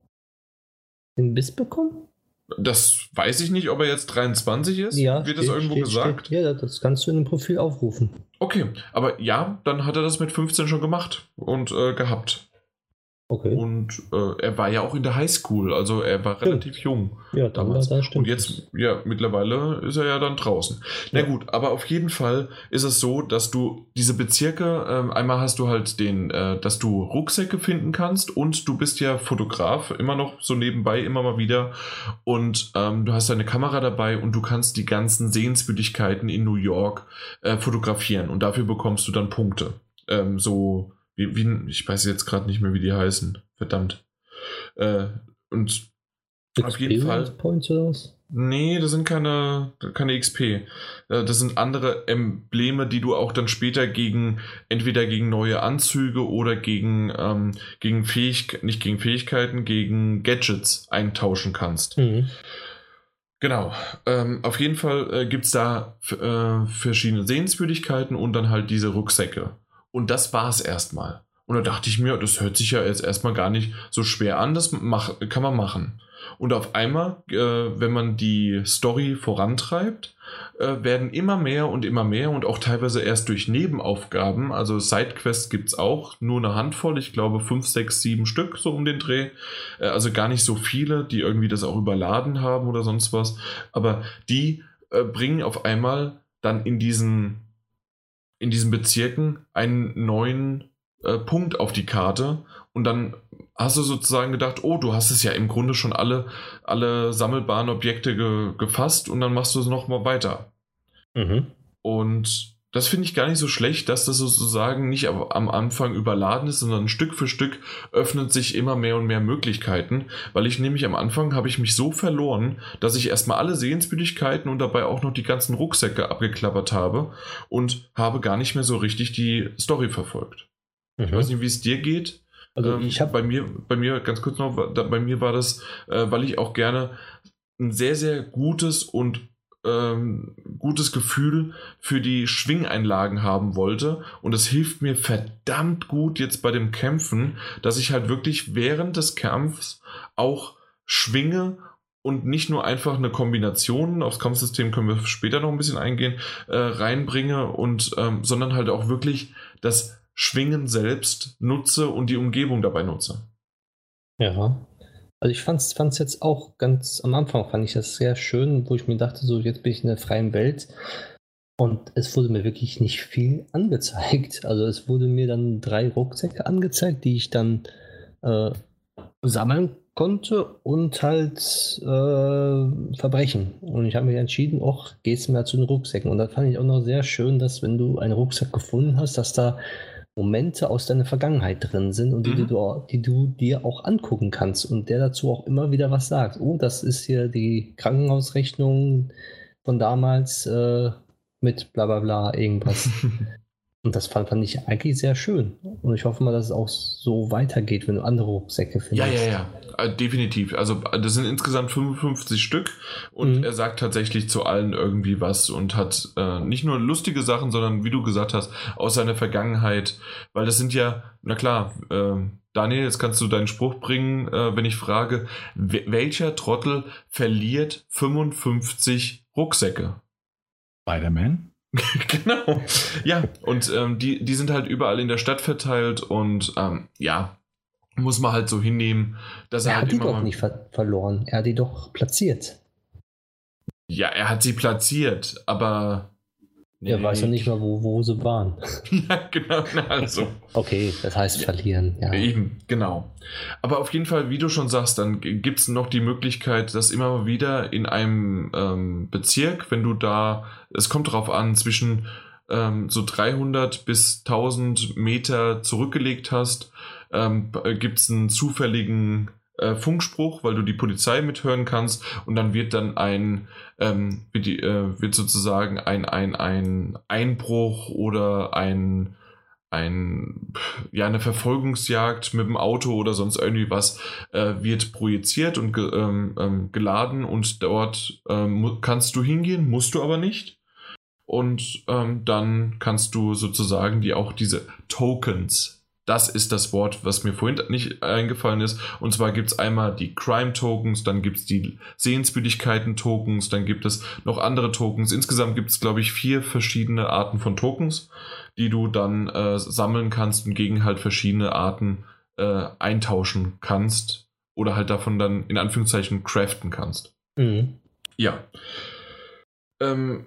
den Biss bekommen? Das weiß ich nicht, ob er jetzt dreiundzwanzig ist. Ja, Wird steht, das irgendwo steht, gesagt? Steht. Ja, das kannst du in dem Profil aufrufen. Okay, aber ja, dann hat er das mit fünfzehn schon gemacht und äh, gehabt. Okay. Und äh, er war ja auch in der Highschool, also er war Stimmt. relativ jung. Ja, dann war damals. das stimmt. Und jetzt, ja, mittlerweile ist er ja dann draußen. Na Ja. gut, aber auf jeden Fall ist es so, dass du diese Bezirke, ähm, einmal hast du halt den, äh, dass du Rucksäcke finden kannst und du bist ja Fotograf, immer noch so nebenbei, immer mal wieder. Und ähm, du hast deine Kamera dabei und du kannst die ganzen Sehenswürdigkeiten in New York äh, fotografieren und dafür bekommst du dann Punkte. Ähm, so, wie, wie, ich weiß jetzt gerade nicht mehr, wie die heißen. Verdammt. Äh, und auf jeden Fall. Points oder was? Nee, das sind keine, keine X P. Das sind andere Embleme, die du auch dann später gegen, entweder gegen neue Anzüge oder gegen, ähm, gegen Fähigkeiten, nicht gegen Fähigkeiten, gegen Gadgets eintauschen kannst. Mhm. Genau. Ähm, auf jeden Fall äh, gibt es da äh, verschiedene Sehenswürdigkeiten und dann halt diese Rucksäcke. Und das war es erstmal. Und da dachte ich mir, das hört sich ja jetzt erstmal gar nicht so schwer an, das mach, kann man machen. Und auf einmal, äh, wenn man die Story vorantreibt, äh, werden immer mehr und immer mehr und auch teilweise erst durch Nebenaufgaben, also Sidequests gibt es auch, nur eine Handvoll, ich glaube fünf, sechs, sieben Stück so um den Dreh, äh, also gar nicht so viele, die irgendwie das auch überladen haben oder sonst was, aber die äh, bringen auf einmal dann in diesen, in diesen Bezirken einen neuen äh, Punkt auf die Karte und dann hast du sozusagen gedacht, oh, du hast es ja im Grunde schon alle, alle sammelbaren Objekte ge, gefasst und dann machst du es nochmal weiter. Mhm. Und das finde ich gar nicht so schlecht, dass das sozusagen nicht am Anfang überladen ist, sondern Stück für Stück öffnet sich immer mehr und mehr Möglichkeiten, weil ich nämlich am Anfang habe ich mich so verloren, dass ich erstmal alle Sehenswürdigkeiten und dabei auch noch die ganzen Rucksäcke abgeklappert habe und habe gar nicht mehr so richtig die Story verfolgt. Mhm. Ich weiß nicht, wie es dir geht. Also ähm, ich habe bei mir, bei mir, ganz kurz noch, da, bei mir war das, äh, weil ich auch gerne ein sehr, sehr gutes und ähm, gutes Gefühl für die Schwingeinlagen haben wollte. Und es hilft mir verdammt gut jetzt bei dem Kämpfen, dass ich halt wirklich während des Kampfs auch schwinge und nicht nur einfach eine Kombination, aufs Kampfsystem können wir später noch ein bisschen eingehen, äh, reinbringe, und ähm, sondern halt auch wirklich das Schwingen selbst nutze und die Umgebung dabei nutze. Ja, also ich fand es jetzt auch ganz am Anfang, fand ich das sehr schön, wo ich mir dachte, so jetzt bin ich in der freien Welt und es wurde mir wirklich nicht viel angezeigt. Also es wurde mir dann drei Rucksäcke angezeigt, die ich dann äh, sammeln konnte und halt äh, verbrechen. Und ich habe mich entschieden, auch gehst du mal zu den Rucksäcken. Und da fand ich auch noch sehr schön, dass wenn du einen Rucksack gefunden hast, dass da Momente aus deiner Vergangenheit drin sind und die, Mhm. du, die du dir auch angucken kannst und der dazu auch immer wieder was sagt. Oh, das ist hier die Krankenhausrechnung von damals äh, mit bla bla bla irgendwas. Und das fand, fand ich eigentlich sehr schön. Und ich hoffe mal, dass es auch so weitergeht, wenn du andere Rucksäcke findest. Ja, ja, ja, äh, definitiv. Also das sind insgesamt fünfundfünfzig Stück und Mhm. er sagt tatsächlich zu allen irgendwie was und hat äh, nicht nur lustige Sachen, sondern wie du gesagt hast, aus seiner Vergangenheit, weil das sind ja, na klar, äh, Daniel, jetzt kannst du deinen Spruch bringen, äh, wenn ich frage, w- welcher Trottel verliert fünfundfünfzig Rucksäcke? Spider-Man? Genau. Ja, und ähm, die, die sind halt überall in der Stadt verteilt und ähm, ja, muss man halt so hinnehmen, dass er Er halt hat die immer doch mal... nicht ver verloren. Er hat die doch platziert. Ja, er hat sie platziert, aber... Nee. Er weiß ja nicht mal, wo, wo sie waren. Ja, genau. Also. Okay, das heißt verlieren. Ja. Eben, genau. Aber auf jeden Fall, wie du schon sagst, dann gibt es noch die Möglichkeit, dass immer wieder in einem ähm, Bezirk, wenn du da, es kommt darauf an, zwischen ähm, so dreihundert bis tausend Meter zurückgelegt hast, ähm, gibt es einen zufälligen äh, Funkspruch, weil du die Polizei mithören kannst, und dann wird dann ein ähm, wird, die, äh, wird sozusagen ein, ein, ein Einbruch oder ein, ein ja, eine Verfolgungsjagd mit dem Auto oder sonst irgendwie was äh, wird projiziert und ge, ähm, ähm, geladen, und dort ähm, kannst du hingehen, musst du aber nicht. Und ähm, dann kannst du sozusagen die auch diese Tokens, das ist das Wort, was mir vorhin nicht eingefallen ist. Und zwar gibt es einmal die Crime-Tokens, dann gibt es die Sehenswürdigkeiten-Tokens, dann gibt es noch andere Tokens. Insgesamt gibt es, glaube ich, vier verschiedene Arten von Tokens, die du dann äh, sammeln kannst und gegen halt verschiedene Arten äh, eintauschen kannst oder halt davon dann in Anführungszeichen craften kannst. Mhm. Ja. Ähm,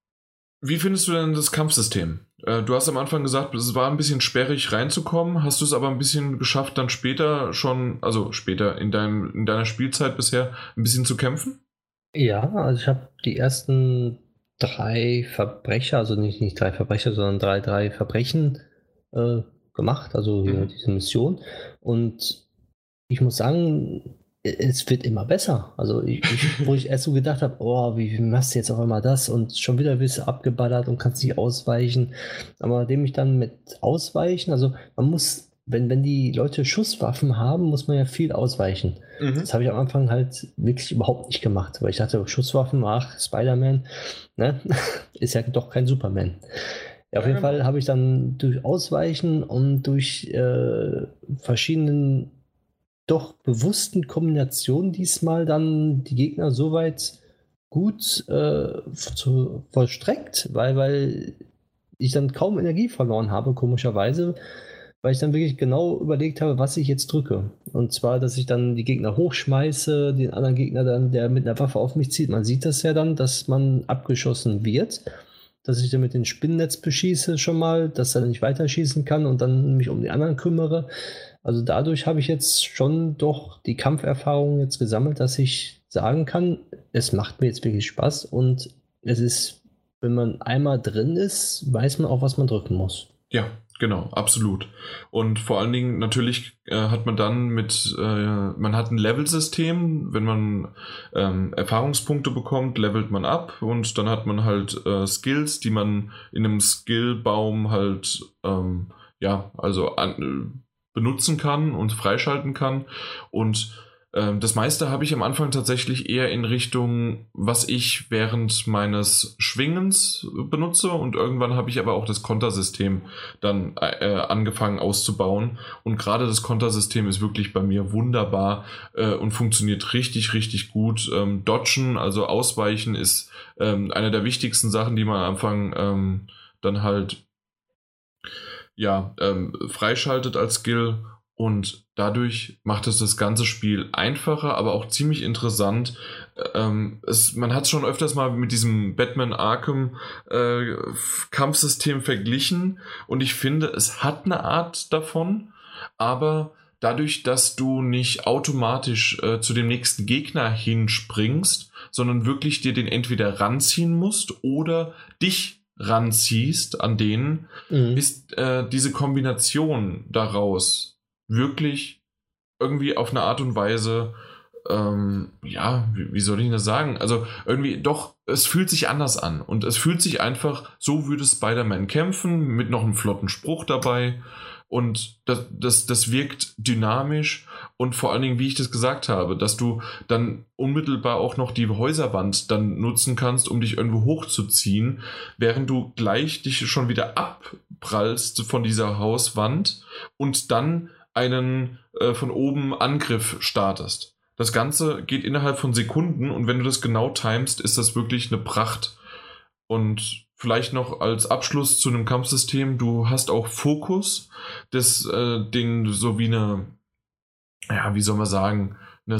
Wie findest du denn das Kampfsystem? Äh, du hast am Anfang gesagt, es war ein bisschen sperrig reinzukommen. Hast du es aber ein bisschen geschafft, dann später schon, also später in, deinem, in deiner Spielzeit bisher, ein bisschen zu kämpfen? Ja, also ich habe die ersten drei Verbrecher, also nicht, nicht drei Verbrecher, sondern drei, drei Verbrechen äh, gemacht, also hier Mhm. diese Mission. Und ich muss sagen, es wird immer besser. Also ich, ich, wo ich erst so gedacht habe, oh, wie machst du jetzt auf einmal das, und schon wieder bist du abgeballert und kannst nicht ausweichen. Aber nachdem ich dann mit Ausweichen, also man muss, wenn, wenn die Leute Schusswaffen haben, muss man ja viel ausweichen. Mhm. Das habe ich am Anfang halt wirklich überhaupt nicht gemacht, weil ich dachte, Schusswaffen, ach, Spider-Man, ne? Ist ja doch kein Superman. Ja, auf Ja, jeden genau. Fall habe ich dann durch Ausweichen und durch äh, verschiedenen doch bewussten Kombinationen diesmal dann die Gegner so weit gut äh, zu, vollstreckt, weil, weil ich dann kaum Energie verloren habe, komischerweise, weil ich dann wirklich genau überlegt habe, was ich jetzt drücke. Und zwar, dass ich dann die Gegner hochschmeiße, den anderen Gegner dann, der mit einer Waffe auf mich zieht. Man sieht das ja dann, dass man abgeschossen wird, dass ich dann mit dem Spinnennetz beschieße schon mal, dass er nicht weiterschießen kann und dann mich um die anderen kümmere. Also dadurch habe ich jetzt schon doch die Kampferfahrung jetzt gesammelt, dass ich sagen kann, es macht mir jetzt wirklich Spaß, und es ist, wenn man einmal drin ist, weiß man auch, was man drücken muss. Ja, genau, absolut. Und vor allen Dingen natürlich äh, hat man dann mit, äh, man hat ein Level-System, wenn man ähm, Erfahrungspunkte bekommt, levelt man ab, und dann hat man halt äh, Skills, die man in einem Skillbaum halt, ähm, ja, also an, benutzen kann und freischalten kann. Und ähm, das meiste habe ich am Anfang tatsächlich eher in Richtung, was ich während meines Schwingens benutze, und irgendwann habe ich aber auch das Kontersystem dann äh, angefangen auszubauen, und gerade das Kontersystem ist wirklich bei mir wunderbar äh, und funktioniert richtig, richtig gut. Ähm, Dodgen, also Ausweichen, ist ähm, eine der wichtigsten Sachen, die man am Anfang ähm, dann halt ja, ähm, freischaltet als Skill, und dadurch macht es das ganze Spiel einfacher, aber auch ziemlich interessant. Ähm, es, man hat es schon öfters mal mit diesem Batman Arkham äh, Kampfsystem verglichen, und ich finde, es hat eine Art davon, aber dadurch, dass du nicht automatisch äh, zu dem nächsten Gegner hinspringst, sondern wirklich dir den entweder ranziehen musst oder dich ranziehst an denen, mhm. ist äh, diese Kombination daraus wirklich irgendwie auf eine Art und Weise, ähm, ja, wie, wie soll ich das sagen? Also irgendwie doch, es fühlt sich anders an, und es fühlt sich einfach, so würde Spider-Man kämpfen, mit noch einem flotten Spruch dabei, und das, das, das wirkt dynamisch, und vor allen Dingen, wie ich das gesagt habe, dass du dann unmittelbar auch noch die Häuserwand dann nutzen kannst, um dich irgendwo hochzuziehen, während du gleich dich schon wieder abprallst von dieser Hauswand und dann einen äh, von oben Angriff startest. Das Ganze geht innerhalb von Sekunden, und wenn du das genau timest, ist das wirklich eine Pracht. Und vielleicht noch als Abschluss zu einem Kampfsystem, du hast auch Fokus, das äh, den so wie eine, ja, wie soll man sagen, eine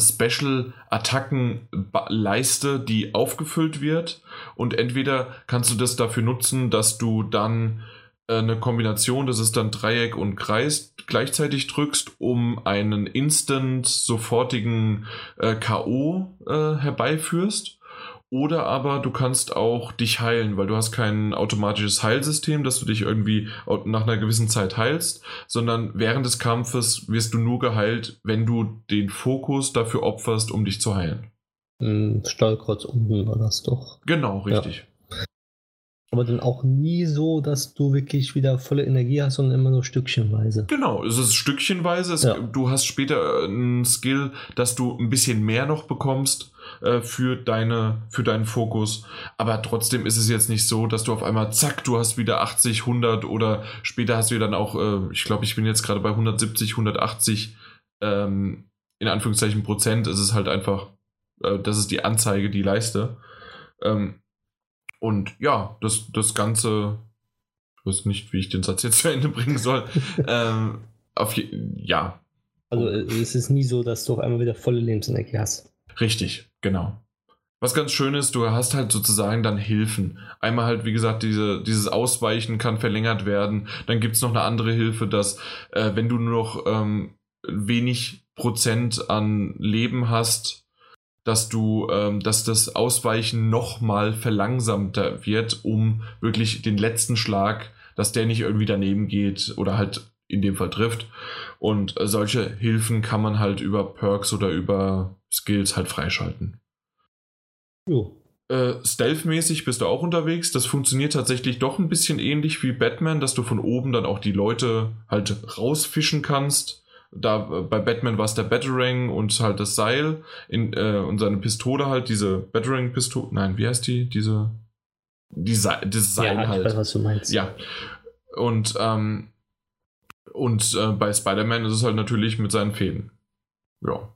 Special-Attacken-Leiste, die aufgefüllt wird, und entweder kannst du das dafür nutzen, dass du dann äh, eine Kombination, das ist dann Dreieck und Kreis, gleichzeitig drückst, um einen instant sofortigen äh, K O äh, herbeiführst. Oder aber du kannst auch dich heilen, weil du hast kein automatisches Heilsystem, dass du dich irgendwie nach einer gewissen Zeit heilst, sondern während des Kampfes wirst du nur geheilt, wenn du den Fokus dafür opferst, um dich zu heilen. Im Steuerkreuz unten war das doch. Genau, richtig. Ja. Aber dann auch nie so, dass du wirklich wieder volle Energie hast, sondern immer nur stückchenweise. Genau, es ist stückchenweise. Es, ja. Du hast später einen Skill, dass du ein bisschen mehr noch bekommst äh, für, deine, für deinen Fokus. Aber trotzdem ist es jetzt nicht so, dass du auf einmal, zack, du hast wieder achtzig, hundert oder später hast du dann auch, äh, ich glaube, ich bin jetzt gerade bei hundertsiebzig, hundertachtzig ähm, in Anführungszeichen Prozent. Es ist halt einfach, äh, das ist die Anzeige, die Leiste. Ähm, Und ja, das, das Ganze, ich weiß nicht, wie ich den Satz jetzt zu Ende bringen soll. ähm, auf je, ja. Also es ist nie so, dass du auf einmal wieder volle Lebensenergie hast. Richtig, genau. Was ganz schön ist, du hast halt sozusagen dann Hilfen. Einmal halt, wie gesagt, diese, dieses Ausweichen kann verlängert werden. Dann gibt es noch eine andere Hilfe, dass äh, wenn du nur noch ähm, wenig Prozent an Leben hast, dass du, ähm, dass das Ausweichen nochmal verlangsamter wird, um wirklich den letzten Schlag, dass der nicht irgendwie daneben geht oder halt in dem Fall trifft. Und äh, solche Hilfen kann man halt über Perks oder über Skills halt freischalten. Jo. Äh, Stealth-mäßig bist du auch unterwegs. Das funktioniert tatsächlich doch ein bisschen ähnlich wie Batman, dass du von oben dann auch die Leute halt rausfischen kannst. Da bei Batman war es der Batarang und halt das Seil in, äh, und seine Pistole halt, diese Batarang-Pistole, nein, wie heißt die? Diese, die Se- das Seil ja, halt. Ich weiß, was du meinst. Ja. Und, ähm, und äh, bei Spider-Man ist es halt natürlich mit seinen Fäden. Ja.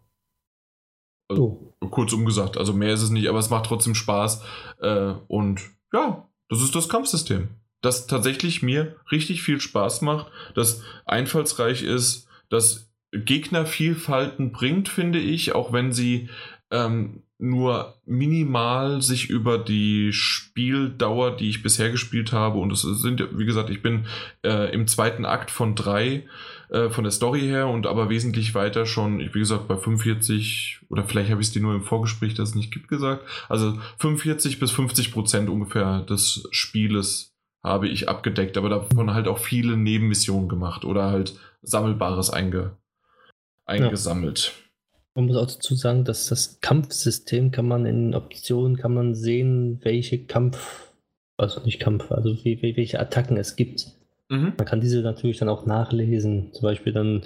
Also, oh. Kurzum gesagt, also mehr ist es nicht, aber es macht trotzdem Spaß. Äh, und ja, das ist das Kampfsystem, das tatsächlich mir richtig viel Spaß macht, das einfallsreich ist, das Gegnervielfalten bringt, finde ich, auch wenn sie ähm, nur minimal sich über die Spieldauer, die ich bisher gespielt habe, und es sind, wie gesagt, ich bin äh, im zweiten Akt von drei äh, von der Story her und aber wesentlich weiter schon, wie gesagt, bei fünfundvierzig, oder vielleicht habe ich es dir nur im Vorgespräch, das es nicht gibt, gesagt, also fünfundvierzig bis fünfzig Prozent ungefähr des Spieles habe ich abgedeckt, aber davon halt auch viele Nebenmissionen gemacht oder halt Sammelbares einge, eingesammelt. Ja. Man muss auch dazu sagen, dass das Kampfsystem kann man in Optionen kann man sehen, welche Kampf, also nicht Kampf, also wie, wie, welche Attacken es gibt. Mhm. Man kann diese natürlich dann auch nachlesen, zum Beispiel dann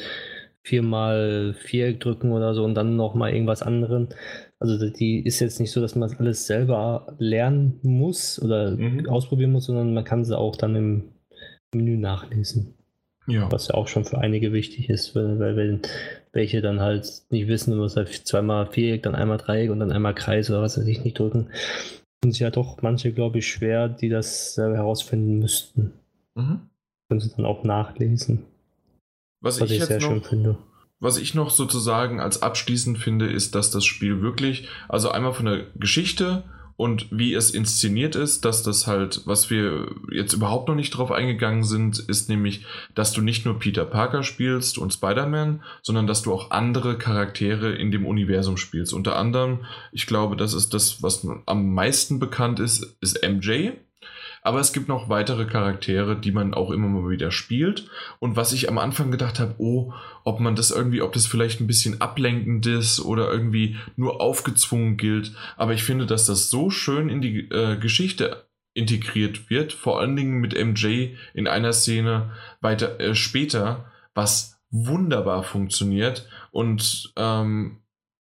viermal Viereck drücken oder so und dann nochmal irgendwas anderes. Also die ist jetzt nicht so, dass man alles selber lernen muss oder mhm. ausprobieren muss, sondern man kann sie auch dann im Menü nachlesen. Ja. Was ja auch schon für einige wichtig ist, weil, weil wenn welche dann halt nicht wissen, du musst halt zweimal Viereck, dann einmal Dreieck und dann einmal Kreis oder was weiß ich nicht drücken. Und es ja doch manche, glaube ich, schwer, die das selber herausfinden müssten. Mhm. Können sie dann auch nachlesen. Was, was ich, ich jetzt sehr noch, schön finde. Was ich noch sozusagen als abschließend finde, ist, dass das Spiel wirklich, also einmal von der Geschichte und wie es inszeniert ist, dass das halt, was wir jetzt überhaupt noch nicht drauf eingegangen sind, ist nämlich, dass du nicht nur Peter Parker spielst und Spider-Man, sondern dass du auch andere Charaktere in dem Universum spielst. Unter anderem, ich glaube, das ist das, was am meisten bekannt ist, ist M J. Aber es gibt noch weitere Charaktere, die man auch immer mal wieder spielt. Und was ich am Anfang gedacht habe, oh, ob man das irgendwie, ob das vielleicht ein bisschen ablenkend ist oder irgendwie nur aufgezwungen gilt. Aber ich finde, dass das so schön in die äh, Geschichte integriert wird, vor allen Dingen mit M J in einer Szene weiter äh, später, was wunderbar funktioniert. Und ähm,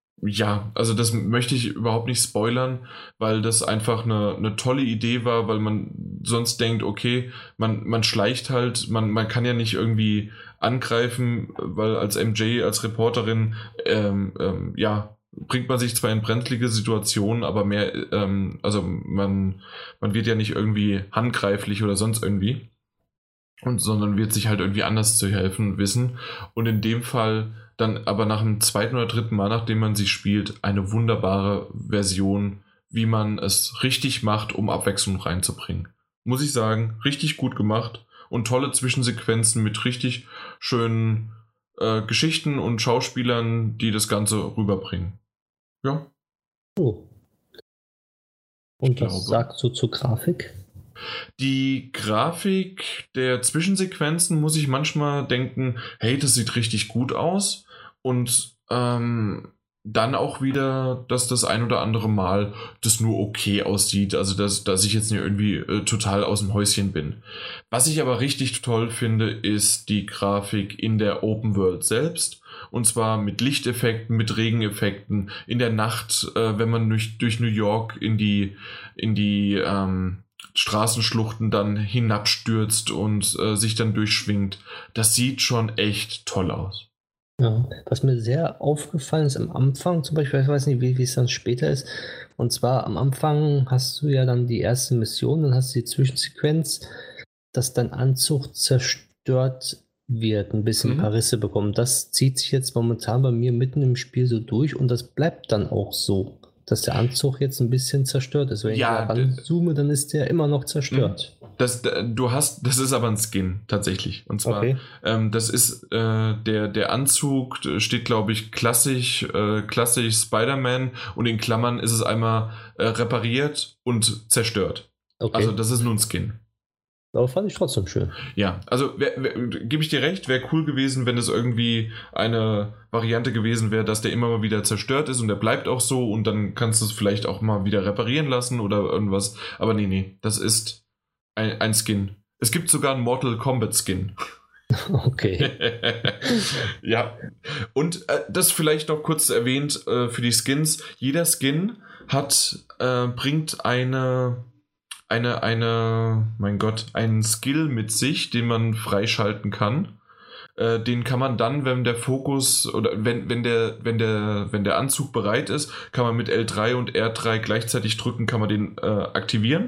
ja, also das möchte ich überhaupt nicht spoilern, weil das einfach eine, eine tolle Idee war, weil man sonst denkt, okay, man, man schleicht halt, man, man kann ja nicht irgendwie angreifen, weil als M J, als Reporterin, ähm, ähm, ja, bringt man sich zwar in brenzlige Situationen, aber mehr, ähm, also man, man wird ja nicht irgendwie handgreiflich oder sonst irgendwie, und sondern wird sich halt irgendwie anders zu helfen wissen. Und in dem Fall dann aber nach dem zweiten oder dritten Mal, nachdem man sie spielt, eine wunderbare Version, wie man es richtig macht, um Abwechslung reinzubringen. Muss ich sagen, richtig gut gemacht und tolle Zwischensequenzen mit richtig schönen äh, Geschichten und Schauspielern, die das Ganze rüberbringen. Ja. Oh. Und Ich was glaube. sagst du zur Grafik? Die Grafik der Zwischensequenzen muss ich manchmal denken, hey, das sieht richtig gut aus. Und ähm, dann auch wieder, dass das ein oder andere Mal das nur okay aussieht. Also, dass, dass ich jetzt nicht irgendwie äh, total aus dem Häuschen bin. Was ich aber richtig toll finde, ist die Grafik in der Open World selbst. Und zwar mit Lichteffekten, mit Regeneffekten. In der Nacht, äh, wenn man durch, durch New York in die, in die ähm, Straßenschluchten dann hinabstürzt und äh, sich dann durchschwingt. Das sieht schon echt toll aus. Ja, was mir sehr aufgefallen ist am Anfang zum Beispiel, ich weiß nicht, wie, wie es dann später ist, und zwar am Anfang hast du ja dann die erste Mission, dann hast du die Zwischensequenz, dass dein Anzug zerstört wird, ein bisschen Mhm. ein paar Risse bekommt. Das zieht sich jetzt momentan bei mir mitten im Spiel so durch und das bleibt dann auch so, dass der Anzug jetzt ein bisschen zerstört ist. Wenn Ja, ich da ranzoome, dann ist der immer noch zerstört. Das, du hast, das ist aber ein Skin tatsächlich. Und zwar, Okay. ähm, das ist äh, der, der Anzug steht, glaube ich, klassisch, äh, klassisch Spider-Man und in Klammern ist es einmal äh, repariert und zerstört. Okay. Also das ist nur ein Skin. Aber fand ich trotzdem schön. Ja, also gebe ich dir recht, wäre cool gewesen, wenn es irgendwie eine Variante gewesen wäre, dass der immer mal wieder zerstört ist und der bleibt auch so und dann kannst du es vielleicht auch mal wieder reparieren lassen oder irgendwas. Aber nee, nee, das ist ein, ein Skin. Es gibt sogar einen Mortal Kombat Skin. Okay. Ja, und äh, das vielleicht noch kurz erwähnt äh, für die Skins. Jeder Skin hat, äh, bringt eine, eine, eine, mein Gott, einen Skill mit sich, den man freischalten kann. Äh, den kann man dann, wenn der Fokus oder wenn, wenn der, wenn der, wenn der Anzug bereit ist, kann man mit L drei und R drei gleichzeitig drücken, kann man den äh, aktivieren.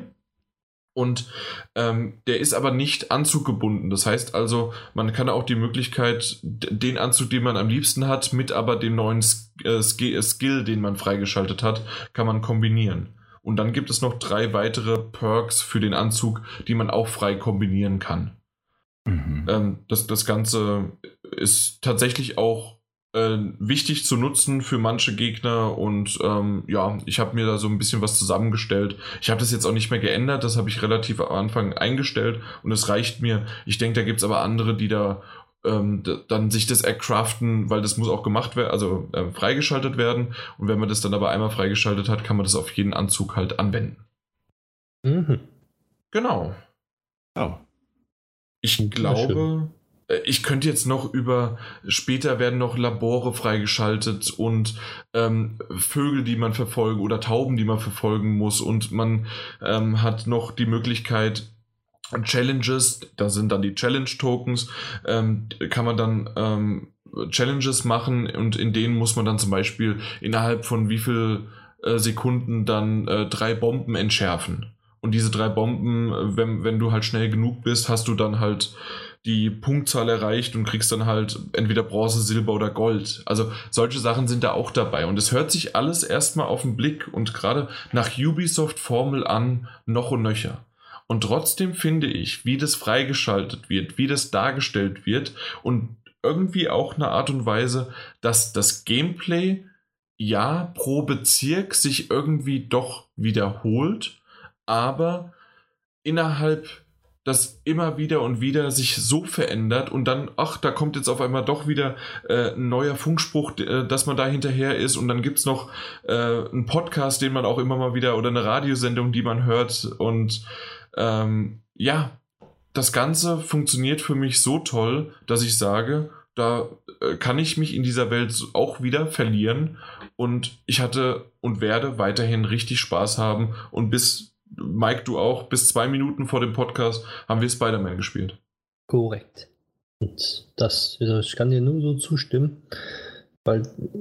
Und ähm, der ist aber nicht anzuggebunden. Das heißt also, man kann auch die Möglichkeit, den Anzug, den man am liebsten hat, mit aber dem neuen äh, Skill, den man freigeschaltet hat, kann man kombinieren. Und dann gibt es noch drei weitere Perks für den Anzug, die man auch frei kombinieren kann. Mhm. Ähm, das, das Ganze ist tatsächlich auch äh, wichtig zu nutzen für manche Gegner und ähm, ja, ich habe mir da so ein bisschen was zusammengestellt. Ich habe das jetzt auch nicht mehr geändert, das habe ich relativ am Anfang eingestellt und es reicht mir. Ich denke, da gibt es aber andere, die da ähm, d- dann sich das ercraften, weil das muss auch gemacht werden, also äh, freigeschaltet werden und wenn man das dann aber einmal freigeschaltet hat, kann man das auf jeden Anzug halt anwenden. Mhm. Genau. Oh. Ich glaube, ich könnte jetzt noch über, später werden noch Labore freigeschaltet und ähm, Vögel, die man verfolgen oder Tauben, die man verfolgen muss und man ähm, hat noch die Möglichkeit, Challenges, da sind dann die Challenge-Tokens, ähm, kann man dann ähm, Challenges machen und in denen muss man dann zum Beispiel innerhalb von wie viel äh, Sekunden dann äh, drei Bomben entschärfen. Und diese drei Bomben, wenn, wenn du halt schnell genug bist, hast du dann halt die Punktzahl erreicht und kriegst dann halt entweder Bronze, Silber oder Gold. Also solche Sachen sind da auch dabei. Und es hört sich alles erstmal auf den Blick und gerade nach Ubisoft-Formel an noch und nöcher. Und trotzdem finde ich, wie das freigeschaltet wird, wie das dargestellt wird und irgendwie auch eine Art und Weise, dass das Gameplay ja pro Bezirk sich irgendwie doch wiederholt, aber innerhalb das immer wieder und wieder sich so verändert und dann, ach, da kommt jetzt auf einmal doch wieder äh, ein neuer Funkspruch, äh, dass man da hinterher ist und dann gibt es noch äh, einen Podcast, den man auch immer mal wieder oder eine Radiosendung, die man hört und ähm, ja, das Ganze funktioniert für mich so toll, dass ich sage, da äh, kann ich mich in dieser Welt auch wieder verlieren und ich hatte und werde weiterhin richtig Spaß haben und bis Mike, du auch, bis zwei Minuten vor dem Podcast haben wir Spider-Man gespielt. Korrekt. Und das, ich kann dir nur so zustimmen, weil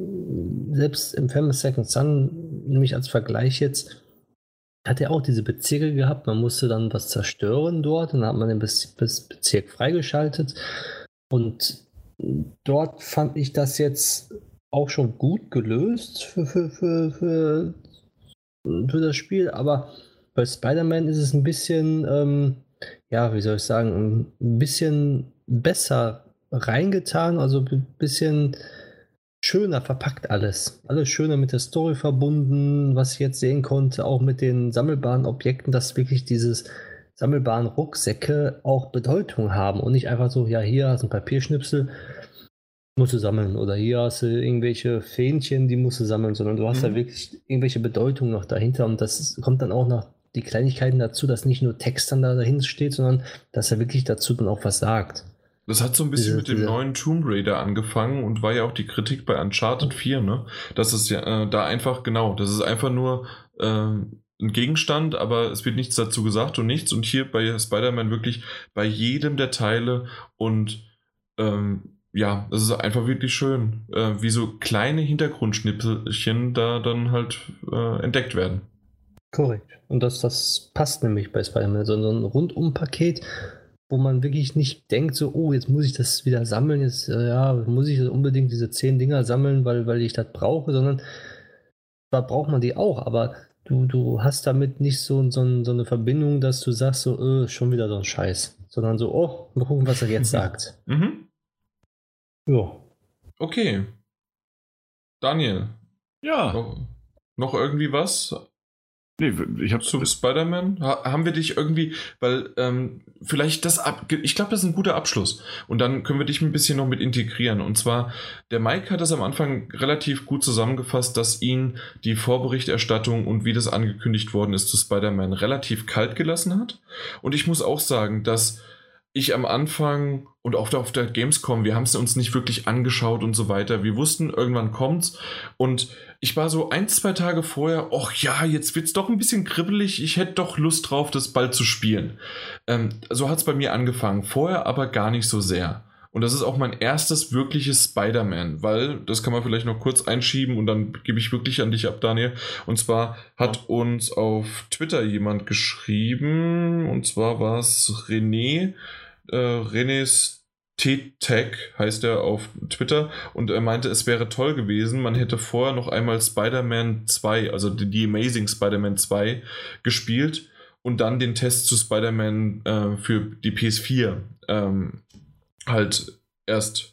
selbst im Famous Second Son, nämlich als Vergleich jetzt, hat er auch diese Bezirke gehabt, man musste dann was zerstören dort, dann hat man den Bez- Bez- Bezirk freigeschaltet und dort fand ich das jetzt auch schon gut gelöst für, für, für, für, für das Spiel, aber bei Spider-Man ist es ein bisschen, ähm, ja, wie soll ich sagen, ein bisschen besser reingetan, also ein bisschen schöner verpackt alles. Alles schöner mit der Story verbunden, was ich jetzt sehen konnte, auch mit den sammelbaren Objekten, dass wirklich dieses sammelbaren Rucksäcke auch Bedeutung haben und nicht einfach so, ja, hier hast du ein Papierschnipsel, musst du sammeln, oder hier hast du irgendwelche Fähnchen, die musst du sammeln, sondern du hast mhm. da wirklich irgendwelche Bedeutungen noch dahinter, und das kommt dann auch noch die Kleinigkeiten dazu, dass nicht nur Text dann da dahin steht, sondern dass er wirklich dazu dann auch was sagt. Das hat so ein bisschen Diese, mit dem diese, neuen Tomb Raider angefangen und war ja auch die Kritik bei Uncharted vier, ne? Das ist ja äh, da einfach, genau, das ist einfach nur äh, ein Gegenstand, aber es wird nichts dazu gesagt und nichts. Und hier bei Spider-Man wirklich bei jedem der Teile, und ähm, ja, das ist einfach wirklich schön, äh, wie so kleine Hintergrundschnipselchen da dann halt äh, entdeckt werden. Korrekt. Und das, das passt nämlich bei Spider-Man, so ein Rundum-Paket, wo man wirklich nicht denkt, so, oh, jetzt muss ich das wieder sammeln, jetzt äh, ja, muss ich unbedingt diese zehn Dinger sammeln, weil, weil ich das brauche, sondern da braucht man die auch, aber du, du hast damit nicht so, so, so eine Verbindung, dass du sagst, so, äh, schon wieder so ein Scheiß, sondern so, oh, mal gucken, was er jetzt sagt. Mhm. Ja. Okay. Daniel. Ja. Noch, noch irgendwie was? Nee, ich habe zu Spider-Man. Ha- haben wir dich irgendwie, weil ähm, vielleicht das ab, ich glaube, das ist ein guter Abschluss. Und dann können wir dich ein bisschen noch mit integrieren. Und zwar, der Mike hat das am Anfang relativ gut zusammengefasst, dass ihn die Vorberichterstattung und wie das angekündigt worden ist zu Spider-Man relativ kalt gelassen hat. Und ich muss auch sagen, dass ich am Anfang und auch auf der Gamescom, wir haben es uns nicht wirklich angeschaut und so weiter. Wir wussten, irgendwann kommt's. Und ich war so ein, zwei Tage vorher, ach ja, jetzt wird's doch ein bisschen kribbelig. Ich hätte doch Lust drauf, das bald zu spielen. Ähm, so hat's bei mir angefangen. Vorher aber gar nicht so sehr. Und das ist auch mein erstes wirkliches Spider-Man, weil, das kann man vielleicht noch kurz einschieben und dann gebe ich wirklich an dich ab, Daniel. Und zwar hat uns auf Twitter jemand geschrieben, und zwar war es René, äh, René's T-Tag heißt er auf Twitter, und er meinte, es wäre toll gewesen, man hätte vorher noch einmal Spider-Man zwei, also die, die Amazing Spider-Man zwei gespielt und dann den Test zu Spider-Man äh, für die P S vier ähm, halt erst,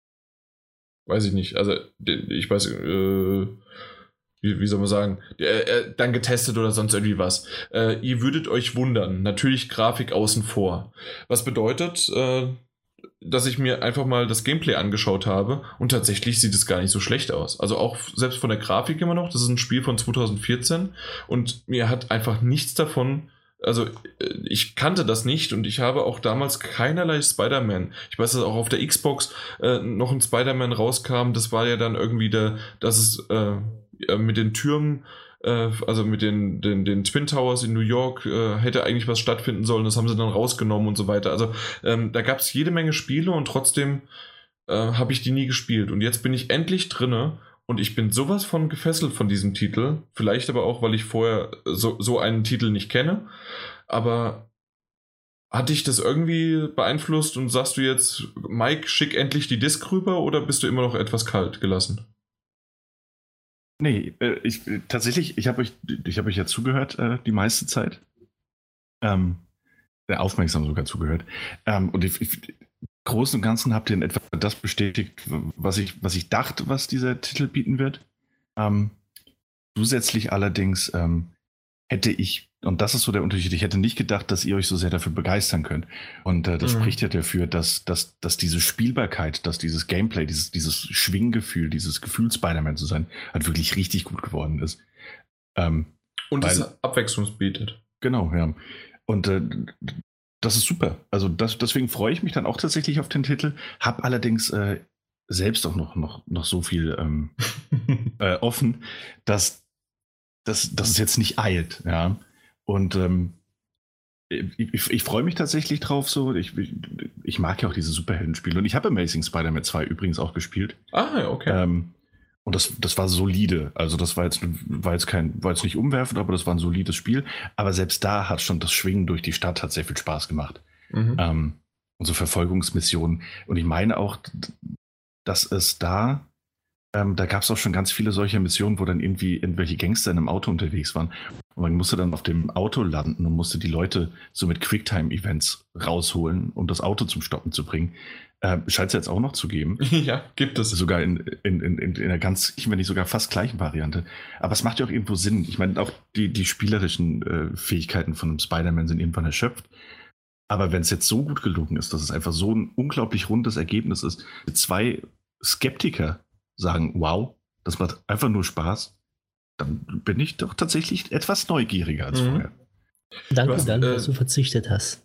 weiß ich nicht, also ich weiß, äh, wie, wie soll man sagen, äh, äh, dann getestet oder sonst irgendwie was. Äh, ihr würdet euch wundern, natürlich Grafik außen vor. Was bedeutet, äh, dass ich mir einfach mal das Gameplay angeschaut habe, und tatsächlich sieht es gar nicht so schlecht aus. Also auch selbst von der Grafik immer noch, das ist ein Spiel von zwanzig vierzehn, und mir hat einfach nichts davon, also ich kannte das nicht, und ich habe auch damals keinerlei Spider-Man. Ich weiß, dass auch auf der Xbox äh, noch ein Spider-Man rauskam, das war ja dann irgendwie der, dass es äh, mit den Türmen, äh, also mit den, den, den Twin Towers in New York, äh, hätte eigentlich was stattfinden sollen, das haben sie dann rausgenommen und so weiter. Also ähm, da gab es jede Menge Spiele, und trotzdem äh, habe ich die nie gespielt. Und jetzt bin ich endlich drinne. Und ich bin sowas von gefesselt von diesem Titel. Vielleicht aber auch, weil ich vorher so, so einen Titel nicht kenne. Aber hat dich das irgendwie beeinflusst, und sagst du jetzt, Mike, schick endlich die Disc rüber, oder bist du immer noch etwas kalt gelassen? Nee, äh, ich, tatsächlich, ich habe euch, ich hab euch ja zugehört äh, die meiste Zeit. Ähm, sehr aufmerksam sogar zugehört. Ähm, und ich, ich Großen und Ganzen habt ihr in etwa das bestätigt, was ich, was ich dachte, was dieser Titel bieten wird. Ähm, zusätzlich allerdings ähm, hätte ich, und das ist so der Unterschied, ich hätte nicht gedacht, dass ihr euch so sehr dafür begeistern könnt. Und äh, das mhm. spricht ja dafür, dass, dass, dass diese Spielbarkeit, dass dieses Gameplay, dieses, dieses Schwinggefühl, dieses Gefühl, Spider-Man zu sein, halt wirklich richtig gut geworden ist. Ähm, und weil, es Abwechslung bietet. Genau, ja. Und äh, das ist super. Also das, deswegen freue ich mich dann auch tatsächlich auf den Titel. Hab allerdings äh, selbst auch noch, noch, noch so viel ähm, äh, offen, dass, dass, dass es jetzt nicht eilt. Ja. Und ähm, ich, ich freue mich tatsächlich drauf. So. Ich, ich, ich mag ja auch diese Superheldenspiele. Und ich habe Amazing Spider-Man zwei übrigens auch gespielt. Ah, okay. Ähm, und das, das war solide. Also das war jetzt, war jetzt kein, war jetzt nicht umwerfend, aber das war ein solides Spiel. Aber selbst da hat schon das Schwingen durch die Stadt hat sehr viel Spaß gemacht. Mhm. Ähm, und so Verfolgungsmissionen. Und ich meine auch, dass es da, ähm, da gab es auch schon ganz viele solcher Missionen, wo dann irgendwie irgendwelche Gangster in einem Auto unterwegs waren. Und man musste dann auf dem Auto landen und musste die Leute so mit Quicktime-Events rausholen, um das Auto zum Stoppen zu bringen. Äh, Scheint es jetzt auch noch zu geben. Ja, gibt es. Sogar in, in, in, in einer ganz, ich meine nicht sogar fast gleichen Variante. Aber es macht ja auch irgendwo Sinn. Ich meine, auch die, die spielerischen äh, Fähigkeiten von einem Spider-Man sind irgendwann erschöpft. Aber wenn es jetzt so gut gelungen ist, dass es einfach so ein unglaublich rundes Ergebnis ist, zwei Skeptiker sagen, wow, das macht einfach nur Spaß, dann bin ich doch tatsächlich etwas neugieriger als mhm. vorher. Danke, hast, Dan, äh, dass du verzichtet hast.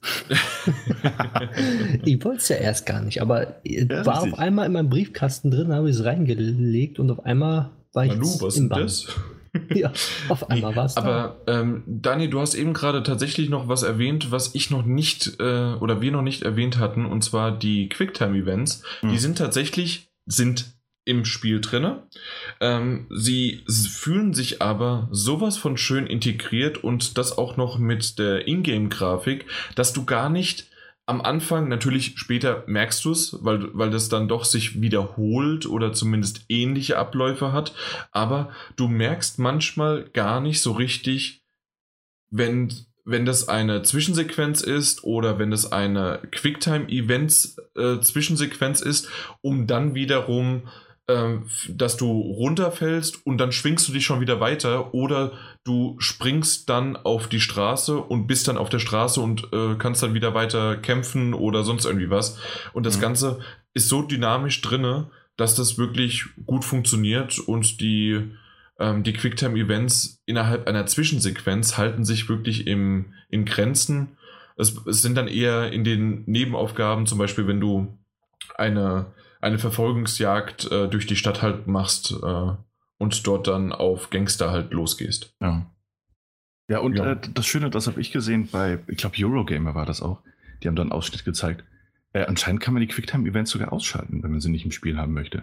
Ich wollte es ja erst gar nicht, aber ja, war auf einmal in meinem Briefkasten drin, habe ich es reingelegt und auf einmal war ich Manu, was im das? Ja, auf einmal nee, war es Aber ähm, Dani, du hast eben gerade tatsächlich noch was erwähnt, was ich noch nicht äh, oder wir noch nicht erwähnt hatten, und zwar die Quicktime-Events. Hm. Die sind tatsächlich, sind im Spiel drinne. Ähm, sie fühlen sich aber sowas von schön integriert und das auch noch mit der Ingame-Grafik, dass du gar nicht am Anfang, natürlich später merkst du es, weil, weil das dann doch sich wiederholt oder zumindest ähnliche Abläufe hat, aber du merkst manchmal gar nicht so richtig, wenn, wenn das eine Zwischensequenz ist oder wenn das eine Quicktime-Events-Zwischensequenz äh, ist, um dann wiederum dass du runterfällst und dann schwingst du dich schon wieder weiter oder du springst dann auf die Straße und bist dann auf der Straße und äh, kannst dann wieder weiter kämpfen oder sonst irgendwie was. Und das mhm. Ganze ist so dynamisch drinne, dass das wirklich gut funktioniert und die, ähm, die Quicktime-Events innerhalb einer Zwischensequenz halten sich wirklich im, in Grenzen. Es, es sind dann eher in den Nebenaufgaben, zum Beispiel wenn du eine eine Verfolgungsjagd äh, durch die Stadt halt machst äh, und dort dann auf Gangster halt losgehst. Ja. Ja, und ja. Äh, das Schöne, das habe ich gesehen bei, ich glaube, Eurogamer war das auch. Die haben da einen Ausschnitt gezeigt. Äh, anscheinend kann man die Quicktime-Events sogar ausschalten, wenn man sie nicht im Spiel haben möchte.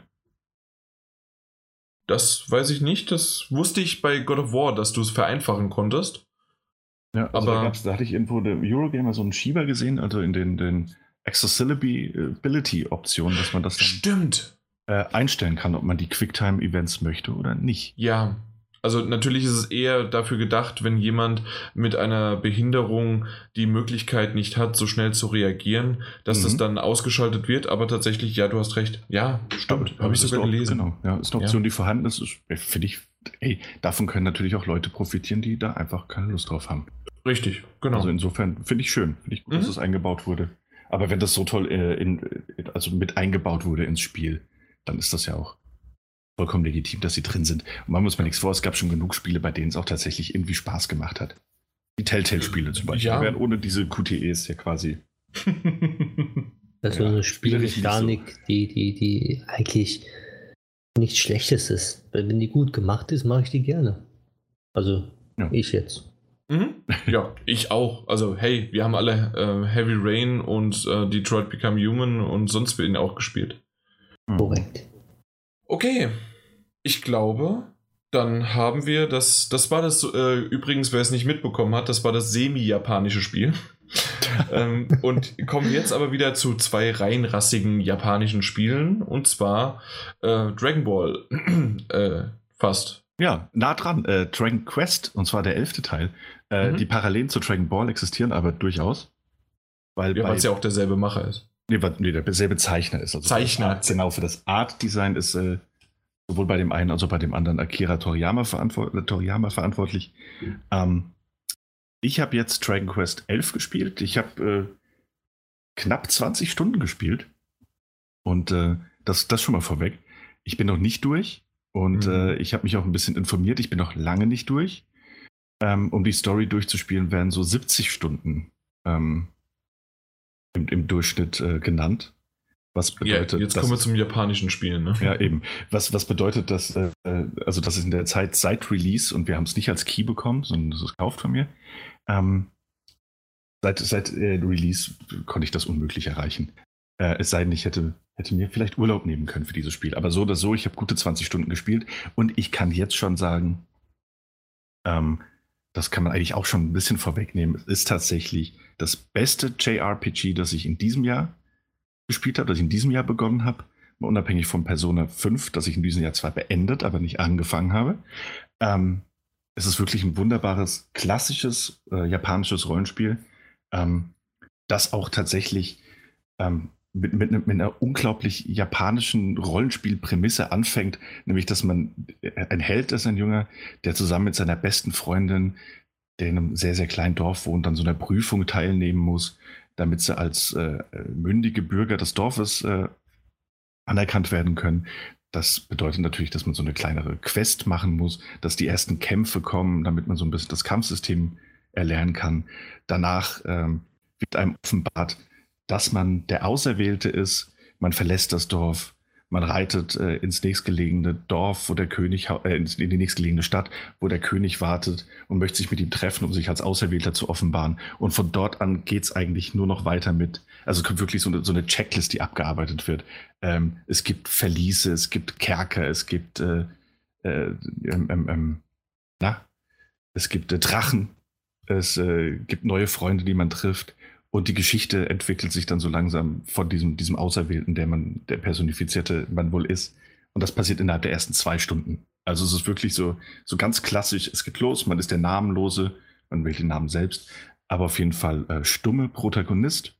Das weiß ich nicht. Das wusste ich bei God of War, dass du es vereinfachen konntest. Ja, also aber da, gab's, da hatte ich irgendwo der Eurogamer so einen Schieber gesehen, also in den, den Accessibility-Option, dass man das dann Stimmt. Äh, einstellen kann, ob man die Quicktime-Events möchte oder nicht. Ja, also natürlich ist es eher dafür gedacht, wenn jemand mit einer Behinderung die Möglichkeit nicht hat, so schnell zu reagieren, dass mhm. das dann ausgeschaltet wird, aber tatsächlich, ja, du hast recht. Ja, stimmt, habe ich sogar gelesen. Genau, ja, ist eine Option, ja. die vorhanden ist. Finde ich, ey, davon können natürlich auch Leute profitieren, die da einfach keine Lust drauf haben. Richtig, genau. Also insofern finde ich schön, finde ich gut, mhm. dass es eingebaut wurde. Aber wenn das so toll äh, in, also mit eingebaut wurde ins Spiel, dann ist das ja auch vollkommen legitim, dass sie drin sind. Und machen wir uns mal nichts vor, es gab schon genug Spiele, bei denen es auch tatsächlich irgendwie Spaß gemacht hat. Die Telltale-Spiele zum Beispiel. Ja. Wären ohne diese Q T Es ja quasi. Das ist ja, so eine Spielmechanik, so. die, die, die eigentlich nichts Schlechtes ist. Wenn die gut gemacht ist, mache ich die gerne. Also ja. ich jetzt. Mhm. Ja, ich auch. Also hey, wir haben alle äh, Heavy Rain und äh, Detroit Become Human und sonst wird ihn auch gespielt. Korrekt. Okay, ich glaube, dann haben wir das, das war das, äh, übrigens, wer es nicht mitbekommen hat, das war das semi-japanische Spiel. ähm, und kommen jetzt aber wieder zu zwei rein rassigen japanischen Spielen, und zwar äh, Dragon Ball. äh, fast. Ja, nah dran. Äh, Dragon Quest, und zwar der elfte Teil. Äh, mhm. Die Parallelen zu Dragon Ball existieren aber durchaus. Weil ja, es ja auch derselbe Macher ist. Nee, nee, derselbe Zeichner ist. Also Zeichner. Art, genau, für das Art-Design ist äh, sowohl bei dem einen als auch bei dem anderen Akira Toriyama, verantwort- Toriyama verantwortlich. Mhm. Ähm, ich habe jetzt Dragon Quest elf gespielt. Ich habe äh, knapp zwanzig Stunden gespielt. Und äh, das, das schon mal vorweg. Ich bin noch nicht durch. Und mhm. äh, ich habe mich auch ein bisschen informiert. Ich bin noch lange nicht durch. Ähm, um die Story durchzuspielen, werden so siebzig Stunden ähm, im, im Durchschnitt äh, genannt. Was bedeutet, ja, jetzt kommen wir zum japanischen Spielen. Ne? Ja, eben. Was, was bedeutet das? Äh, also das ist in der Zeit seit Release, und wir haben es nicht als Key bekommen, sondern das ist gekauft von mir. Ähm, seit seit äh, Release konnte ich das unmöglich erreichen. Äh, es sei denn, ich hätte, hätte mir vielleicht Urlaub nehmen können für dieses Spiel. Aber so oder so, ich habe gute zwanzig Stunden gespielt, und ich kann jetzt schon sagen, ähm, das kann man eigentlich auch schon ein bisschen vorwegnehmen, es ist tatsächlich das beste J R P G, das ich in diesem Jahr gespielt habe, das ich in diesem Jahr begonnen habe, unabhängig von Persona fünf, das ich in diesem Jahr zwar beendet, aber nicht angefangen habe. Ähm, es ist wirklich ein wunderbares, klassisches äh, japanisches Rollenspiel, ähm, das auch tatsächlich ähm, mit, mit, mit einer unglaublich japanischen Rollenspielprämisse anfängt, nämlich, dass man ein Held ist, ein Junger, der zusammen mit seiner besten Freundin, der in einem sehr, sehr kleinen Dorf wohnt, an so einer Prüfung teilnehmen muss, damit sie als äh, mündige Bürger des Dorfes äh, anerkannt werden können. Das bedeutet natürlich, dass man so eine kleinere Quest machen muss, dass die ersten Kämpfe kommen, damit man so ein bisschen das Kampfsystem erlernen kann. Danach ähm, wird einem offenbart, dass man der Auserwählte ist. Man verlässt das Dorf, man reitet äh, ins nächstgelegene Dorf, wo der König, äh, in die nächstgelegene Stadt, wo der König wartet und möchte sich mit ihm treffen, um sich als Auserwählter zu offenbaren. Und von dort an geht es eigentlich nur noch weiter mit, also es kommt wirklich so eine, so eine Checklist, die abgearbeitet wird. Ähm, es gibt Verliese, es gibt Kerker, es gibt äh, äh, ähm, ähm, na, es gibt äh, Drachen, es äh, gibt neue Freunde, die man trifft. Und die Geschichte entwickelt sich dann so langsam von diesem, diesem Auserwählten, der man, der personifizierte man wohl ist. Und das passiert innerhalb der ersten zwei Stunden. Also es ist wirklich so, so ganz klassisch. Es geht los, man ist der Namenlose, man wählt den Namen selbst, aber auf jeden Fall äh, stumme Protagonist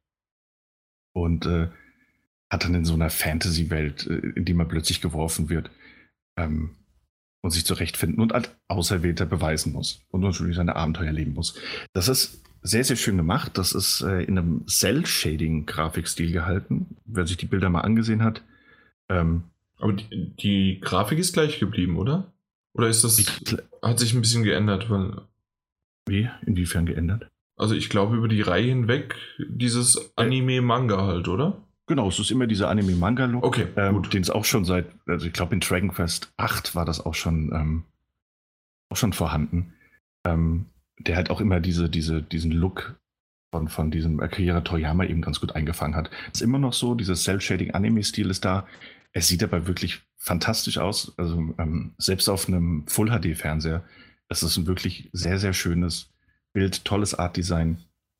und äh, hat dann in so einer Fantasy-Welt, äh, in die man plötzlich geworfen wird, ähm, und sich zurechtfinden und als Auserwählter beweisen muss und natürlich seine Abenteuer leben muss. Das ist sehr, sehr schön gemacht. Das ist äh, in einem Cell-Shading-Grafikstil gehalten, wer sich die Bilder mal angesehen hat. Ähm, Aber die, die Grafik ist gleich geblieben, oder? Oder ist das, die, hat sich ein bisschen geändert? Weil, wie? Inwiefern geändert? Also ich glaube über die Reihe hinweg dieses Anime-Manga halt, oder? Genau, es ist immer dieser Anime-Manga-Look, okay, ähm, den es auch schon seit, also ich glaube in Dragon Quest acht war das auch schon, ähm, auch schon vorhanden. Ähm, der halt auch immer diese, diese, diesen Look von, von diesem Akira Toriyama eben ganz gut eingefangen hat. Es ist immer noch so, dieser Cell-Shading-Anime-Stil ist da. Es sieht aber wirklich fantastisch aus. Also ähm, selbst auf einem Full-H D-Fernseher. Es ist ein wirklich sehr, sehr schönes Bild, tolles Art-Design.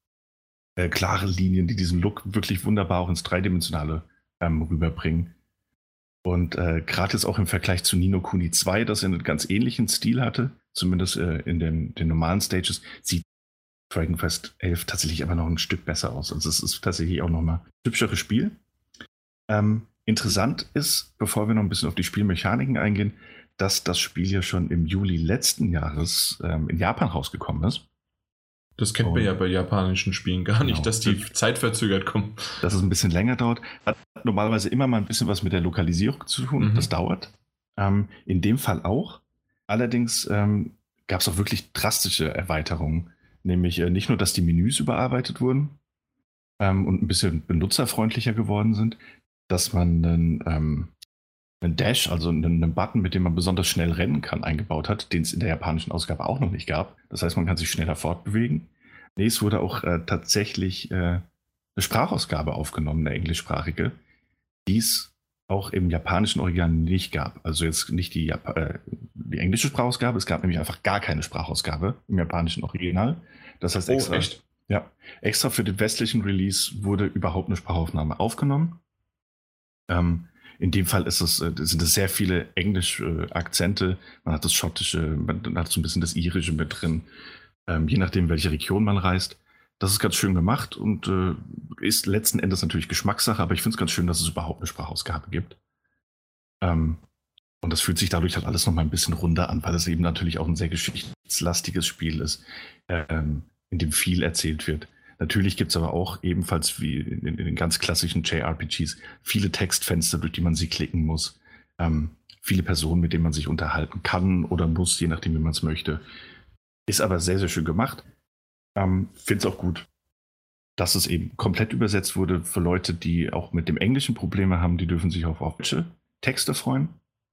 Äh, klare Linien, die diesen Look wirklich wunderbar auch ins Dreidimensionale ähm, rüberbringen. Und äh, gerade jetzt auch im Vergleich zu Ni no Kuni zwei, das einen ganz ähnlichen Stil hatte, zumindest äh, in den, den normalen Stages, sieht Dragon Quest elf tatsächlich aber noch ein Stück besser aus. Also es ist tatsächlich auch nochmal ein hübscheres Spiel. Ähm, interessant ist, bevor wir noch ein bisschen auf die Spielmechaniken eingehen, dass das Spiel ja schon im Juli letzten Jahres ähm, in Japan rausgekommen ist. Das kennt man ja bei japanischen Spielen gar nicht, genau, dass die zeitverzögert kommen. Dass es ein bisschen länger dauert. Hat normalerweise immer mal ein bisschen was mit der Lokalisierung zu tun. Mhm. Das dauert. Ähm, in dem Fall auch. Allerdings ähm, gab es auch wirklich drastische Erweiterungen. Nämlich äh, nicht nur, dass die Menüs überarbeitet wurden ähm, und ein bisschen benutzerfreundlicher geworden sind, dass man einen, ähm, einen Dash, also einen, einen Button, mit dem man besonders schnell rennen kann, eingebaut hat, den es in der japanischen Ausgabe auch noch nicht gab. Das heißt, man kann sich schneller fortbewegen. Nee, es wurde auch äh, tatsächlich äh, eine Sprachausgabe aufgenommen, eine englischsprachige, die es auch im japanischen Original nicht gab. Also jetzt nicht die, Jap- äh, die englische Sprachausgabe, es gab nämlich einfach gar keine Sprachausgabe im japanischen Original. Das heißt extra, oh, echt? Ja, extra für den westlichen Release wurde überhaupt eine Sprachaufnahme aufgenommen. Ähm, in dem Fall ist es, äh, sind es sehr viele englische äh, Akzente. Man hat das Schottische, man hat so ein bisschen das Irische mit drin. Ähm, je nachdem, welche Region man reist. Das ist ganz schön gemacht und äh, ist letzten Endes natürlich Geschmackssache, aber ich finde es ganz schön, dass es überhaupt eine Sprachausgabe gibt. Ähm, und das fühlt sich dadurch halt alles nochmal ein bisschen runder an, weil es eben natürlich auch ein sehr geschichtslastiges Spiel ist, ähm, in dem viel erzählt wird. Natürlich gibt es aber auch ebenfalls wie in, in den ganz klassischen J R P Gs viele Textfenster, durch die man sie klicken muss. Ähm, viele Personen, mit denen man sich unterhalten kann oder muss, je nachdem, wie man es möchte. Ist aber sehr, sehr schön gemacht. Ähm, finde es auch gut, dass es eben komplett übersetzt wurde für Leute, die auch mit dem Englischen Probleme haben. Die dürfen sich auf deutsche Texte freuen.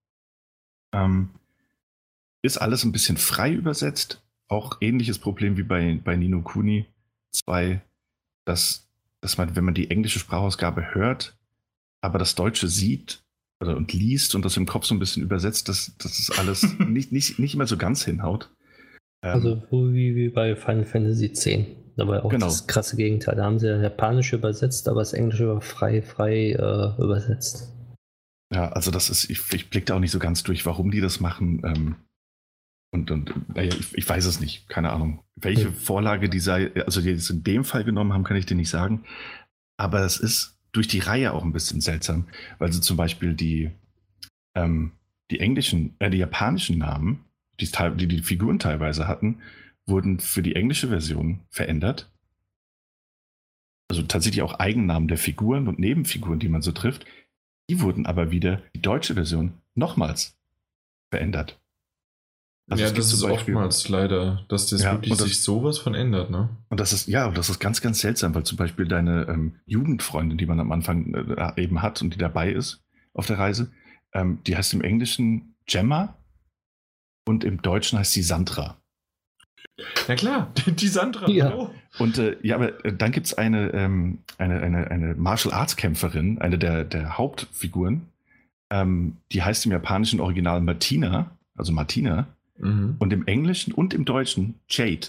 Ähm, ist alles ein bisschen frei übersetzt. Auch ähnliches Problem wie bei, bei Ni no Kuni zwei, dass, dass man, wenn man die englische Sprachausgabe hört, aber das Deutsche sieht oder, und liest und das im Kopf so ein bisschen übersetzt, dass, dass es alles nicht, nicht, nicht immer so ganz hinhaut. Also wie, wie bei Final Fantasy X. Aber auch Genau. das krasse Gegenteil. Da haben sie ja Japanisch übersetzt, aber das Englische frei, frei äh, übersetzt. Ja, also das ist, ich, ich blick da auch nicht so ganz durch, warum die das machen. Ähm, und und naja, ich, ich weiß es nicht, keine Ahnung. Welche Hm. Vorlage die sei, also die es in dem Fall genommen haben, kann ich dir nicht sagen. Aber es ist durch die Reihe auch ein bisschen seltsam, weil sie zum Beispiel die, ähm, die englischen, äh, die japanischen Namen, die, es teil- die die Figuren teilweise hatten, wurden für die englische Version verändert. Also tatsächlich auch Eigennamen der Figuren und Nebenfiguren, die man so trifft. Die wurden aber wieder, die deutsche Version, nochmals verändert. Also ja, es gibt das ist zum Beispiel- oftmals leider, dass das Ja, wirklich und das- sich sowas von ändert, ne? Und das ist, ja, das ist ganz, ganz seltsam, weil zum Beispiel deine ähm, Jugendfreundin, die man am Anfang äh, eben hat und die dabei ist auf der Reise, ähm, die heißt im Englischen Gemma und im Deutschen heißt sie Sandra. Na klar, die, die Sandra. Ja. hallo. Und äh, ja, aber äh, dann gibt es eine, ähm, eine, eine, eine Martial Arts Kämpferin, eine der, der Hauptfiguren, ähm, die heißt im japanischen Original Martina, also Martina, Mhm. und im Englischen und im Deutschen Jade.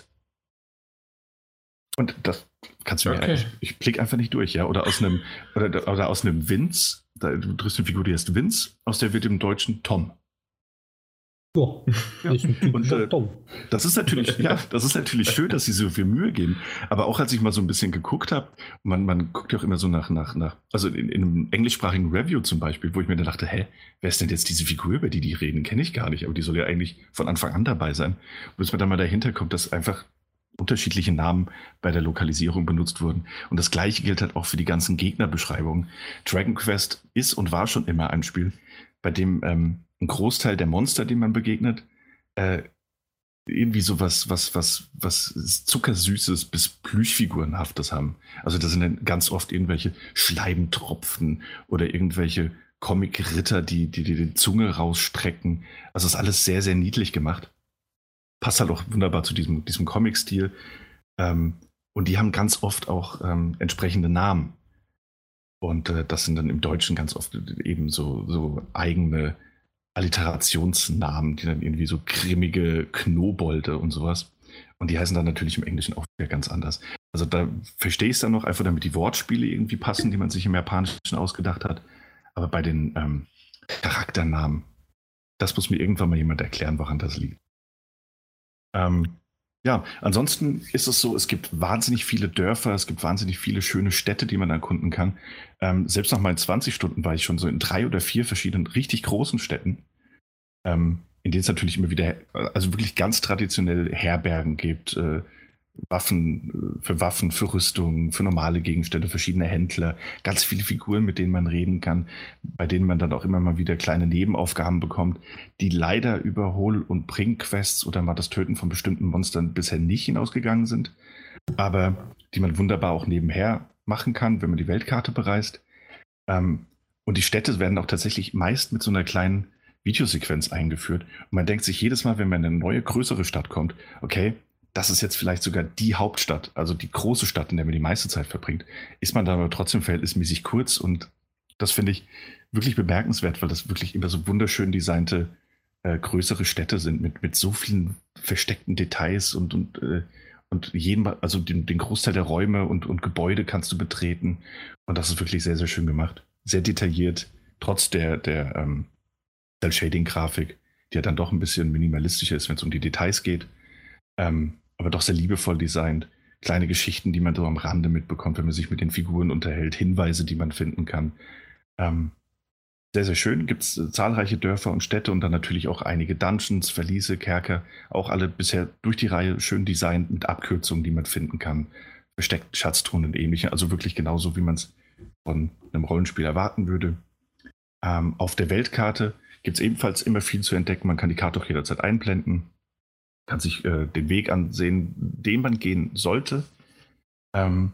Und das kannst du mir, Okay. ich, ich blick einfach nicht durch, ja. Oder aus einem, oder, oder aus einem Vince, da, du triffst eine Figur, die heißt Vince, aus der wird im Deutschen Tom. Ja, ist ein Und, typischer äh, Tom. Das ist natürlich, ja, das ist natürlich schön, dass sie so viel Mühe geben. Aber auch als ich mal so ein bisschen geguckt habe, man, man guckt ja auch immer so nach, nach, nach, also in, in einem englischsprachigen Review zum Beispiel, wo ich mir dann dachte, hä, wer ist denn jetzt diese Figur, über die die reden? Kenne ich gar nicht, aber die soll ja eigentlich von Anfang an dabei sein. Und bis man dann mal dahinter kommt, dass einfach unterschiedliche Namen bei der Lokalisierung benutzt wurden. Und das Gleiche gilt halt auch für die ganzen Gegnerbeschreibungen. Dragon Quest ist und war schon immer ein Spiel, bei dem ähm, ein Großteil der Monster, denen man begegnet, äh, irgendwie so was, was, was, was Zuckersüßes bis Plüschfigurenhaftes haben. Also das sind dann ganz oft irgendwelche Schleimtropfen oder irgendwelche Comic-Ritter, die, die, die die Zunge rausstrecken. Also das ist alles sehr, sehr niedlich gemacht. Passt halt auch wunderbar zu diesem, diesem Comic-Stil. Ähm, und die haben ganz oft auch ähm, entsprechende Namen. Und äh, das sind dann im Deutschen ganz oft eben so, so eigene Alliterationsnamen, die dann irgendwie so grimmige Knobolde und sowas. Und die heißen dann natürlich im Englischen auch wieder ganz anders. Also da verstehe ich es dann noch, einfach damit die Wortspiele irgendwie passen, die man sich im Japanischen ausgedacht hat. Aber bei den ähm, Charakternamen, das muss mir irgendwann mal jemand erklären, woran das liegt. Ähm, ja, ansonsten ist es so, es gibt wahnsinnig viele Dörfer, es gibt wahnsinnig viele schöne Städte, die man erkunden kann. Ähm, selbst nach meinen zwanzig Stunden war ich schon so in drei oder vier verschiedenen richtig großen Städten, ähm, in denen es natürlich immer wieder, also wirklich ganz traditionell Herbergen gibt, äh, Waffen, äh, für Waffen, für Rüstungen, für normale Gegenstände, verschiedene Händler, ganz viele Figuren, mit denen man reden kann, bei denen man dann auch immer mal wieder kleine Nebenaufgaben bekommt, die leider über Hol- und Bring-Quests oder mal das Töten von bestimmten Monstern bisher nicht hinausgegangen sind, aber die man wunderbar auch nebenher machen kann, wenn man die Weltkarte bereist. Ähm, und die Städte werden auch tatsächlich meist mit so einer kleinen Videosequenz eingeführt. Und man denkt sich jedes Mal, wenn man in eine neue, größere Stadt kommt, okay, das ist jetzt vielleicht sogar die Hauptstadt, also die große Stadt, in der man die meiste Zeit verbringt, ist man da aber trotzdem verhältnismäßig kurz und das finde ich wirklich bemerkenswert, weil das wirklich immer so wunderschön designte äh, größere Städte sind mit, mit so vielen versteckten Details und, und, äh, und jeden, also den, den Großteil der Räume und, und Gebäude kannst du betreten und das ist wirklich sehr, sehr schön gemacht. Sehr detailliert, trotz der, der ähm, Cel-Shading-Grafik, die ja dann doch ein bisschen minimalistischer ist, wenn es um die Details geht. Ähm, aber doch sehr liebevoll designt. Kleine Geschichten, die man so am Rande mitbekommt, wenn man sich mit den Figuren unterhält, Hinweise, die man finden kann. Ähm, sehr, sehr schön. Gibt es äh, zahlreiche Dörfer und Städte und dann natürlich auch einige Dungeons, Verliese, Kerker. Auch alle bisher durch die Reihe schön designt mit Abkürzungen, die man finden kann. Versteckten Schatztruhen und ähnliche. Also wirklich genauso, wie man es von einem Rollenspiel erwarten würde. Ähm, auf der Weltkarte gibt es ebenfalls immer viel zu entdecken. Man kann die Karte auch jederzeit einblenden. Kann sich äh, den Weg ansehen, den man gehen sollte. Ähm,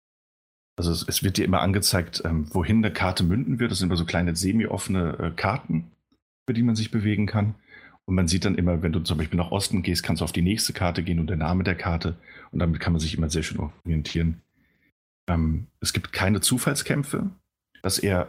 also es, es wird dir immer angezeigt, ähm, wohin eine Karte münden wird. Das sind immer so kleine semi-offene äh, Karten, über die man sich bewegen kann. Und man sieht dann immer, wenn du zum Beispiel nach Osten gehst, kannst du auf die nächste Karte gehen und der Name der Karte. Und damit kann man sich immer sehr schön orientieren. Ähm, es gibt keine Zufallskämpfe. Das eher,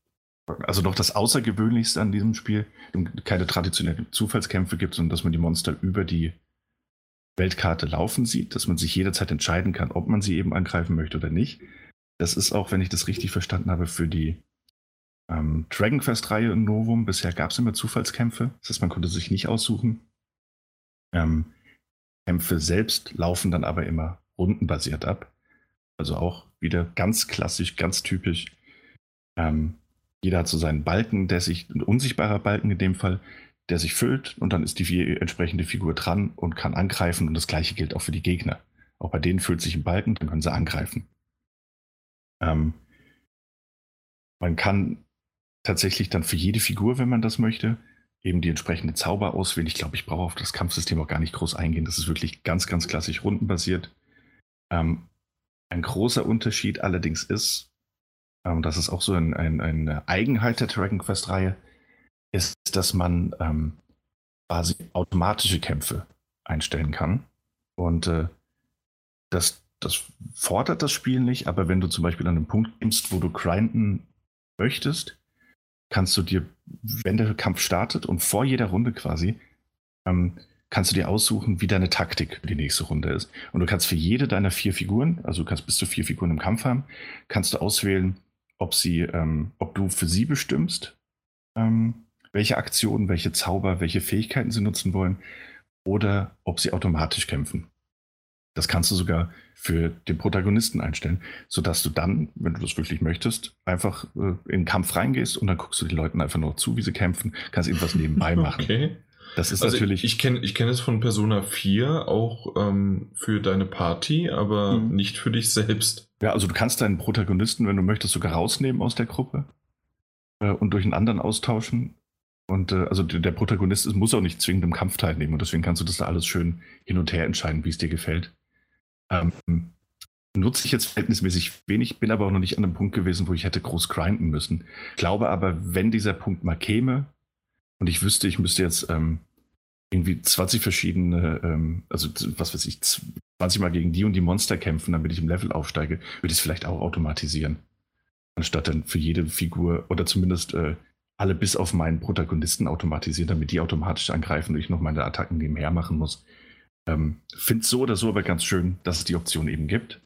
also noch das Außergewöhnlichste an diesem Spiel, keine traditionellen Zufallskämpfe gibt, sondern dass man die Monster über die Weltkarte laufen sieht, dass man sich jederzeit entscheiden kann, ob man sie eben angreifen möchte oder nicht. Das ist auch, wenn ich das richtig verstanden habe, für die ähm, Dragon Quest-Reihe in Novum. Bisher gab es immer Zufallskämpfe, das heißt, man konnte sich nicht aussuchen. Ähm, Kämpfe selbst laufen dann aber immer rundenbasiert ab. Also auch wieder ganz klassisch, ganz typisch. Ähm, jeder hat so seinen Balken, der sich, ein unsichtbarer Balken in dem Fall, der sich füllt und dann ist die entsprechende Figur dran und kann angreifen und das gleiche gilt auch für die Gegner. Auch bei denen füllt sich ein Balken, dann können sie angreifen. Ähm, man kann tatsächlich dann für jede Figur, wenn man das möchte, eben die entsprechende Zauber auswählen. Ich glaube, ich brauche auf das Kampfsystem auch gar nicht groß eingehen. Das ist wirklich ganz, ganz klassisch rundenbasiert. Ähm, ein großer Unterschied allerdings ist, ähm, das ist auch so ein, ein, eine Eigenheit der Dragon Quest-Reihe, ist, dass man ähm, quasi automatische Kämpfe einstellen kann. Und äh, das, das fordert das Spiel nicht, aber wenn du zum Beispiel an einem Punkt kommst, wo du grinden möchtest, kannst du dir, wenn der Kampf startet und vor jeder Runde quasi, ähm, kannst du dir aussuchen, wie deine Taktik für die nächste Runde ist. Und du kannst für jede deiner vier Figuren, also du kannst bis zu vier Figuren im Kampf haben, kannst du auswählen, ob sie, ähm, ob du für sie bestimmst, ähm, welche Aktionen, welche Zauber, welche Fähigkeiten sie nutzen wollen oder ob sie automatisch kämpfen. Das kannst du sogar für den Protagonisten einstellen, sodass du dann, wenn du das wirklich möchtest, einfach äh, in den Kampf reingehst und dann guckst du den Leuten einfach nur zu, wie sie kämpfen, kannst irgendwas nebenbei machen. Okay. Das ist also natürlich. Ich kenne ich kenn es von Persona vier auch ähm, für deine Party, aber mhm. nicht für dich selbst. Ja, also du kannst deinen Protagonisten, wenn du möchtest, sogar rausnehmen aus der Gruppe äh, und durch einen anderen austauschen. Und äh, also der Protagonist ist, muss auch nicht zwingend im Kampf teilnehmen und deswegen kannst du das da alles schön hin und her entscheiden, wie es dir gefällt. Ähm, nutze ich jetzt verhältnismäßig wenig, bin aber auch noch nicht an einem Punkt gewesen, wo ich hätte groß grinden müssen. Glaube aber, wenn dieser Punkt mal käme und ich wüsste, ich müsste jetzt ähm, irgendwie zwanzig verschiedene, ähm, also was weiß ich, zwanzig Mal gegen die und die Monster kämpfen, damit ich im Level aufsteige, würde ich es vielleicht auch automatisieren. Anstatt dann für jede Figur oder zumindest äh, alle bis auf meinen Protagonisten automatisieren, damit die automatisch angreifen und ich noch meine Attacken nebenher machen muss. Ähm, Finde es so oder so aber ganz schön, dass es die Option eben gibt.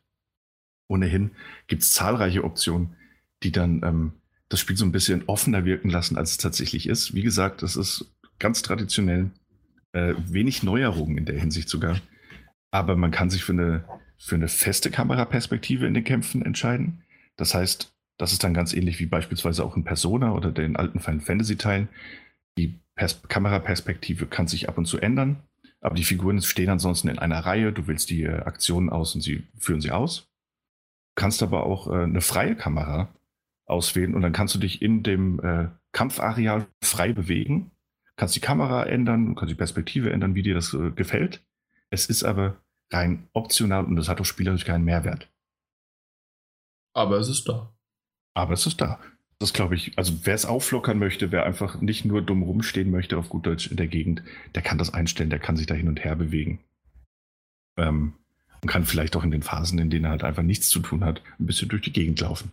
Ohnehin gibt es zahlreiche Optionen, die dann ähm, das Spiel so ein bisschen offener wirken lassen, als es tatsächlich ist. Wie gesagt, es ist ganz traditionell, äh, wenig Neuerungen in der Hinsicht sogar. Aber man kann sich für eine, für eine feste Kameraperspektive in den Kämpfen entscheiden. Das heißt, das ist dann ganz ähnlich wie beispielsweise auch in Persona oder den alten Final Fantasy Teilen. Die Pers- Kameraperspektive kann sich ab und zu ändern, aber die Figuren stehen ansonsten in einer Reihe. Du wählst die äh, Aktionen aus und sie führen sie aus. Du kannst aber auch äh, eine freie Kamera auswählen und dann kannst du dich in dem äh, Kampfareal frei bewegen. Kannst die Kamera ändern, kannst die Perspektive ändern, wie dir das äh, gefällt. Es ist aber rein optional und das hat auch spielerisch keinen Mehrwert. Aber es ist da. Aber es ist da. Das glaube ich, also wer es auflockern möchte, wer einfach nicht nur dumm rumstehen möchte auf gut Deutsch in der Gegend, der kann das einstellen, der kann sich da hin und her bewegen. Ähm, und kann vielleicht auch in den Phasen, in denen er halt einfach nichts zu tun hat, ein bisschen durch die Gegend laufen.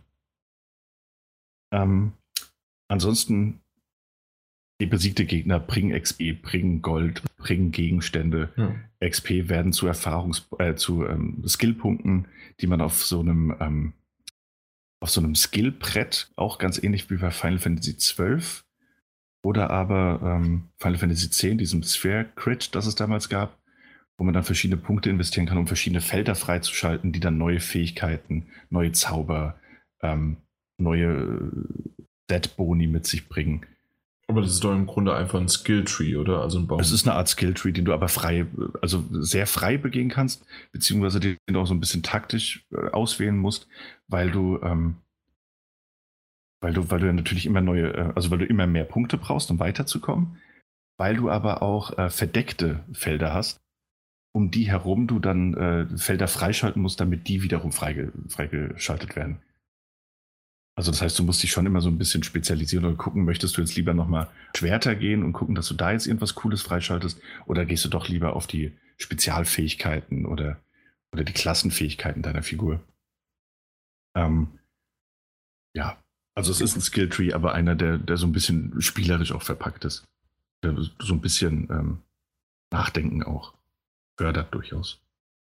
Ähm, ansonsten, die besiegte Gegner bringen X P, bringen Gold, bringen Gegenstände. Ja. X P werden zu Erfahrungs-, äh, zu ähm, Skillpunkten, die man auf so einem ähm, auf so einem Skillbrett, auch ganz ähnlich wie bei Final Fantasy zwölf oder aber ähm, Final Fantasy zehn, diesem Sphere Crit, das es damals gab, wo man dann verschiedene Punkte investieren kann, um verschiedene Felder freizuschalten, die dann neue Fähigkeiten, neue Zauber, ähm, neue Set-Boni mit sich bringen. Aber das ist doch im Grunde einfach ein Skilltree, oder? Also ein Baum. Es ist eine Art Skilltree, den du aber frei, also sehr frei begehen kannst, beziehungsweise den du auch so ein bisschen taktisch äh, auswählen musst, weil du, ähm, weil du, weil du ja natürlich immer neue, äh, also weil du immer mehr Punkte brauchst, um weiterzukommen, weil du aber auch äh, verdeckte Felder hast, um die herum du dann äh, Felder freischalten musst, damit die wiederum freige, freigeschaltet werden. Also das heißt, du musst dich schon immer so ein bisschen spezialisieren oder gucken, möchtest du jetzt lieber nochmal Schwerter gehen und gucken, dass du da jetzt irgendwas Cooles freischaltest oder gehst du doch lieber auf die Spezialfähigkeiten oder, oder die Klassenfähigkeiten deiner Figur. Ähm, ja, also es ist ein Skilltree, aber einer, der, der so ein bisschen spielerisch auch verpackt ist. Der so ein bisschen ähm, Nachdenken auch fördert durchaus.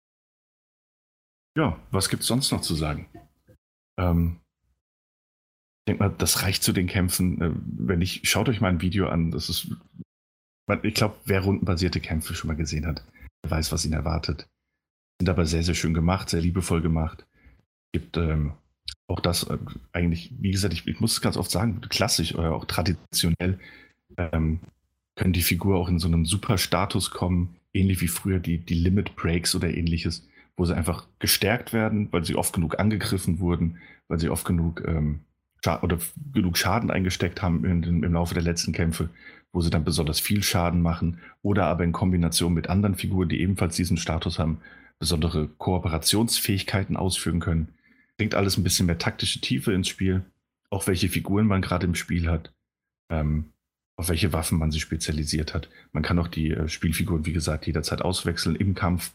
Ja, was gibt es sonst noch zu sagen? Ähm, ich denke mal, das reicht zu den Kämpfen. Äh, wenn ich, schaut euch mal ein Video an. Das ist, ich glaube, wer rundenbasierte Kämpfe schon mal gesehen hat, der weiß, was ihn erwartet. Sind aber sehr, sehr schön gemacht, sehr liebevoll gemacht. Gibt ähm, auch das äh, eigentlich, wie gesagt, ich, ich muss es ganz oft sagen, klassisch oder auch traditionell ähm, können die Figur auch in so einen super Status kommen, ähnlich wie früher die, die Limit Breaks oder ähnliches, wo sie einfach gestärkt werden, weil sie oft genug angegriffen wurden, weil sie oft genug ähm, Scha- oder f- genug Schaden eingesteckt haben in, in, im Laufe der letzten Kämpfe, wo sie dann besonders viel Schaden machen oder aber in Kombination mit anderen Figuren, die ebenfalls diesen Status haben, besondere Kooperationsfähigkeiten ausführen können. Bringt alles ein bisschen mehr taktische Tiefe ins Spiel, auch welche Figuren man gerade im Spiel hat, ähm, auf welche Waffen man sich spezialisiert hat. Man kann auch die äh, Spielfiguren, wie gesagt, jederzeit auswechseln im Kampf,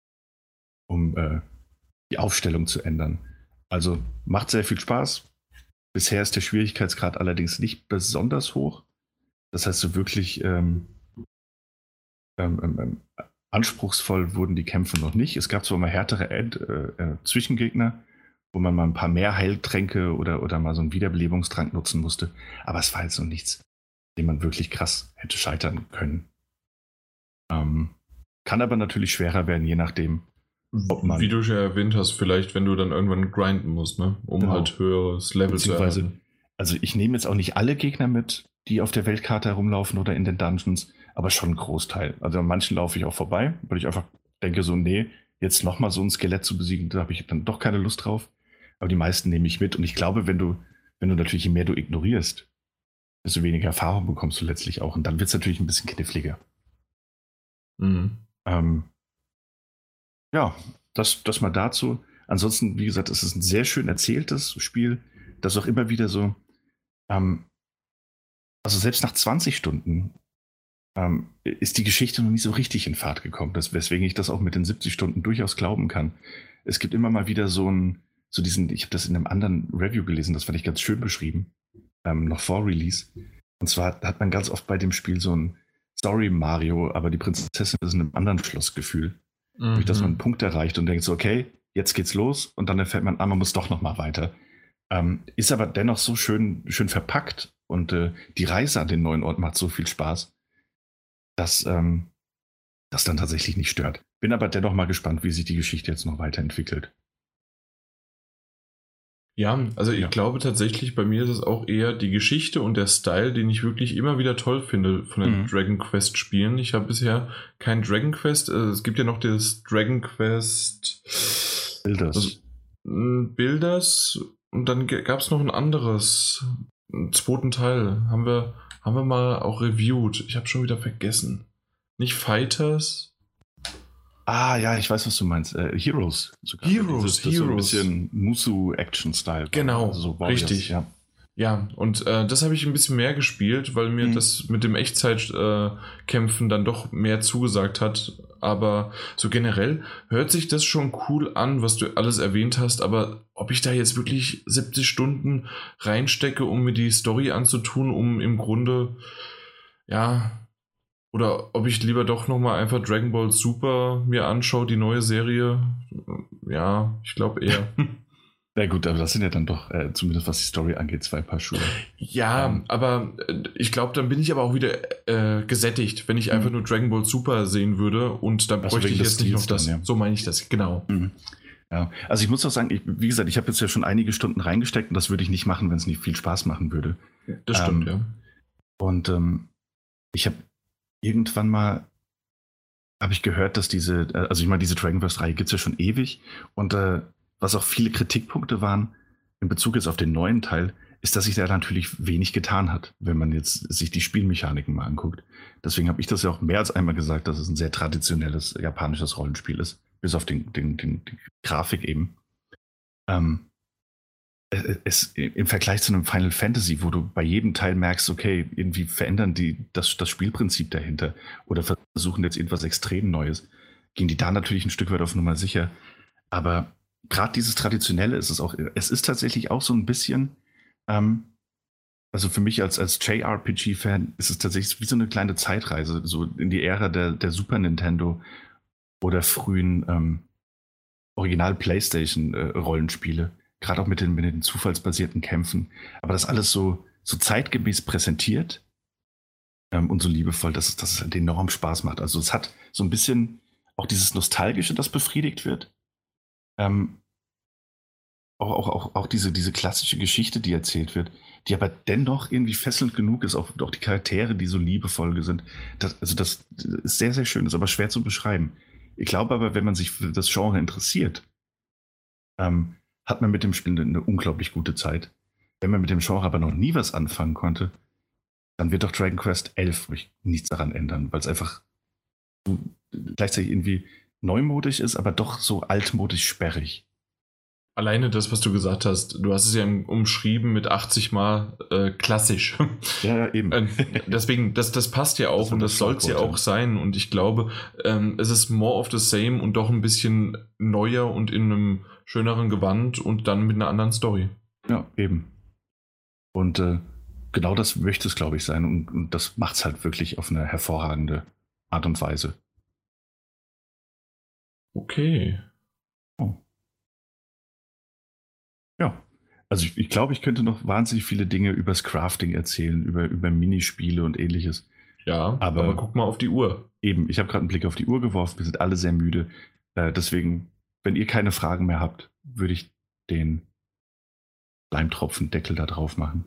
um äh, die Aufstellung zu ändern. Also macht sehr viel Spaß. Bisher ist der Schwierigkeitsgrad allerdings nicht besonders hoch. Das heißt, so wirklich ähm, ähm, ähm, anspruchsvoll wurden die Kämpfe noch nicht. Es gab zwar mal härtere End, äh, äh, Zwischengegner, wo man mal ein paar mehr Heiltränke oder, oder mal so einen Wiederbelebungstrank nutzen musste, aber es war jetzt noch nichts, dem man wirklich krass hätte scheitern können. Ähm, kann aber natürlich schwerer werden, je nachdem, ob man... Wie du schon erwähnt hast, vielleicht, wenn du dann irgendwann grinden musst, ne? Um Genau. halt höheres Level zu Beziehungsweise, erreichen. also ich nehme jetzt auch nicht alle Gegner mit, die auf der Weltkarte herumlaufen oder in den Dungeons, aber schon einen Großteil. Also an manchen laufe ich auch vorbei, weil ich einfach denke so, nee, jetzt nochmal so ein Skelett zu besiegen, da habe ich dann doch keine Lust drauf. Aber die meisten nehme ich mit und ich glaube, wenn du, wenn du natürlich, je mehr du ignorierst, desto weniger Erfahrung bekommst du letztlich auch und dann wird es natürlich ein bisschen kniffliger. Mhm. Ähm, ja, das, das mal dazu. Ansonsten, wie gesagt, es ist ein sehr schön erzähltes Spiel, das auch immer wieder so, ähm, also selbst nach zwanzig Stunden ähm, ist die Geschichte noch nicht so richtig in Fahrt gekommen, das, weswegen ich das auch mit den siebzig Stunden durchaus glauben kann. Es gibt immer mal wieder so ein, so diesen, ich habe das in einem anderen Review gelesen, das fand ich ganz schön beschrieben, ähm, noch vor Release. Und zwar hat man ganz oft bei dem Spiel so ein Sorry Mario, aber die Prinzessin ist in einem anderen Schlossgefühl. Mhm. Durch das man einen Punkt erreicht und denkt so, okay, jetzt geht's los und dann erfährt man, ah, man muss doch noch mal weiter. Ähm, ist aber dennoch so schön, schön verpackt und äh, die Reise an den neuen Ort macht so viel Spaß, dass ähm, das dann tatsächlich nicht stört. Bin aber dennoch mal gespannt, wie sich die Geschichte jetzt noch weiterentwickelt. Ja, also ich Ja. glaube tatsächlich, bei mir ist es auch eher die Geschichte und der Style, den ich wirklich immer wieder toll finde von den Mhm. Dragon Quest Spielen. Ich habe bisher kein Dragon Quest, äh, es gibt ja noch das Dragon Quest Builders. also, mh, Builders und dann gab es noch ein anderes, einen zweiten Teil. Haben wir, haben wir mal auch reviewed. Ich habe schon wieder vergessen. Nicht Fighters? Ah, ja, ich weiß, was du meinst. Äh, Heroes. Sogar. Heroes, das, das ist so ein Heroes. bisschen Musu-Action-Style. Genau, Also so Warriors, richtig. Ja. Ja, und äh, das habe ich ein bisschen mehr gespielt, weil mir Mhm. das mit dem Echtzeitkämpfen äh, Kämpfen dann doch mehr zugesagt hat. Aber so generell hört sich das schon cool an, was du alles erwähnt hast. Aber ob ich da jetzt wirklich siebzig Stunden reinstecke, um mir die Story anzutun, um im Grunde, ja, oder ob ich lieber doch nochmal einfach Dragon Ball Super mir anschaue, die neue Serie, ja, ich glaube eher. Na gut, aber das sind ja dann doch, äh, zumindest was die Story angeht, zwei Paar Schuhe. Ja, Ähm. aber äh, ich glaube, dann bin ich aber auch wieder äh, gesättigt, wenn ich einfach Mhm. nur Dragon Ball Super sehen würde und dann Also bräuchte wegen ich des jetzt nicht noch Stils das. dann, ja. So meine ich das, genau. Mhm. Ja, also ich muss auch sagen, ich, wie gesagt, ich habe jetzt ja schon einige Stunden reingesteckt und das würde ich nicht machen, wenn es nicht viel Spaß machen würde. Das stimmt, Ähm, ja. Und ähm, ich habe irgendwann mal, habe ich gehört, dass diese, äh, also ich meine, diese Dragon Quest-Reihe gibt es ja schon ewig und äh, was auch viele Kritikpunkte waren in Bezug jetzt auf den neuen Teil, ist, dass sich da natürlich wenig getan hat, wenn man jetzt sich die Spielmechaniken mal anguckt. Deswegen habe ich das ja auch mehr als einmal gesagt, dass es ein sehr traditionelles japanisches Rollenspiel ist, bis auf den, den, den, die Grafik eben. Ähm, es, im Vergleich zu einem Final Fantasy, wo du bei jedem Teil merkst, okay, irgendwie verändern die das, das Spielprinzip dahinter oder versuchen jetzt etwas extrem Neues, gehen die da natürlich ein Stück weit auf Nummer sicher. Aber gerade dieses Traditionelle ist es auch, es ist tatsächlich auch so ein bisschen, ähm, also für mich als, als J R P G-Fan ist es tatsächlich wie so eine kleine Zeitreise, so in die Ära der, der Super Nintendo, oder frühen ähm, Original-Playstation-Rollenspiele. Gerade auch mit den, mit den zufallsbasierten Kämpfen. Aber das alles so, so zeitgemäß präsentiert ähm, und so liebevoll, dass es, dass es halt enorm Spaß macht. Also es hat so ein bisschen auch dieses Nostalgische, das befriedigt wird. Ähm, auch, auch, auch, auch diese, diese klassische Geschichte, die erzählt wird, die aber dennoch irgendwie fesselnd genug ist, auch, auch die Charaktere, die so liebevoll sind. Das, also das ist sehr, sehr schön, ist aber schwer zu beschreiben. Ich glaube aber, wenn man sich für das Genre interessiert, ähm, hat man mit dem Spiel eine, eine unglaublich gute Zeit. Wenn man mit dem Genre aber noch nie was anfangen konnte, dann wird doch Dragon Quest elf nichts daran ändern, weil es einfach so gleichzeitig irgendwie neumodisch ist, aber doch so altmodisch sperrig. Alleine das, was du gesagt hast, du hast es ja umschrieben mit achtzig Mal äh, klassisch. Ja, ja, eben. äh, deswegen, das, das passt ja auch das und das soll es ja auch sein. Und ich glaube, ähm, es ist more of the same und doch ein bisschen neuer und in einem schöneren Gewand und dann mit einer anderen Story. Ja, eben. Und äh, genau das möchte es, glaube ich, sein. Und, und das macht es halt wirklich auf eine hervorragende Art und Weise. Okay. Oh. Ja, also ich, ich glaube, ich könnte noch wahnsinnig viele Dinge übers Crafting erzählen, über, über Minispiele und ähnliches. Ja, aber, aber guck mal auf die Uhr. Eben, ich habe gerade einen Blick auf die Uhr geworfen, wir sind alle sehr müde. Äh, deswegen, wenn ihr keine Fragen mehr habt, würde ich den Leimtropfendeckel da drauf machen.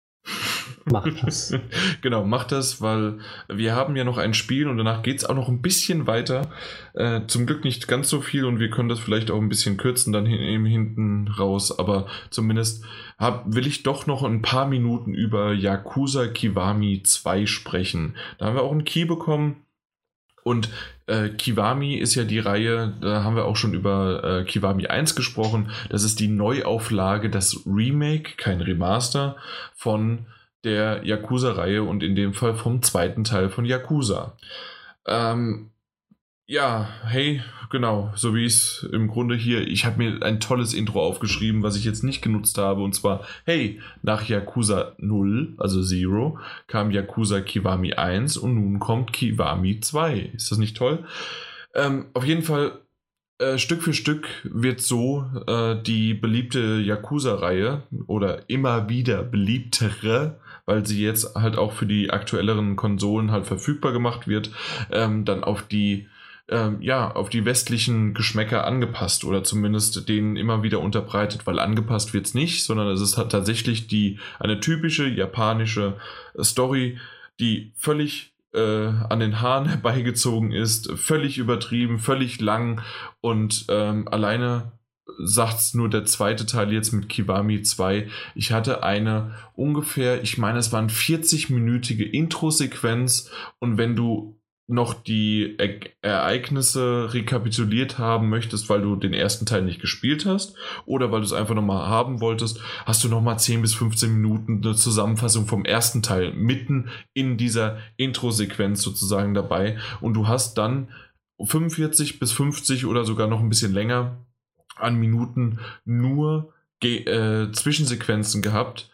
Mach das. Genau, mach das, weil wir haben ja noch ein Spiel und danach geht es auch noch ein bisschen weiter. Äh, zum Glück nicht ganz so viel und wir können das vielleicht auch ein bisschen kürzen dann hin, hinten raus, aber zumindest hab, will ich doch noch ein paar Minuten über Yakuza Kiwami zwei sprechen. Da haben wir auch einen Key bekommen. Und äh, Kiwami ist ja die Reihe, da haben wir auch schon über äh, Kiwami eins gesprochen. Das ist die Neuauflage, das Remake, kein Remaster, von der Yakuza-Reihe und in dem Fall vom zweiten Teil von Yakuza. Ähm, ja, hey, genau, so wie es im Grunde hier, ich habe mir ein tolles Intro aufgeschrieben, was ich jetzt nicht genutzt habe, und zwar, hey, nach Yakuza null, also Zero, kam Yakuza Kiwami eins und nun kommt Kiwami zwei. Ist das nicht toll? Ähm, auf jeden Fall, äh, Stück für Stück wird so äh, die beliebte Yakuza-Reihe oder immer wieder beliebtere, weil sie jetzt halt auch für die aktuelleren Konsolen halt verfügbar gemacht wird, ähm, dann auf die Ähm, ja, auf die westlichen Geschmäcker angepasst oder zumindest denen immer wieder unterbreitet, weil angepasst wird es nicht, sondern es ist halt tatsächlich die, eine typische japanische Story, die völlig äh, an den Haaren herbeigezogen ist, völlig übertrieben, völlig lang und ähm, alleine sagt es nur der zweite Teil jetzt mit Kiwami zwei. Ich hatte eine ungefähr, ich meine, es waren vierzig-minütige Intro-Sequenz und wenn du noch die e- Ereignisse rekapituliert haben möchtest, weil du den ersten Teil nicht gespielt hast oder weil du es einfach nochmal haben wolltest, hast du nochmal zehn bis fünfzehn Minuten eine Zusammenfassung vom ersten Teil mitten in dieser Intro-Sequenz sozusagen dabei und du hast dann fünfundvierzig bis fünfzig oder sogar noch ein bisschen länger an Minuten nur Ge- äh, Zwischensequenzen gehabt.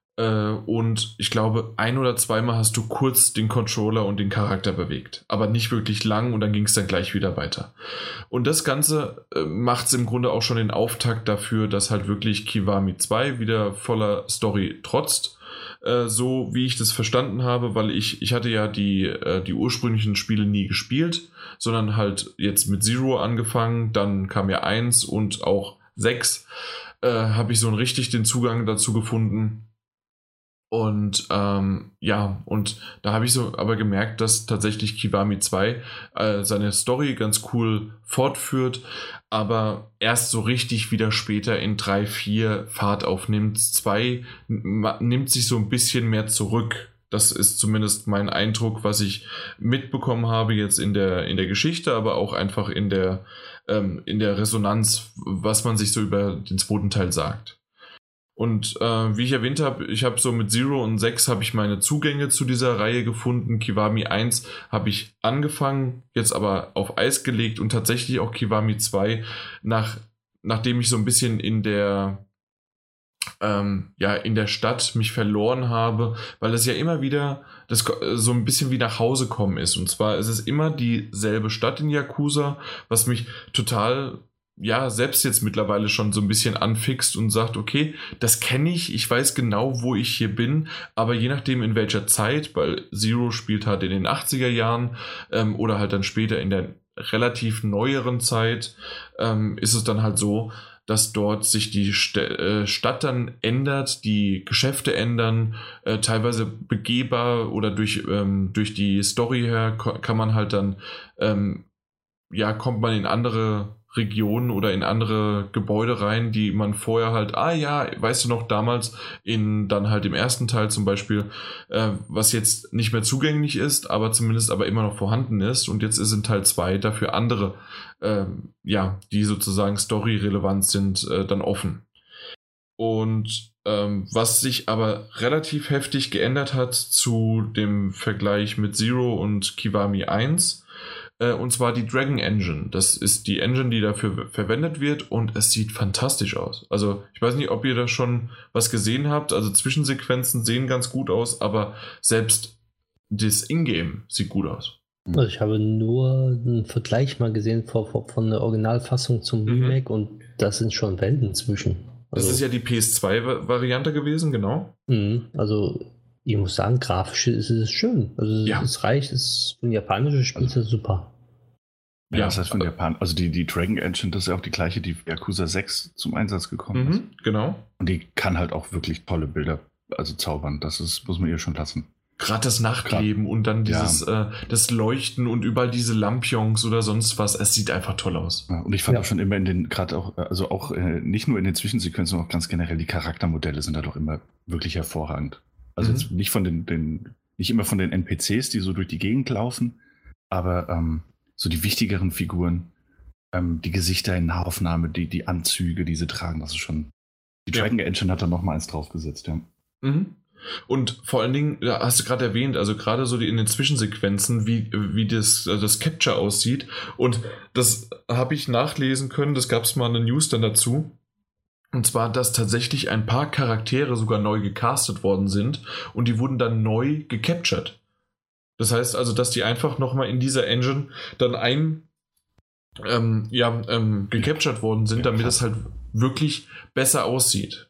Und ich glaube, ein oder zweimal hast du kurz den Controller und den Charakter bewegt. Aber nicht wirklich lang und dann ging es dann gleich wieder weiter. Und das Ganze äh, macht es im Grunde auch schon den Auftakt dafür, dass halt wirklich Kiwami zwei wieder voller Story trotzt. Äh, so wie ich das verstanden habe, weil ich, ich hatte ja die, äh, die ursprünglichen Spiele nie gespielt, sondern halt jetzt mit Zero angefangen. Dann kam ja eins und auch sechs. Äh, habe ich so richtig den Zugang dazu gefunden. Und ähm, ja, und da habe ich so aber gemerkt, dass tatsächlich Kiwami zwei äh, seine Story ganz cool fortführt, aber erst so richtig wieder später in drei, vier Fahrt aufnimmt. zwei nimmt sich so ein bisschen mehr zurück. Das ist zumindest mein Eindruck, was ich mitbekommen habe jetzt in der, in der Geschichte, aber auch einfach in der, ähm, in der Resonanz, was man sich so über den zweiten Teil sagt. Und äh, wie ich erwähnt habe, ich habe so mit Zero und sechs habe ich meine Zugänge zu dieser Reihe gefunden. Kiwami eins habe ich angefangen, jetzt aber auf Eis gelegt und tatsächlich auch Kiwami zwei, nach, nachdem ich so ein bisschen in der ähm, ja, in der Stadt mich verloren habe, weil es ja immer wieder das, so ein bisschen wie nach Hause kommen ist. Und zwar ist es immer dieselbe Stadt in Yakuza, was mich total, ja, selbst jetzt mittlerweile schon so ein bisschen anfixt und sagt, okay, das kenne ich, ich weiß genau, wo ich hier bin, aber je nachdem in welcher Zeit, weil Zero spielt halt in den achtziger Jahren ähm, oder halt dann später in der relativ neueren Zeit, ähm, ist es dann halt so, dass dort sich die St- äh, Stadt dann ändert, die Geschäfte ändern, äh, teilweise begehbar oder durch, ähm, durch die Story her ko- kann man halt dann, ähm, ja, kommt man in andere Regionen oder in andere Gebäude rein, die man vorher halt, ah ja, weißt du noch, damals in dann halt im ersten Teil zum Beispiel, äh, was jetzt nicht mehr zugänglich ist, aber zumindest aber immer noch vorhanden ist und jetzt ist in Teil zwei dafür andere, ähm, ja, die sozusagen storyrelevant sind, äh, dann offen. Und ähm, was sich aber relativ heftig geändert hat zu dem Vergleich mit Zero und Kiwami eins, äh, und zwar die Dragon Engine. Das ist die Engine, die dafür verwendet wird und es sieht fantastisch aus. Also ich weiß nicht, ob ihr da schon was gesehen habt. Also Zwischensequenzen sehen ganz gut aus, aber selbst das Ingame sieht gut aus. Also ich habe nur einen Vergleich mal gesehen von, von, von der Originalfassung zum Mhm. Remake und das sind schon Welten zwischen. Das Also, ist ja die P S zwei Variante gewesen, genau. mh, also ich muss sagen, grafisch ist es schön. Also Ja. es reicht, es für ein japanisches Spiel ist das super. Ja, Ja. das heißt von Japan. Also die, die Dragon Engine, das ist ja auch die gleiche, die Yakuza sechs zum Einsatz gekommen ist. Mhm, genau. Und die kann halt auch wirklich tolle Bilder, also zaubern. Das ist, muss man ihr schon lassen. Gerade das Nachtleben und dann dieses äh, das Leuchten und überall diese Lampions oder sonst was. Es sieht einfach toll aus. Ja, und ich fand Ja. auch schon immer in den, gerade auch, also auch äh, nicht nur in den Zwischensequenzen, sondern auch ganz generell, die Charaktermodelle sind da doch immer wirklich hervorragend. Also Mhm. jetzt nicht von den, den, nicht immer von den N P Cs, die so durch die Gegend laufen, aber ähm, so die wichtigeren Figuren, ähm, die Gesichter in Nahaufnahme, die, die Anzüge, die sie tragen, das ist schon. Die Ja. Dragon Engine hat da noch mal eins draufgesetzt, ja. Mhm. Und vor allen Dingen, ja, hast du gerade erwähnt, also gerade so die in den Zwischensequenzen, wie, wie das, das Capture aussieht. Und das habe ich nachlesen können, das gab es mal eine News dann dazu. Und zwar, dass tatsächlich ein paar Charaktere sogar neu gecastet worden sind und die wurden dann neu gecaptured. Das heißt also, dass die einfach nochmal in dieser Engine dann ein ähm, ja, ähm, gecaptured worden sind, Ja, damit krass. es halt wirklich besser aussieht.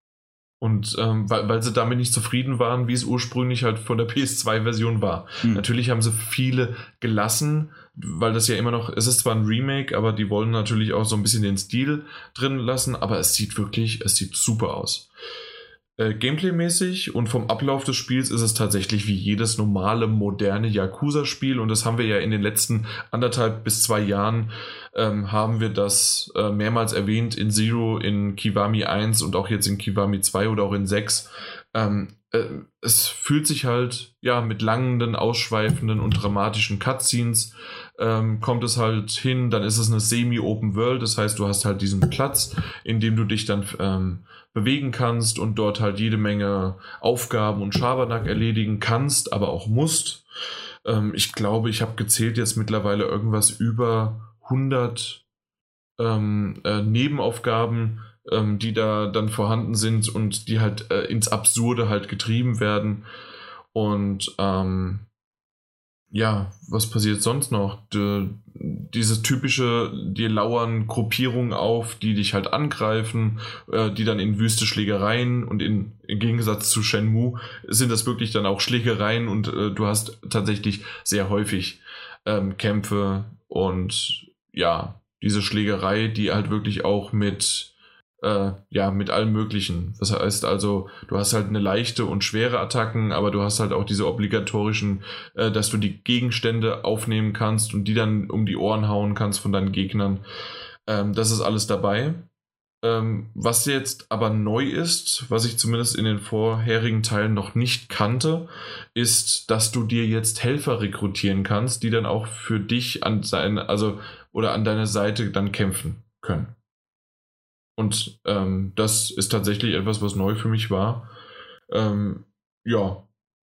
Und ähm, weil, weil sie damit nicht zufrieden waren, wie es ursprünglich halt von der P S zwei Version war. Hm. Natürlich haben sie viele gelassen, weil das ja immer noch, es ist zwar ein Remake, aber die wollen natürlich auch so ein bisschen den Stil drin lassen, aber es sieht wirklich, es sieht super aus. Äh, Gameplay-mäßig und vom Ablauf des Spiels ist es tatsächlich wie jedes normale, moderne Yakuza-Spiel und das haben wir ja in den letzten anderthalb bis zwei Jahren ähm, haben wir das äh, mehrmals erwähnt in Zero, in Kiwami eins und auch jetzt in Kiwami zwei oder auch in sechs. Ähm, äh, es fühlt sich halt ja mit langen, ausschweifenden und dramatischen Cutscenes ähm, kommt es halt hin, dann ist es eine Semi-Open World, das heißt, du hast halt diesen Platz, in dem du dich dann ähm, bewegen kannst und dort halt jede Menge Aufgaben und Schabernack erledigen kannst, aber auch musst. Ähm, ich glaube, ich habe gezählt jetzt mittlerweile irgendwas über hundert ähm, äh, Nebenaufgaben, ähm, die da dann vorhanden sind und die halt äh, ins Absurde halt getrieben werden. Und ähm, ja, was passiert sonst noch? De, dieses typische, dir lauern Gruppierungen auf, die dich halt angreifen, äh, die dann in wüste Schlägereien und in, im Gegensatz zu Shenmue sind das wirklich dann auch Schlägereien und äh, du hast tatsächlich sehr häufig ähm, Kämpfe und ja, diese Schlägerei, die halt wirklich auch mit Äh, ja, mit allem Möglichen. Das heißt also, du hast halt eine leichte und schwere Attacken, aber du hast halt auch diese obligatorischen, äh, dass du die Gegenstände aufnehmen kannst und die dann um die Ohren hauen kannst von deinen Gegnern. Ähm, das ist alles dabei. Ähm, was jetzt aber neu ist, was ich zumindest in den vorherigen Teilen noch nicht kannte, ist, dass du dir jetzt Helfer rekrutieren kannst, die dann auch für dich an seine, also oder an deiner Seite dann kämpfen können. Und ähm, das ist tatsächlich etwas, was neu für mich war. Ähm, ja,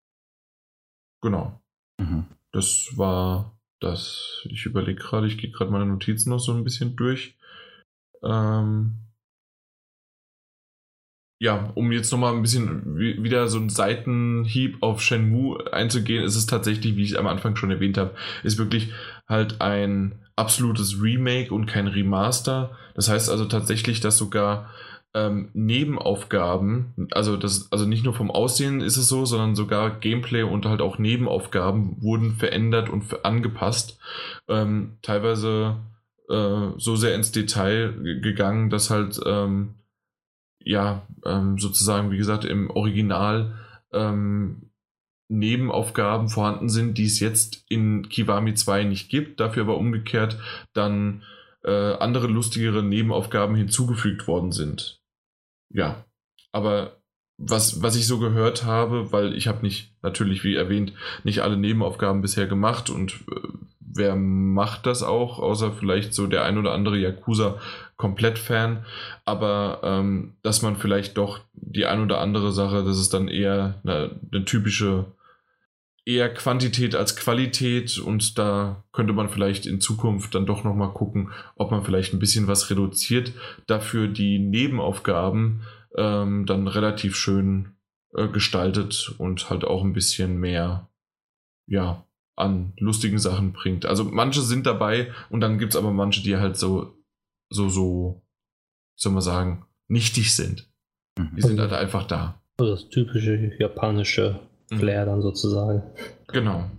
genau. Mhm. Das war das. Ich überlege gerade, ich gehe gerade meine Notizen noch so ein bisschen durch. Ähm, ja, um jetzt nochmal ein bisschen wieder so einen Seitenhieb auf Shenmue einzugehen, ist es tatsächlich, wie ich am Anfang schon erwähnt habe, ist wirklich halt ein absolutes Remake und kein Remaster. Das heißt also tatsächlich, dass sogar ähm, Nebenaufgaben, also das, also nicht nur vom Aussehen ist es so, sondern sogar Gameplay und halt auch Nebenaufgaben wurden verändert und angepasst. Ähm, teilweise äh, so sehr ins Detail g- gegangen, dass halt ähm, ja, ähm, sozusagen, wie gesagt, im Original ähm, Nebenaufgaben vorhanden sind, die es jetzt in Kiwami zwei nicht gibt, dafür aber umgekehrt dann äh, andere lustigere Nebenaufgaben hinzugefügt worden sind. Ja, aber was, was ich so gehört habe, weil ich habe nicht, natürlich wie erwähnt, nicht alle Nebenaufgaben bisher gemacht und äh, wer macht das auch, außer vielleicht so der ein oder andere Yakuza-Komplett-Fan, aber ähm, dass man vielleicht doch die ein oder andere Sache, das ist dann eher eine, eine typische, eher Quantität als Qualität und da könnte man vielleicht in Zukunft dann doch nochmal gucken, ob man vielleicht ein bisschen was reduziert, dafür die Nebenaufgaben ähm, dann relativ schön äh, gestaltet und halt auch ein bisschen mehr, ja, an lustigen Sachen bringt. Also manche sind dabei und dann gibt es aber manche, die halt so, so, so, wie soll man sagen, nichtig sind. Die sind halt einfach da. Also das typische japanische Flair dann sozusagen. Genau.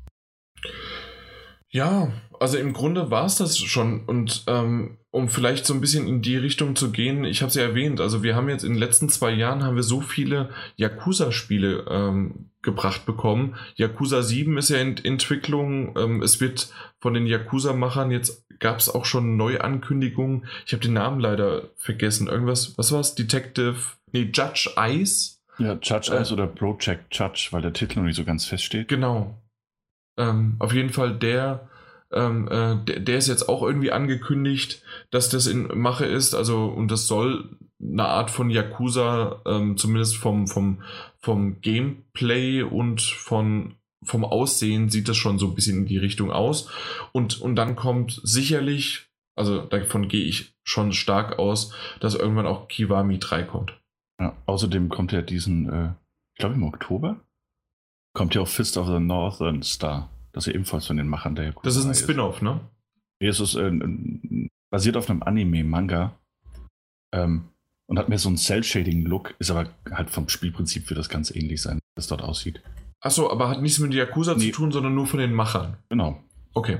Ja, also im Grunde war es das schon und ähm, um vielleicht so ein bisschen in die Richtung zu gehen, ich habe es ja erwähnt, also wir haben jetzt in den letzten zwei Jahren haben wir so viele Yakuza-Spiele ähm, gebracht bekommen. Yakuza sieben ist ja in Entwicklung, ähm, es wird von den Yakuza-Machern, jetzt gab es auch schon Neuankündigungen, ich habe den Namen leider vergessen, irgendwas, was war es? Detective, nee, Judge Ice? Ja, Judge Ice äh, oder Project Judge, weil der Titel noch nicht so ganz feststeht. Genau. Ähm, auf jeden Fall der, ähm, äh, der, der ist jetzt auch irgendwie angekündigt, dass das in Mache ist, also und das soll eine Art von Yakuza, ähm, zumindest vom, vom, vom Gameplay und von, vom Aussehen sieht das schon so ein bisschen in die Richtung aus und, und dann kommt sicherlich, also davon gehe ich schon stark aus, dass irgendwann auch Kiwami drei kommt. Ja, außerdem kommt ja diesen, äh, ich glaube im Oktober, kommt ja auch Fist of the Northern Star. Das ist ja ebenfalls von den Machern der Yakuza. Das ist ein Spin-off, ne? Nee, es ist äh, basiert auf einem Anime-Manga ähm, und hat mehr so einen Cell-Shading-Look, ist aber halt vom Spielprinzip wird das ganz ähnlich sein, wie das dort aussieht. Achso, aber hat nichts mit Yakuza nee. zu tun, sondern nur von den Machern. Genau. Okay.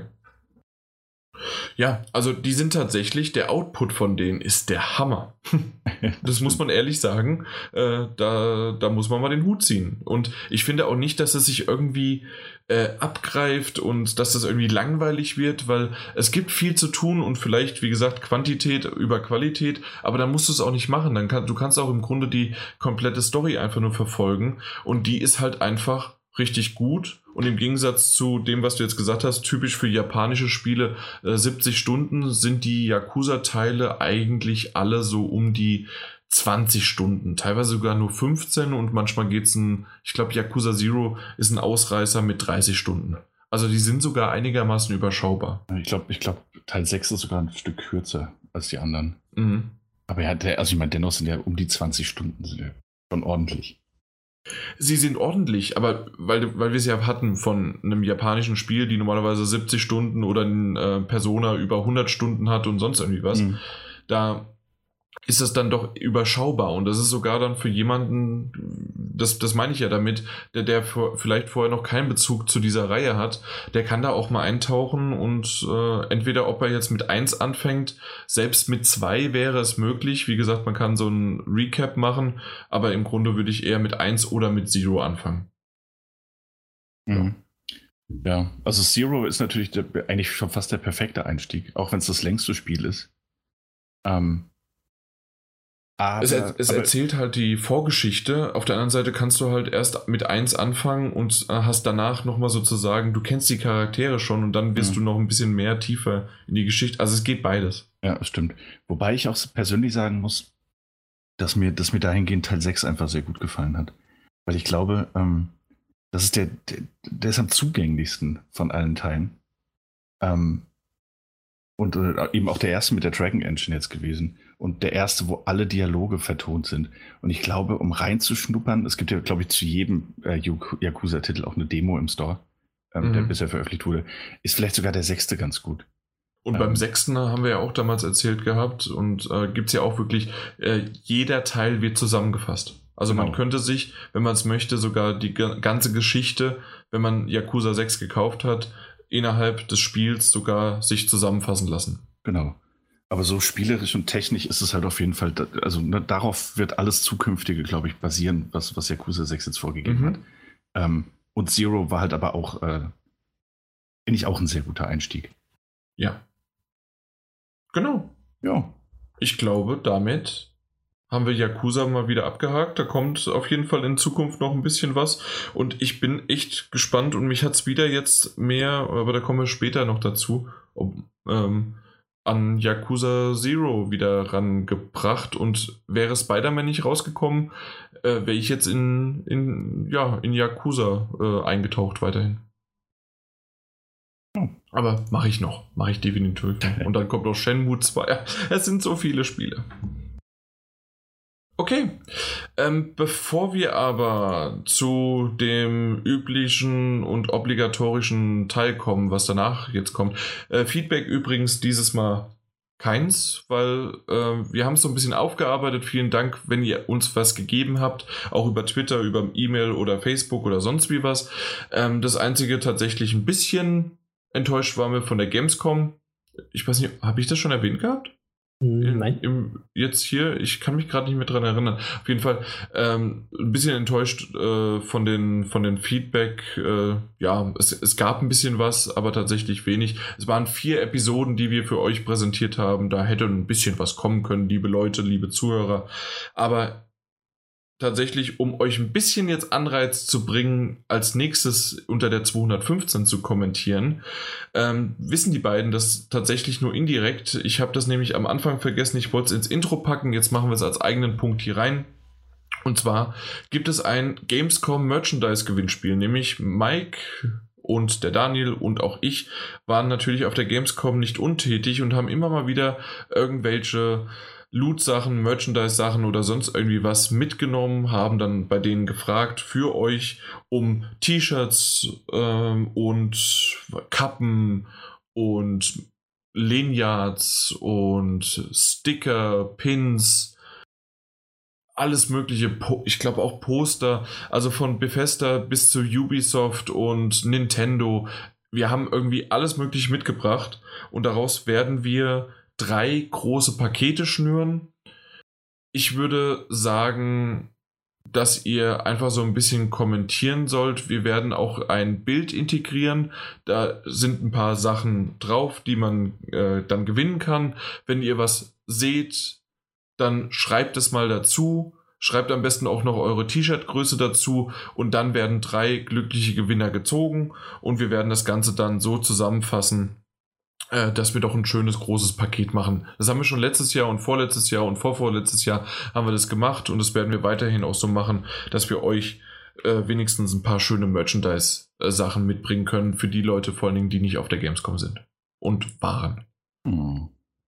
Ja, also die sind tatsächlich, der Output von denen ist der Hammer. Das muss man ehrlich sagen. Äh, da, da muss man mal den Hut ziehen. Und ich finde auch nicht, dass es sich irgendwie äh, abgreift und dass das irgendwie langweilig wird, weil es gibt viel zu tun und vielleicht, wie gesagt, Quantität über Qualität, aber dann musst du es auch nicht machen. Dann kann, du kannst auch im Grunde die komplette Story einfach nur verfolgen und die ist halt einfach richtig gut und im Gegensatz zu dem, was du jetzt gesagt hast, typisch für japanische Spiele, äh, siebzig Stunden sind die Yakuza-Teile eigentlich alle so um die zwanzig Stunden, teilweise sogar nur fünfzehn und manchmal geht's ein, ich glaube Yakuza Zero ist ein Ausreißer mit dreißig Stunden. Also die sind sogar einigermaßen überschaubar. Ich glaube, ich glaube Teil sechs ist sogar ein Stück kürzer als die anderen. Mhm. Aber ja, der, also ich meine, dennoch sind ja um die zwanzig Stunden sind ja schon ordentlich. Sie sind ordentlich, aber weil, weil wir es ja hatten von einem japanischen Spiel, die normalerweise siebzig Stunden oder ein äh, Persona über hundert Stunden hat und sonst irgendwie was, mhm. da ist das dann doch überschaubar und das ist sogar dann für jemanden, das, das meine ich ja damit, der, der vor, vielleicht vorher noch keinen Bezug zu dieser Reihe hat, der kann da auch mal eintauchen und äh, entweder ob er jetzt mit eins anfängt, selbst mit zwei wäre es möglich, wie gesagt, man kann so ein Recap machen, aber im Grunde würde ich eher mit eins oder mit Zero anfangen. Mhm. Ja, also Zero ist natürlich der, eigentlich schon fast der perfekte Einstieg, auch wenn es das längste Spiel ist. Ähm, Aber, es er, es erzählt halt die Vorgeschichte. Auf der anderen Seite kannst du halt erst mit eins anfangen und hast danach nochmal sozusagen, du kennst die Charaktere schon und dann wirst mhm. du noch ein bisschen mehr tiefer in die Geschichte. Also es geht beides. Ja, das stimmt. Wobei ich auch persönlich sagen muss, dass mir, dass mir dahingehend Teil sechs einfach sehr gut gefallen hat. Weil ich glaube, ähm, das ist der, der, der ist am zugänglichsten von allen Teilen. Ähm, und äh, eben auch der erste mit der Dragon Engine jetzt gewesen. und der erste, wo alle Dialoge vertont sind. Und ich glaube, um reinzuschnuppern, es gibt ja, glaube ich, zu jedem äh, Yakuza-Titel auch eine Demo im Store, ähm, mhm. der bisher veröffentlicht wurde, ist vielleicht sogar der sechste ganz gut. Und ähm, beim sechsten haben wir ja auch damals erzählt gehabt und äh, gibt es ja auch wirklich, äh, jeder Teil wird zusammengefasst. Also genau. Man könnte sich, wenn man es möchte, sogar die g- ganze Geschichte, wenn man Yakuza sechs gekauft hat, innerhalb des Spiels sogar sich zusammenfassen lassen. Genau. Aber so spielerisch und technisch ist es halt auf jeden Fall, also ne, darauf wird alles Zukünftige, glaube ich, basieren, was, was Yakuza sechs jetzt vorgegeben mhm. hat. Ähm, und Zero war halt aber auch, äh, finde ich, auch ein sehr guter Einstieg. Ja. Genau. Ja. Ich glaube, damit haben wir Yakuza mal wieder abgehakt. Da kommt auf jeden Fall in Zukunft noch ein bisschen was. Und ich bin echt gespannt und mich hat es wieder jetzt mehr, aber da kommen wir später noch dazu, ob, ähm, an Yakuza Zero wieder rangebracht. Und wäre Spider-Man nicht rausgekommen, äh, wäre ich jetzt in, in, ja, in Yakuza äh, eingetaucht weiterhin. Oh. Aber mache ich noch. Mache ich definitiv. Und dann kommt noch Shenmue zwei. Es sind so viele Spiele. Okay, ähm, bevor wir aber zu dem üblichen und obligatorischen Teil kommen, was danach jetzt kommt, äh, Feedback übrigens dieses Mal keins, weil äh, wir haben es so ein bisschen aufgearbeitet. Vielen Dank, wenn ihr uns was gegeben habt, auch über Twitter, über E-Mail oder Facebook oder sonst wie was. Ähm, das Einzige tatsächlich ein bisschen enttäuscht war mir von der Gamescom. Ich weiß nicht, habe ich das schon erwähnt gehabt? Nein. Im, jetzt hier, ich kann mich gerade nicht mehr dran erinnern. Auf jeden Fall ähm, ein bisschen enttäuscht äh, von den von den Feedback. Äh, ja, es, es gab ein bisschen was, aber tatsächlich wenig. Es waren vier Episoden, die wir für euch präsentiert haben. Da hätte ein bisschen was kommen können, liebe Leute, liebe Zuhörer. Aber tatsächlich, um euch ein bisschen jetzt Anreiz zu bringen, als nächstes unter der zweihundertfünfzehn zu kommentieren, ähm, wissen die beiden das tatsächlich nur indirekt. Ich habe das nämlich am Anfang vergessen, ich wollte es ins Intro packen, jetzt machen wir es als eigenen Punkt hier rein. Und zwar gibt es ein Gamescom Merchandise Gewinnspiel, nämlich Mike und der Daniel und auch ich waren natürlich auf der Gamescom nicht untätig und haben immer mal wieder irgendwelche Loot-Sachen, Merchandise-Sachen oder sonst irgendwie was mitgenommen, haben dann bei denen gefragt für euch um T-Shirts ähm, und Kappen und Lanyards und Sticker, Pins, alles mögliche, po- ich glaube auch Poster, also von Bethesda bis zu Ubisoft und Nintendo. Wir haben irgendwie alles mögliche mitgebracht und daraus werden wir drei große Pakete schnüren. Ich würde sagen, dass ihr einfach so ein bisschen kommentieren sollt. Wir werden auch ein Bild integrieren. Da sind ein paar Sachen drauf, die man äh, dann gewinnen kann. Wenn ihr was seht, dann schreibt es mal dazu. Schreibt am besten auch noch eure T-Shirt-Größe dazu und dann werden drei glückliche Gewinner gezogen und wir werden das Ganze dann so zusammenfassen, dass wir doch ein schönes, großes Paket machen. Das haben wir schon letztes Jahr und vorletztes Jahr und vorvorletztes Jahr haben wir das gemacht und das werden wir weiterhin auch so machen, dass wir euch äh, wenigstens ein paar schöne Merchandise-Sachen mitbringen können für die Leute vor allen Dingen, die nicht auf der Gamescom sind und waren. Hm.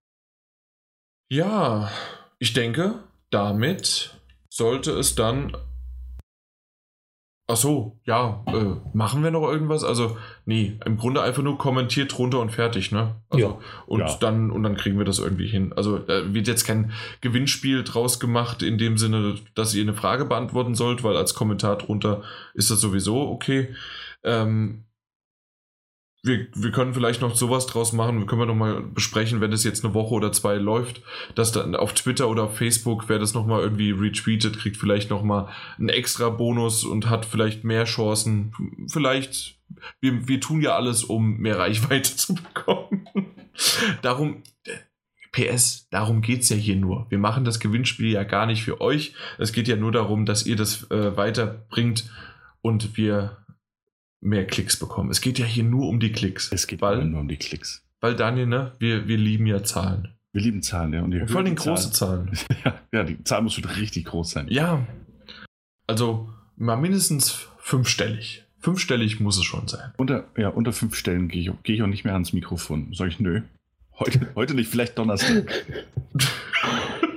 Ja, ich denke, damit sollte es dann... Ach so, ja, äh, machen wir noch irgendwas? Also, nee, im Grunde einfach nur kommentiert runter und fertig, ne? Also, ja. Und, Ja. Dann, und dann kriegen wir das irgendwie hin. Also, da wird jetzt kein Gewinnspiel draus gemacht, in dem Sinne, dass ihr eine Frage beantworten sollt, weil als Kommentar drunter ist das sowieso okay. Ähm, wir, wir können vielleicht noch sowas draus machen, wir können wir noch mal besprechen, wenn das jetzt eine Woche oder zwei läuft, dass dann auf Twitter oder auf Facebook, wer das noch mal irgendwie retweetet, kriegt vielleicht noch mal einen extra Bonus und hat vielleicht mehr Chancen. Vielleicht, wir, wir tun ja alles, um mehr Reichweite zu bekommen. Darum, P S, darum geht es ja hier nur. Wir machen das Gewinnspiel ja gar nicht für euch. Es geht ja nur darum, dass ihr das äh, weiterbringt und wir mehr Klicks bekommen. Es geht ja hier nur um die Klicks. Es geht weil, nur um die Klicks. Weil, Daniel, ne, wir, wir lieben ja Zahlen. Wir lieben Zahlen, ja. Und, die Und vor allem höheren große Zahlen. Ja, ja, die Zahl muss schon richtig groß sein. Ja. Also mal mindestens fünfstellig. Fünfstellig muss es schon sein. Unter, ja, unter fünf Stellen gehe ich, geh ich auch nicht mehr ans Mikrofon. Sag ich, nö. Heute, heute nicht, vielleicht Donnerstag.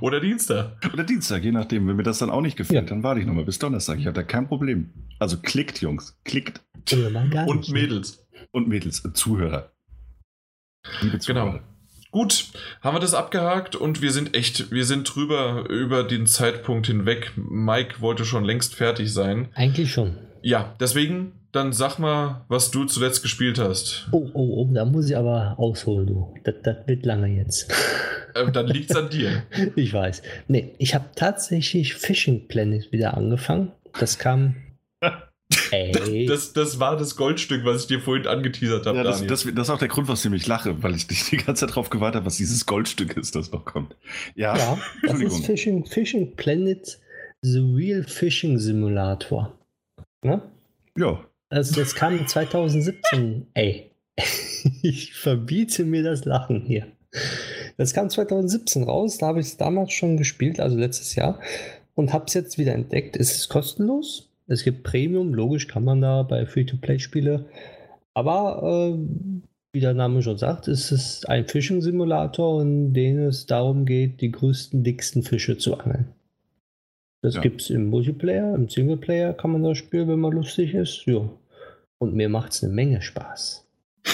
Oder Dienstag. Oder Dienstag, je nachdem. Wenn mir das dann auch nicht gefällt, Ja. dann warte ich nochmal bis Donnerstag. Ich habe da kein Problem. Also klickt, Jungs. Klickt. Oder mal gar Und nicht, ne? Mädels. Und Mädels, äh, Zuhörer. Liebe Zuhörer. Genau. Gut, haben wir das abgehakt und wir sind echt, wir sind drüber über den Zeitpunkt hinweg. Mike wollte schon längst fertig sein. Eigentlich schon. Ja, deswegen, dann sag mal, was du zuletzt gespielt hast. Oh, oh, oh, da muss ich aber ausholen, du. Das, das wird lange jetzt. Ähm, dann liegt's an dir. Ich weiß. Nee, ich habe tatsächlich Fishing Planet wieder angefangen. Das kam. Ey. Das, das war das Goldstück, was ich dir vorhin angeteasert habe, Ja, das, Daniel. das, das ist auch der Grund, warum ich lache, weil ich die ganze Zeit drauf gewartet habe, was dieses Goldstück ist, das noch kommt. Ja, Ja, das ist Fishing, Fishing Planet, The Real Fishing Simulator. Ne? Ja. Also das kam zwanzig siebzehn. Ey, ich verbiete mir das Lachen hier. Das kam zwanzig siebzehn raus, da habe ich es damals schon gespielt, also letztes Jahr, und habe es jetzt wieder entdeckt. Es ist kostenlos, es gibt Premium, logisch kann man da bei Free-to-Play-Spiele, aber äh, wie der Name schon sagt, ist es ein Fishing-Simulator, in dem es darum geht, die größten, dicksten Fische zu angeln. Das Ja. gibt es im Multiplayer, im Singleplayer kann man das spielen, wenn man lustig ist. Ja. Und mir macht es eine Menge Spaß.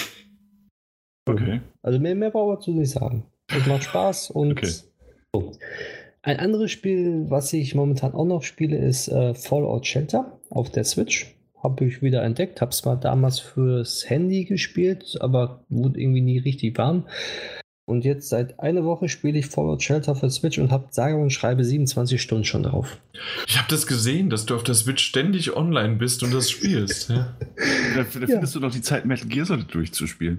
Okay. Also mehr, mehr brauche ich dazu nicht sagen. Es macht Spaß und Okay. Punkt. Ein anderes Spiel, was ich momentan auch noch spiele, ist äh, Fallout Shelter auf der Switch. Habe ich wieder entdeckt. Habe es mal damals fürs Handy gespielt, aber wurde irgendwie nie richtig warm. Und jetzt seit einer Woche spiele ich Fallout Shelter für Switch und habe sage und schreibe siebenundzwanzig Stunden schon drauf. Ich habe das gesehen, dass du auf der Switch ständig online bist und das spielst. Ja. Da, da findest du doch die Zeit, Metal Gear Solid durchzuspielen.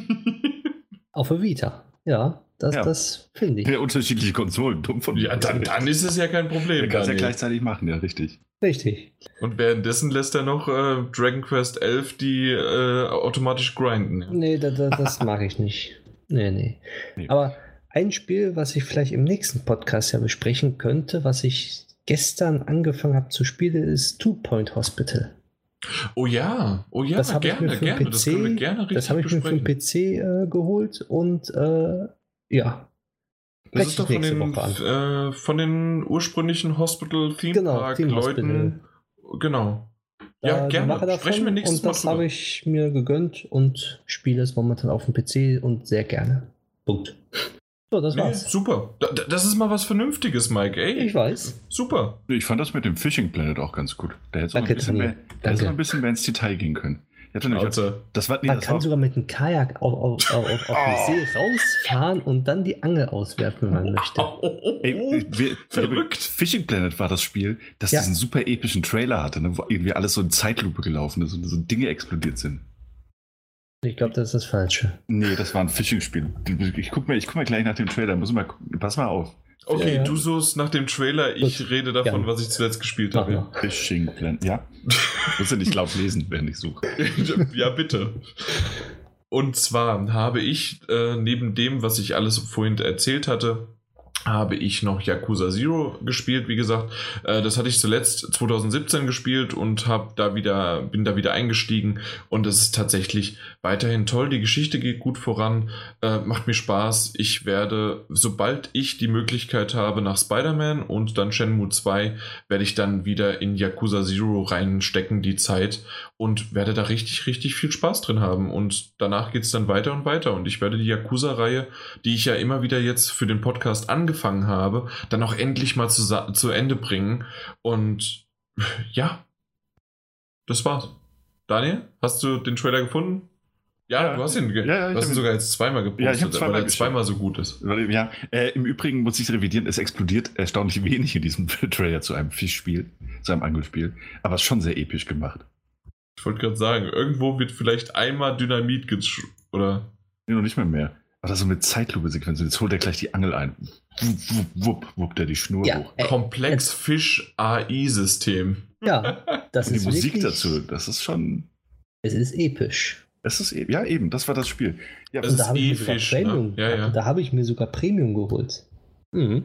Auf der Vita. Ja, das, Ja. das finde ich. Ja, unterschiedliche Konsolen, dumm von mir. Ja, dann, dann ist es ja kein Problem. Du kannst ja Daniel. gleichzeitig machen, ja, richtig. Richtig. Und währenddessen lässt er noch äh, Dragon Quest elf die äh, automatisch grinden. Ja. Nee, da, da, das mag ich nicht. Nee, nee, Nee. Aber ein Spiel, was ich vielleicht im nächsten Podcast ja besprechen könnte, was ich gestern angefangen habe zu spielen, ist Two Point Hospital. Oh ja, oh ja, Das habe ich gerne, mir für den gerne. Das können wir P C, gerne richtig das habe ich mir für den besprechen. P C äh, geholt und äh, ja. Das Spreche ist ich doch von nächste den, Woche an. äh, von den ursprünglichen Hospital Theme Genau, Park Theme Leuten. Genau. Ja, Da- die gerne. Macher davon, Sprechen wir nächstes und Mal das drüber. habe ich mir gegönnt und spiele es momentan auf dem P C und sehr gerne. Punkt. So, das Nee, war's. super. Da, da- das ist mal was Vernünftiges, Mike. Ey, Ich weiß. super. Ich fand das mit dem Fishing Planet auch ganz gut. Da hätte so ein Danke, bisschen Daniel. mehr, da hätte Danke. so ein bisschen mehr ins Detail gehen können. Ich hatte nämlich, Also, das war, nee, Man das kann war, sogar mit einem Kajak auf, auf, auf, auf, auf Oh. den See rausfahren und dann die Angel auswerfen, wenn man möchte. Ey, wir, Verrückt. Fishing Planet war das Spiel, das Ja. diesen super epischen Trailer hatte, ne, wo irgendwie alles so in Zeitlupe gelaufen ist und so Dinge explodiert sind. Ich glaube, das ist das Falsche. Nee, das war ein Fishing-Spiel. Ich guck mir, ich guck mir gleich nach dem Trailer. Muss mal gucken. Pass mal auf. Okay, Ja, ja. du suchst nach dem Trailer, ich Gut, rede davon, gerne. was ich zuletzt gespielt Mach habe. mal. Fishing Planet. Ja. Muss ja nicht laut lesen, während ich suche. Ja, bitte. Und zwar habe ich, äh, neben dem, was ich alles vorhin erzählt hatte, habe ich noch Yakuza Zero gespielt, wie gesagt. Äh, das hatte ich zuletzt zwanzig siebzehn gespielt und hab da wieder, bin da wieder eingestiegen. Und es ist tatsächlich weiterhin toll. Die Geschichte geht gut voran, äh, macht mir Spaß. Ich werde, sobald ich die Möglichkeit habe, nach Spider-Man und dann Shenmue zwei, werde ich dann wieder in Yakuza Zero reinstecken, die Zeit. Und werde da richtig, richtig viel Spaß drin haben. Und danach geht es dann weiter und weiter. Und ich werde die Yakuza-Reihe, die ich ja immer wieder jetzt für den Podcast angefangen habe, dann auch endlich mal zu, zu Ende bringen. Und ja, das war's. Daniel, hast du den Trailer gefunden? Ja, Ja. du hast ihn, ge- Ja, ja, ich du hast ihn hab ihn- sogar jetzt zweimal gepostet, Ja, ich hab zweimal weil er geschaut. zweimal so gut ist. Warte, Ja, äh, im Übrigen muss ich revidieren, es explodiert erstaunlich wenig in diesem Trailer zu einem Fischspiel, zu einem Angelspiel. Aber es ist schon sehr episch gemacht. Ich wollte gerade sagen, irgendwo wird vielleicht einmal Dynamit gesch... oder... Nee, noch nicht mehr mehr. Aber so mit Zeitlupe-Sequenzen. Jetzt holt er gleich die Angel ein. Wupp, wupp, wupp, wuppt er die Schnur Ja, hoch. äh, Komplex Fisch-A I-System. Ja, das Und die ist Musik wirklich, dazu, das ist schon. Es ist episch. Es ist eben, ja, eben, das war das Spiel. Ja, Das Und ist da habe ich mir sogar episch, ne? Premium, Ja, ja. da habe ich mir sogar Premium geholt. Mhm.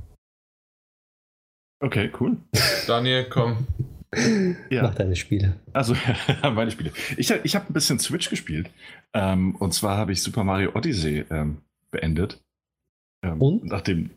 okay, cool. Daniel, komm. Ja. Mach deine Spiele. Also, meine Spiele. Ich, ich habe ein bisschen Switch gespielt. Ähm, und zwar habe ich Super Mario Odyssey ähm, beendet. Ähm, Und? Nachdem,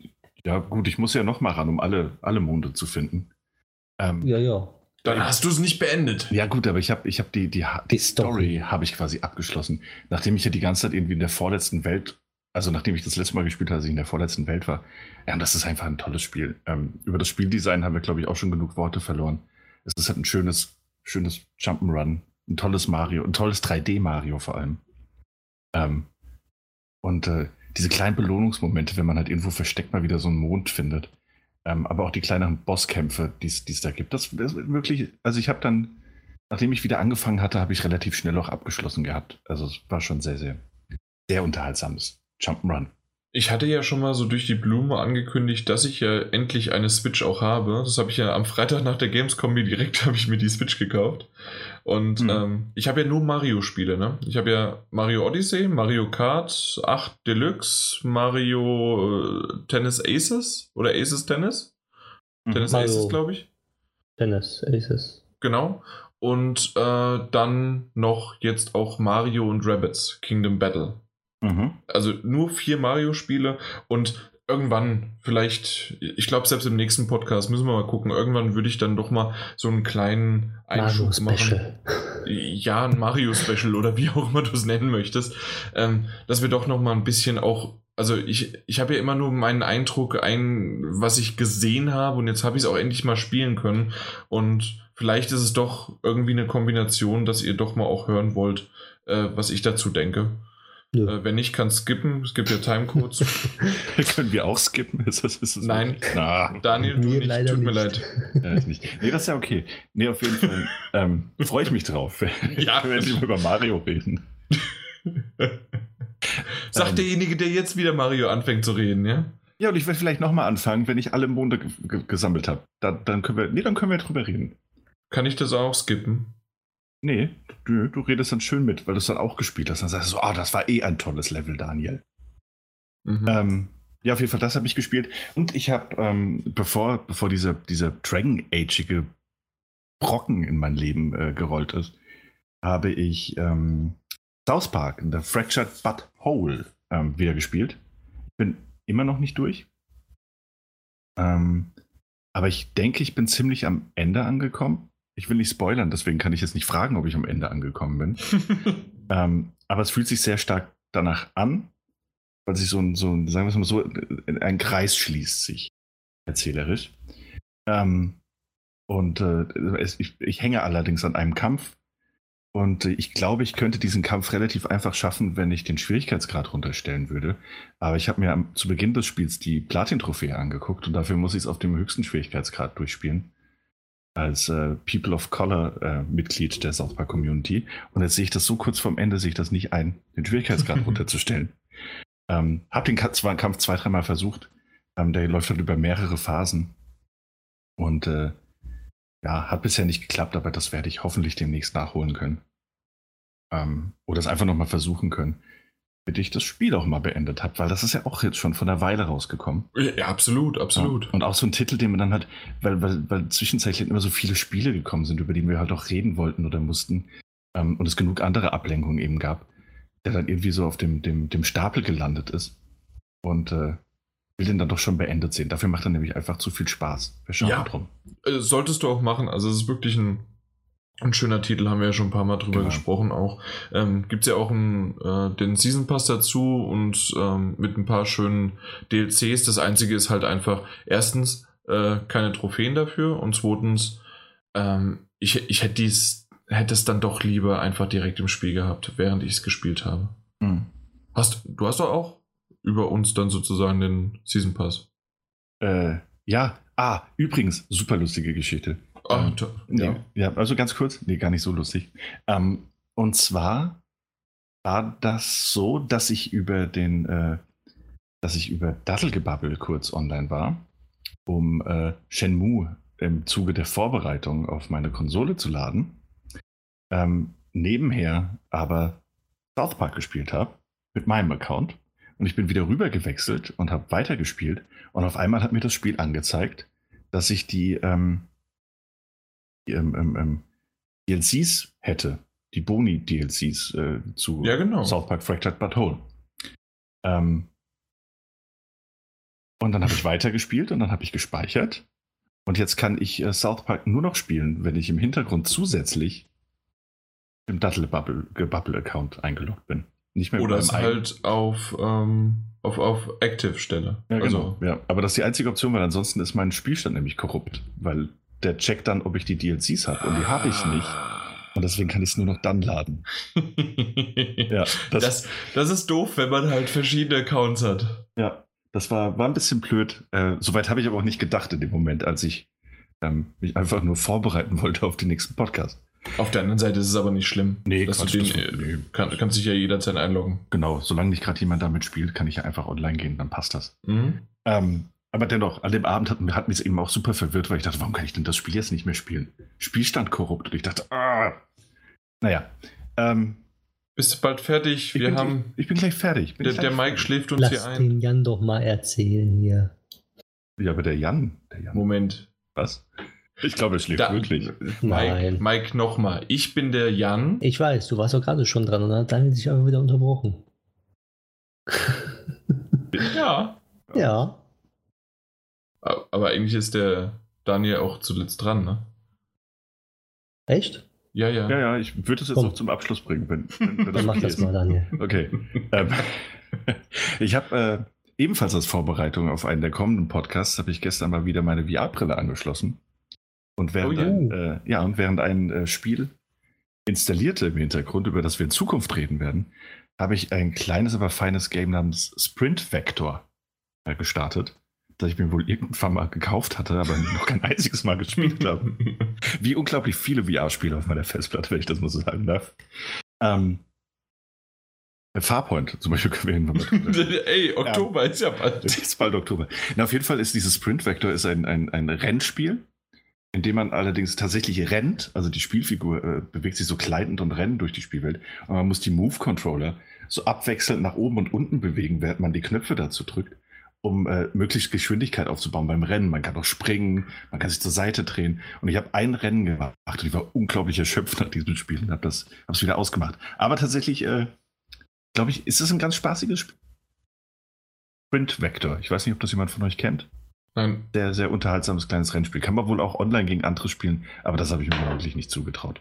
Ja, gut, ich muss ja noch mal ran, um alle, alle Monde zu finden. Ähm, Ja, ja. Dann hast du es nicht beendet. Ja gut, aber ich habe ich hab die, die, die, Die Story, Story. habe ich quasi abgeschlossen. Nachdem ich ja die ganze Zeit irgendwie in der vorletzten Welt, also nachdem ich das letzte Mal gespielt habe, als ich in der vorletzten Welt war. Ja, und das ist einfach ein tolles Spiel. Ähm, über das Spieldesign haben wir, glaube ich, auch schon genug Worte verloren. Es ist halt ein schönes, schönes Jump'n'Run, ein tolles Mario, ein tolles drei D-Mario vor allem. Ähm, und äh, diese kleinen Belohnungsmomente, wenn man halt irgendwo versteckt mal wieder so einen Mond findet. Ähm, aber auch die kleineren Bosskämpfe, die es da gibt. Das ist wirklich, also ich habe dann, nachdem ich wieder angefangen hatte, habe ich relativ schnell auch abgeschlossen gehabt. Also es war schon sehr, sehr, sehr unterhaltsames Jump'n'Run. Ich hatte ja schon mal so durch die Blume angekündigt, dass ich ja endlich eine Switch auch habe. Das habe ich ja am Freitag nach der Gamescom mir direkt, habe ich mir die Switch gekauft. Und mhm. ähm, ich habe ja nur Mario-Spiele, ne? Ich habe ja Mario Odyssey, Mario Kart acht Deluxe, Mario äh, Tennis Aces oder Aces Tennis. Mhm. Tennis Mario Aces, glaube ich. Tennis Aces. Genau. Und äh, dann noch jetzt auch Mario und Rabbids Kingdom Battle. Mhm. Also nur vier Mario-Spiele und irgendwann, vielleicht, ich glaube selbst im nächsten Podcast, müssen wir mal gucken, irgendwann würde ich dann doch mal so einen kleinen Einschub machen. Ja, ein Mario-Special oder wie auch immer du es nennen möchtest, ähm, dass wir doch noch mal ein bisschen auch, also ich, ich habe ja immer nur meinen Eindruck, ein, was ich gesehen habe und jetzt habe ich es auch endlich mal spielen können und vielleicht ist es doch irgendwie eine Kombination, dass ihr doch mal auch hören wollt, äh, was ich dazu denke. Ja. Äh, wenn nicht, kann skippen. Es gibt ja Timecodes. Können wir auch skippen? Ist das, ist das Nein, ah. Daniel, du nicht. Leider Tut mir nicht. leid. Ja, ich nicht. Nee, das ist ja okay. Nee, auf jeden Fall ähm, freue ich mich drauf, ja. wenn wir über Mario reden. Sagt ähm, derjenige, der jetzt wieder Mario anfängt zu reden, ja? Ja, und ich werde vielleicht nochmal anfangen, wenn ich alle Monde g- g- gesammelt habe. Da, dann können wir, nee, dann können wir drüber reden. Kann ich das auch skippen? Nee, du, du redest dann schön mit, weil du es dann auch gespielt hast. Dann sagst du so, ah, oh, das war eh ein tolles Level, Daniel. Mhm. Ähm, ja, auf jeden Fall, das habe ich gespielt. Und ich habe, ähm, bevor, bevor dieser, dieser Dragon Age-ige Brocken in mein Leben äh, gerollt ist, habe ich ähm, South Park, The Fractured But Whole, ähm, wieder gespielt. Ich bin immer noch nicht durch. Ähm, aber ich denke, ich bin ziemlich am Ende angekommen. Ich will nicht spoilern, deswegen kann ich jetzt nicht fragen, ob ich am Ende angekommen bin. ähm, aber es fühlt sich sehr stark danach an, weil sich so ein, so ein, sagen wir es mal so, ein Kreis schließt sich, erzählerisch. Ähm, und äh, es, ich, ich hänge allerdings an einem Kampf und äh, ich glaube, ich könnte diesen Kampf relativ einfach schaffen, wenn ich den Schwierigkeitsgrad runterstellen würde. Aber ich habe mir am, zu Beginn des Spiels die Platin-Trophäe angeguckt und dafür muss ich es auf dem höchsten Schwierigkeitsgrad durchspielen. Als äh, People of Color äh, Mitglied der South Park Community. Und jetzt sehe ich das so kurz vorm Ende, sehe ich das nicht ein, den Schwierigkeitsgrad runterzustellen. Ähm, hab den Kampf, Kampf zwei, dreimal versucht. Ähm, der läuft halt über mehrere Phasen. Und äh, ja, hat bisher nicht geklappt, aber das werde ich hoffentlich demnächst nachholen können. Ähm, oder es einfach nochmal versuchen können, bis ich das Spiel auch mal beendet habe, weil das ist ja auch jetzt schon von einer Weile rausgekommen. Ja, absolut, absolut. Ja, und auch so ein Titel, den man dann hat, weil, weil, weil zwischenzeitlich immer so viele Spiele gekommen sind, über die wir halt auch reden wollten oder mussten, ähm, und es genug andere Ablenkungen eben gab, der dann irgendwie so auf dem, dem, dem Stapel gelandet ist und äh, will den dann doch schon beendet sehen. Dafür macht er nämlich einfach zu viel Spaß. Wir schauen ja, drum. Äh, solltest du auch machen. Also es ist wirklich ein Ein schöner Titel, haben wir ja schon ein paar Mal drüber genau. gesprochen auch. Ähm, gibt es ja auch einen, äh, den Season Pass dazu und ähm, mit ein paar schönen D L Cs. Das Einzige ist halt einfach, erstens, äh, keine Trophäen dafür und zweitens, ähm, ich, ich hätte dies, hätte es dann doch lieber einfach direkt im Spiel gehabt, während ich es gespielt habe. Mhm. Hast, du hast doch auch über uns dann sozusagen den Season Pass. Äh, ja, ah, übrigens, super lustige Geschichte. Oh, ähm, ja. Nee, ja, also ganz kurz, nee, gar nicht so lustig. Ähm, und zwar war das so, dass ich über den, äh, dass ich über Dattelgebabbel kurz online war, um äh, Shenmue im Zuge der Vorbereitung auf meine Konsole zu laden. Ähm, nebenher aber South Park gespielt habe mit meinem Account und ich bin wieder rüber gewechselt und habe weitergespielt und auf einmal hat mir das Spiel angezeigt, dass ich die ähm, Die, ähm, ähm, D L Cs hätte, die Boni-D L Cs äh, zu ja, genau. South Park Fractured But Whole. Ähm, Und dann habe ich weitergespielt und dann habe ich gespeichert. Und jetzt kann ich äh, South Park nur noch spielen, wenn ich im Hintergrund zusätzlich im Dattelbubble-Account eingeloggt bin. Nicht mehr Oder es halt auf, ähm, auf, auf Active-Stelle. Ja, also. genau. Ja, aber das ist die einzige Option, weil ansonsten ist mein Spielstand nämlich korrupt. Weil der checkt dann, ob ich die D L Cs habe. Und die habe ich nicht. Und deswegen kann ich es nur noch dann laden. ja, das, das, das ist doof, wenn man halt verschiedene Accounts hat. Ja, das war, war ein bisschen blöd. Äh, Soweit habe ich aber auch nicht gedacht in dem Moment, als ich ähm, mich einfach nur vorbereiten wollte auf den nächsten Podcast. Auf der anderen Seite ist es aber nicht schlimm. Nee, dass Quatsch, du den, das, nee. kann, kannst dich ja jederzeit einloggen. Genau, solange nicht gerade jemand damit spielt, kann ich ja einfach online gehen, dann passt das. Mhm. Ähm, aber dennoch, an dem Abend hat, hat mich es eben auch super verwirrt, weil ich dachte, warum kann ich denn das Spiel jetzt nicht mehr spielen? Spielstand korrupt. Und ich dachte, ah. Naja. Ähm, Bist du bald fertig? Wir ich, bin, haben. ich, ich bin gleich fertig. Bin der, gleich der Mike fertig. schläft uns Lass hier ein. den Jan doch mal erzählen hier. Ja, aber der Jan. Der Jan. Moment. Was? Ich glaube, er schläft Da, wirklich. Mike, Nein. Mike nochmal. Ich bin der Jan. Ich weiß, du warst doch gerade schon dran und dann hat Daniel sich einfach wieder unterbrochen. Ja. Ja. Aber eigentlich ist der Daniel auch zuletzt dran, ne? Echt? Ja, ja. Ja, ja, ich würde es jetzt Komm. noch zum Abschluss bringen, wenn, wenn, wenn Dann mach okay das ist. mal, Daniel. Okay. ähm, ich habe äh, ebenfalls als Vorbereitung auf einen der kommenden Podcasts, habe ich gestern mal wieder meine V R-Brille angeschlossen. Und während, Oh ja. ein, äh, ja, und während ein äh, Spiel installierte im Hintergrund, über das wir in Zukunft reden werden, habe ich ein kleines, aber feines Game namens Sprint Vector äh, gestartet, das ich mir wohl irgendwann mal gekauft hatte, aber noch kein einziges Mal gespielt habe. Wie unglaublich viele V R-Spiele auf meiner Festplatte, wenn ich das mal so sagen darf. Ähm, Farpoint zum Beispiel können wir irgendwann mal. Ey, Oktober Ja. ist ja bald. Es ist bald Oktober. Na, auf jeden Fall ist dieses Sprint Vector ist ein, ein, ein Rennspiel, in dem man allerdings tatsächlich rennt. Also die Spielfigur äh, bewegt sich so gleitend und rennend durch die Spielwelt. Und man muss die Move-Controller so abwechselnd nach oben und unten bewegen, während man die Knöpfe dazu drückt, um äh, möglichst Geschwindigkeit aufzubauen beim Rennen. Man kann auch springen, man kann sich zur Seite drehen. Und ich habe ein Rennen gemacht und ich war unglaublich erschöpft nach diesem Spiel und habe es wieder ausgemacht. Aber tatsächlich, äh, glaube ich, ist es ein ganz spaßiges Spiel. Sprint Vector. Ich weiß nicht, ob das jemand von euch kennt. Nein. Sehr, sehr unterhaltsames kleines Rennspiel. Kann man wohl auch online gegen andere spielen, aber das habe ich mir wirklich nicht zugetraut.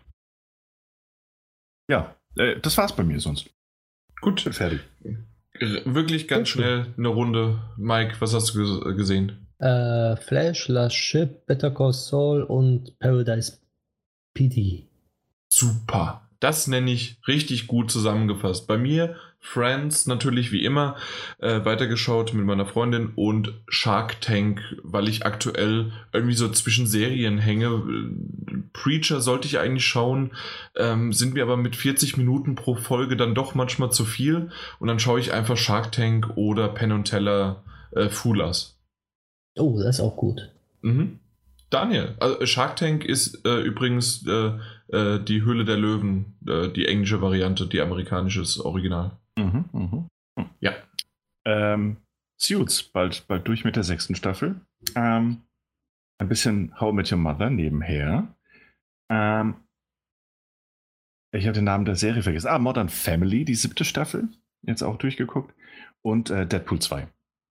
Ja, äh, das war's bei mir sonst. Gut. Bin fertig. Wirklich ganz schnell eine Runde. Mike, was hast du ges- gesehen? Äh, Flash, Last Ship, Better Call Saul und Paradise P D. Super. Das nenne ich richtig gut zusammengefasst. Bei mir Friends natürlich wie immer äh, weitergeschaut mit meiner Freundin und Shark Tank, weil ich aktuell irgendwie so zwischen Serien hänge. Preacher sollte ich eigentlich schauen, ähm, sind mir aber mit vierzig Minuten pro Folge dann doch manchmal zu viel und dann schaue ich einfach Shark Tank oder Penn und Teller äh, Fool Us. Oh, das ist auch gut. Mhm. Daniel, also Shark Tank ist äh, übrigens äh, äh, die Höhle der Löwen, äh, die englische Variante, die amerikanische ist Original. Mhm, mhm. Hm. Ja. Ähm, Suits, bald, bald durch mit der sechsten Staffel. Ähm, ein bisschen How I Met Your Mother nebenher. Ähm, ich habe den Namen der Serie vergessen. Ah, Modern Family, die siebte Staffel. Jetzt auch durchgeguckt. Und äh, Deadpool zwei.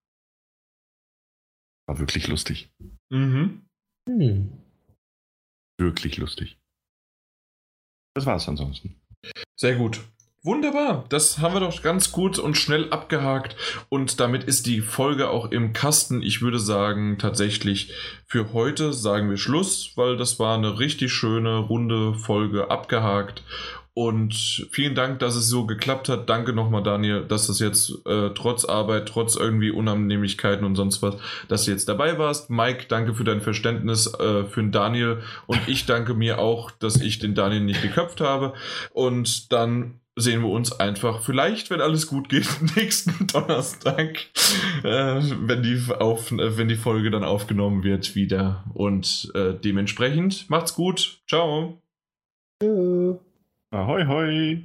War wirklich lustig. Mhm. Hm. Wirklich lustig. Das war's ansonsten. Sehr gut. Wunderbar, das haben wir doch ganz gut und schnell abgehakt und damit ist die Folge auch im Kasten. Ich würde sagen, tatsächlich für heute sagen wir Schluss, weil das war eine richtig schöne, runde Folge abgehakt und vielen Dank, dass es so geklappt hat. Danke nochmal, Daniel, dass das jetzt äh, trotz Arbeit, trotz irgendwie Unannehmlichkeiten und sonst was, dass du jetzt dabei warst. Mike, danke für dein Verständnis äh, für den Daniel und ich danke mir auch, dass ich den Daniel nicht geköpft habe und dann sehen wir uns einfach vielleicht, wenn alles gut geht, nächsten Donnerstag, äh, wenn, die auf, äh, wenn die Folge dann aufgenommen wird wieder. Und äh, dementsprechend macht's gut. Ciao. Tschö. Ahoi, hoi.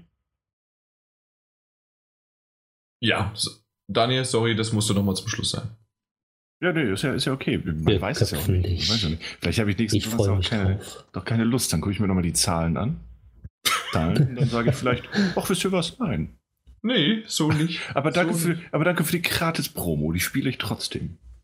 Ja, so, Daniel, sorry, das musste nochmal zum Schluss sein. Ja, nee, ist ja, ist ja okay. Man Wir weiß es ja auch köpfen nicht. dich. Weiß ja nicht. Vielleicht habe ich nächsten Ich freue mich Donnerstag auch keine, drauf. doch keine Lust. Dann gucke ich mir nochmal die Zahlen an. Zahlen, und dann sage ich vielleicht, ach, wisst ihr was? Nein. Nee, so nicht. Aber danke, so für, aber danke für die Gratis-Promo. Die spiele ich trotzdem.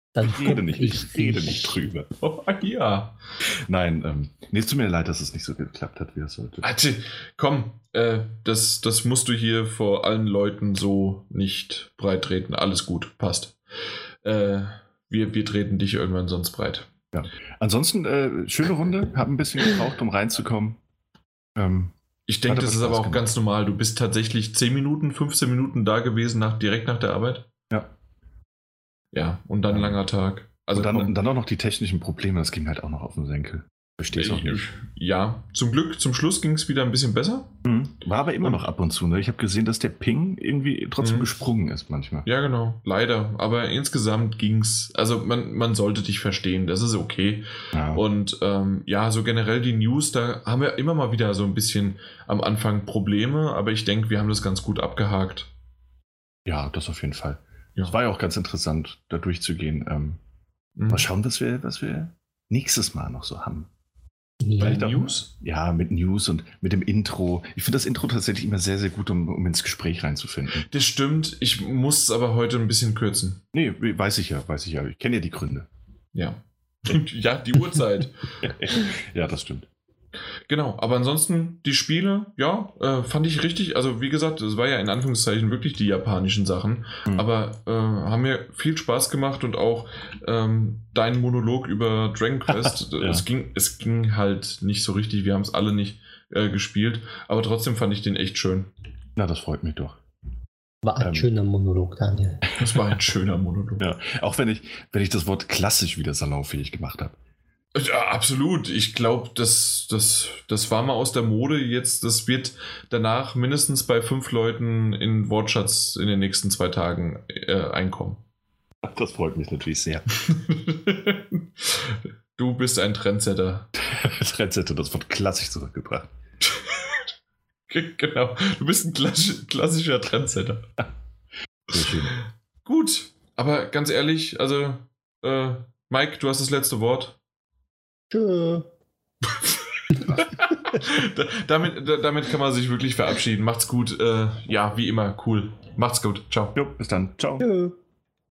Dann Ich rede nicht, ich, ich rede dich. nicht drüber. Oh, ja. Nein, ähm, nee, es tut mir leid, dass es nicht so geklappt hat, wie es sollte. Warte, komm, äh, das, das musst du hier vor allen Leuten so nicht breit treten. Alles gut, passt. Äh, wir, wir treten dich irgendwann sonst breit. Ja. Ansonsten, äh, schöne Runde, hab ein bisschen gebraucht, um reinzukommen. Ähm, Ich denke, Hat das aber ist aber Spaß auch gemacht. ganz normal. Du bist tatsächlich zehn Minuten, fünfzehn Minuten da gewesen, nach, direkt nach der Arbeit. ja. Ja, und dann ein Ja. langer Tag. Also Und dann, komm. dann auch noch die technischen Probleme, das ging halt auch noch auf den Senkel. Verstehst du auch nicht. Ja, zum Glück, zum Schluss ging es wieder ein bisschen besser. Mhm. War aber immer Und- noch ab und zu. Ne? Ich habe gesehen, dass der Ping irgendwie trotzdem Mhm. gesprungen ist manchmal. Ja, genau, leider. Aber insgesamt ging es, also man, man sollte dich verstehen, das ist okay. Ja. Und ähm, ja, so generell die News, da haben wir immer mal wieder so ein bisschen am Anfang Probleme, aber ich denke, wir haben das ganz gut abgehakt. Ja, das auf jeden Fall. Ja. Es war ja auch ganz interessant, da durchzugehen. Ähm, Mhm. Mal schauen, was wir, was wir nächstes Mal noch so haben. Ja. Weil ich da- News? Ja, mit News und mit dem Intro. Ich finde das Intro tatsächlich immer sehr, sehr gut, um, um ins Gespräch reinzufinden. Das stimmt, ich muss es aber heute ein bisschen kürzen. Nee, weiß ich ja, weiß ich ja. Ich kenne ja die Gründe. Ja. Ja, die Uhrzeit. Ja, das stimmt. Genau, aber ansonsten die Spiele, ja, äh, fand ich richtig, also wie gesagt, es war ja in Anführungszeichen wirklich die japanischen Sachen, Mhm. aber äh, haben mir viel Spaß gemacht und auch ähm, dein Monolog über Dragon Quest, Ja. es, ging, es ging halt nicht so richtig, wir haben es alle nicht äh, gespielt, aber trotzdem fand ich den echt schön. Na, das freut mich doch. War ein Ähm. schöner Monolog, Daniel. Das war ein schöner Monolog. Ja, auch wenn ich, wenn ich das Wort klassisch wieder salonfähig gemacht habe. Ja, absolut. Ich glaube, das, das, das war mal aus der Mode. Jetzt, das wird danach mindestens bei fünf Leuten in Wortschatz in den nächsten zwei Tagen äh, einkommen. Das freut mich natürlich sehr. Du bist ein Trendsetter. Trendsetter, das Wort klassisch zurückgebracht. Genau. Du bist ein klassisch, klassischer Trendsetter. Sehr schön. Gut, aber ganz ehrlich, also, äh, Mike, du hast das letzte Wort. Tschö. Da- damit, da- damit kann man sich wirklich verabschieden. Macht's gut. Äh, ja, wie immer, cool. Macht's gut. Ciao. Jo, bis dann. Ciao. Tschö.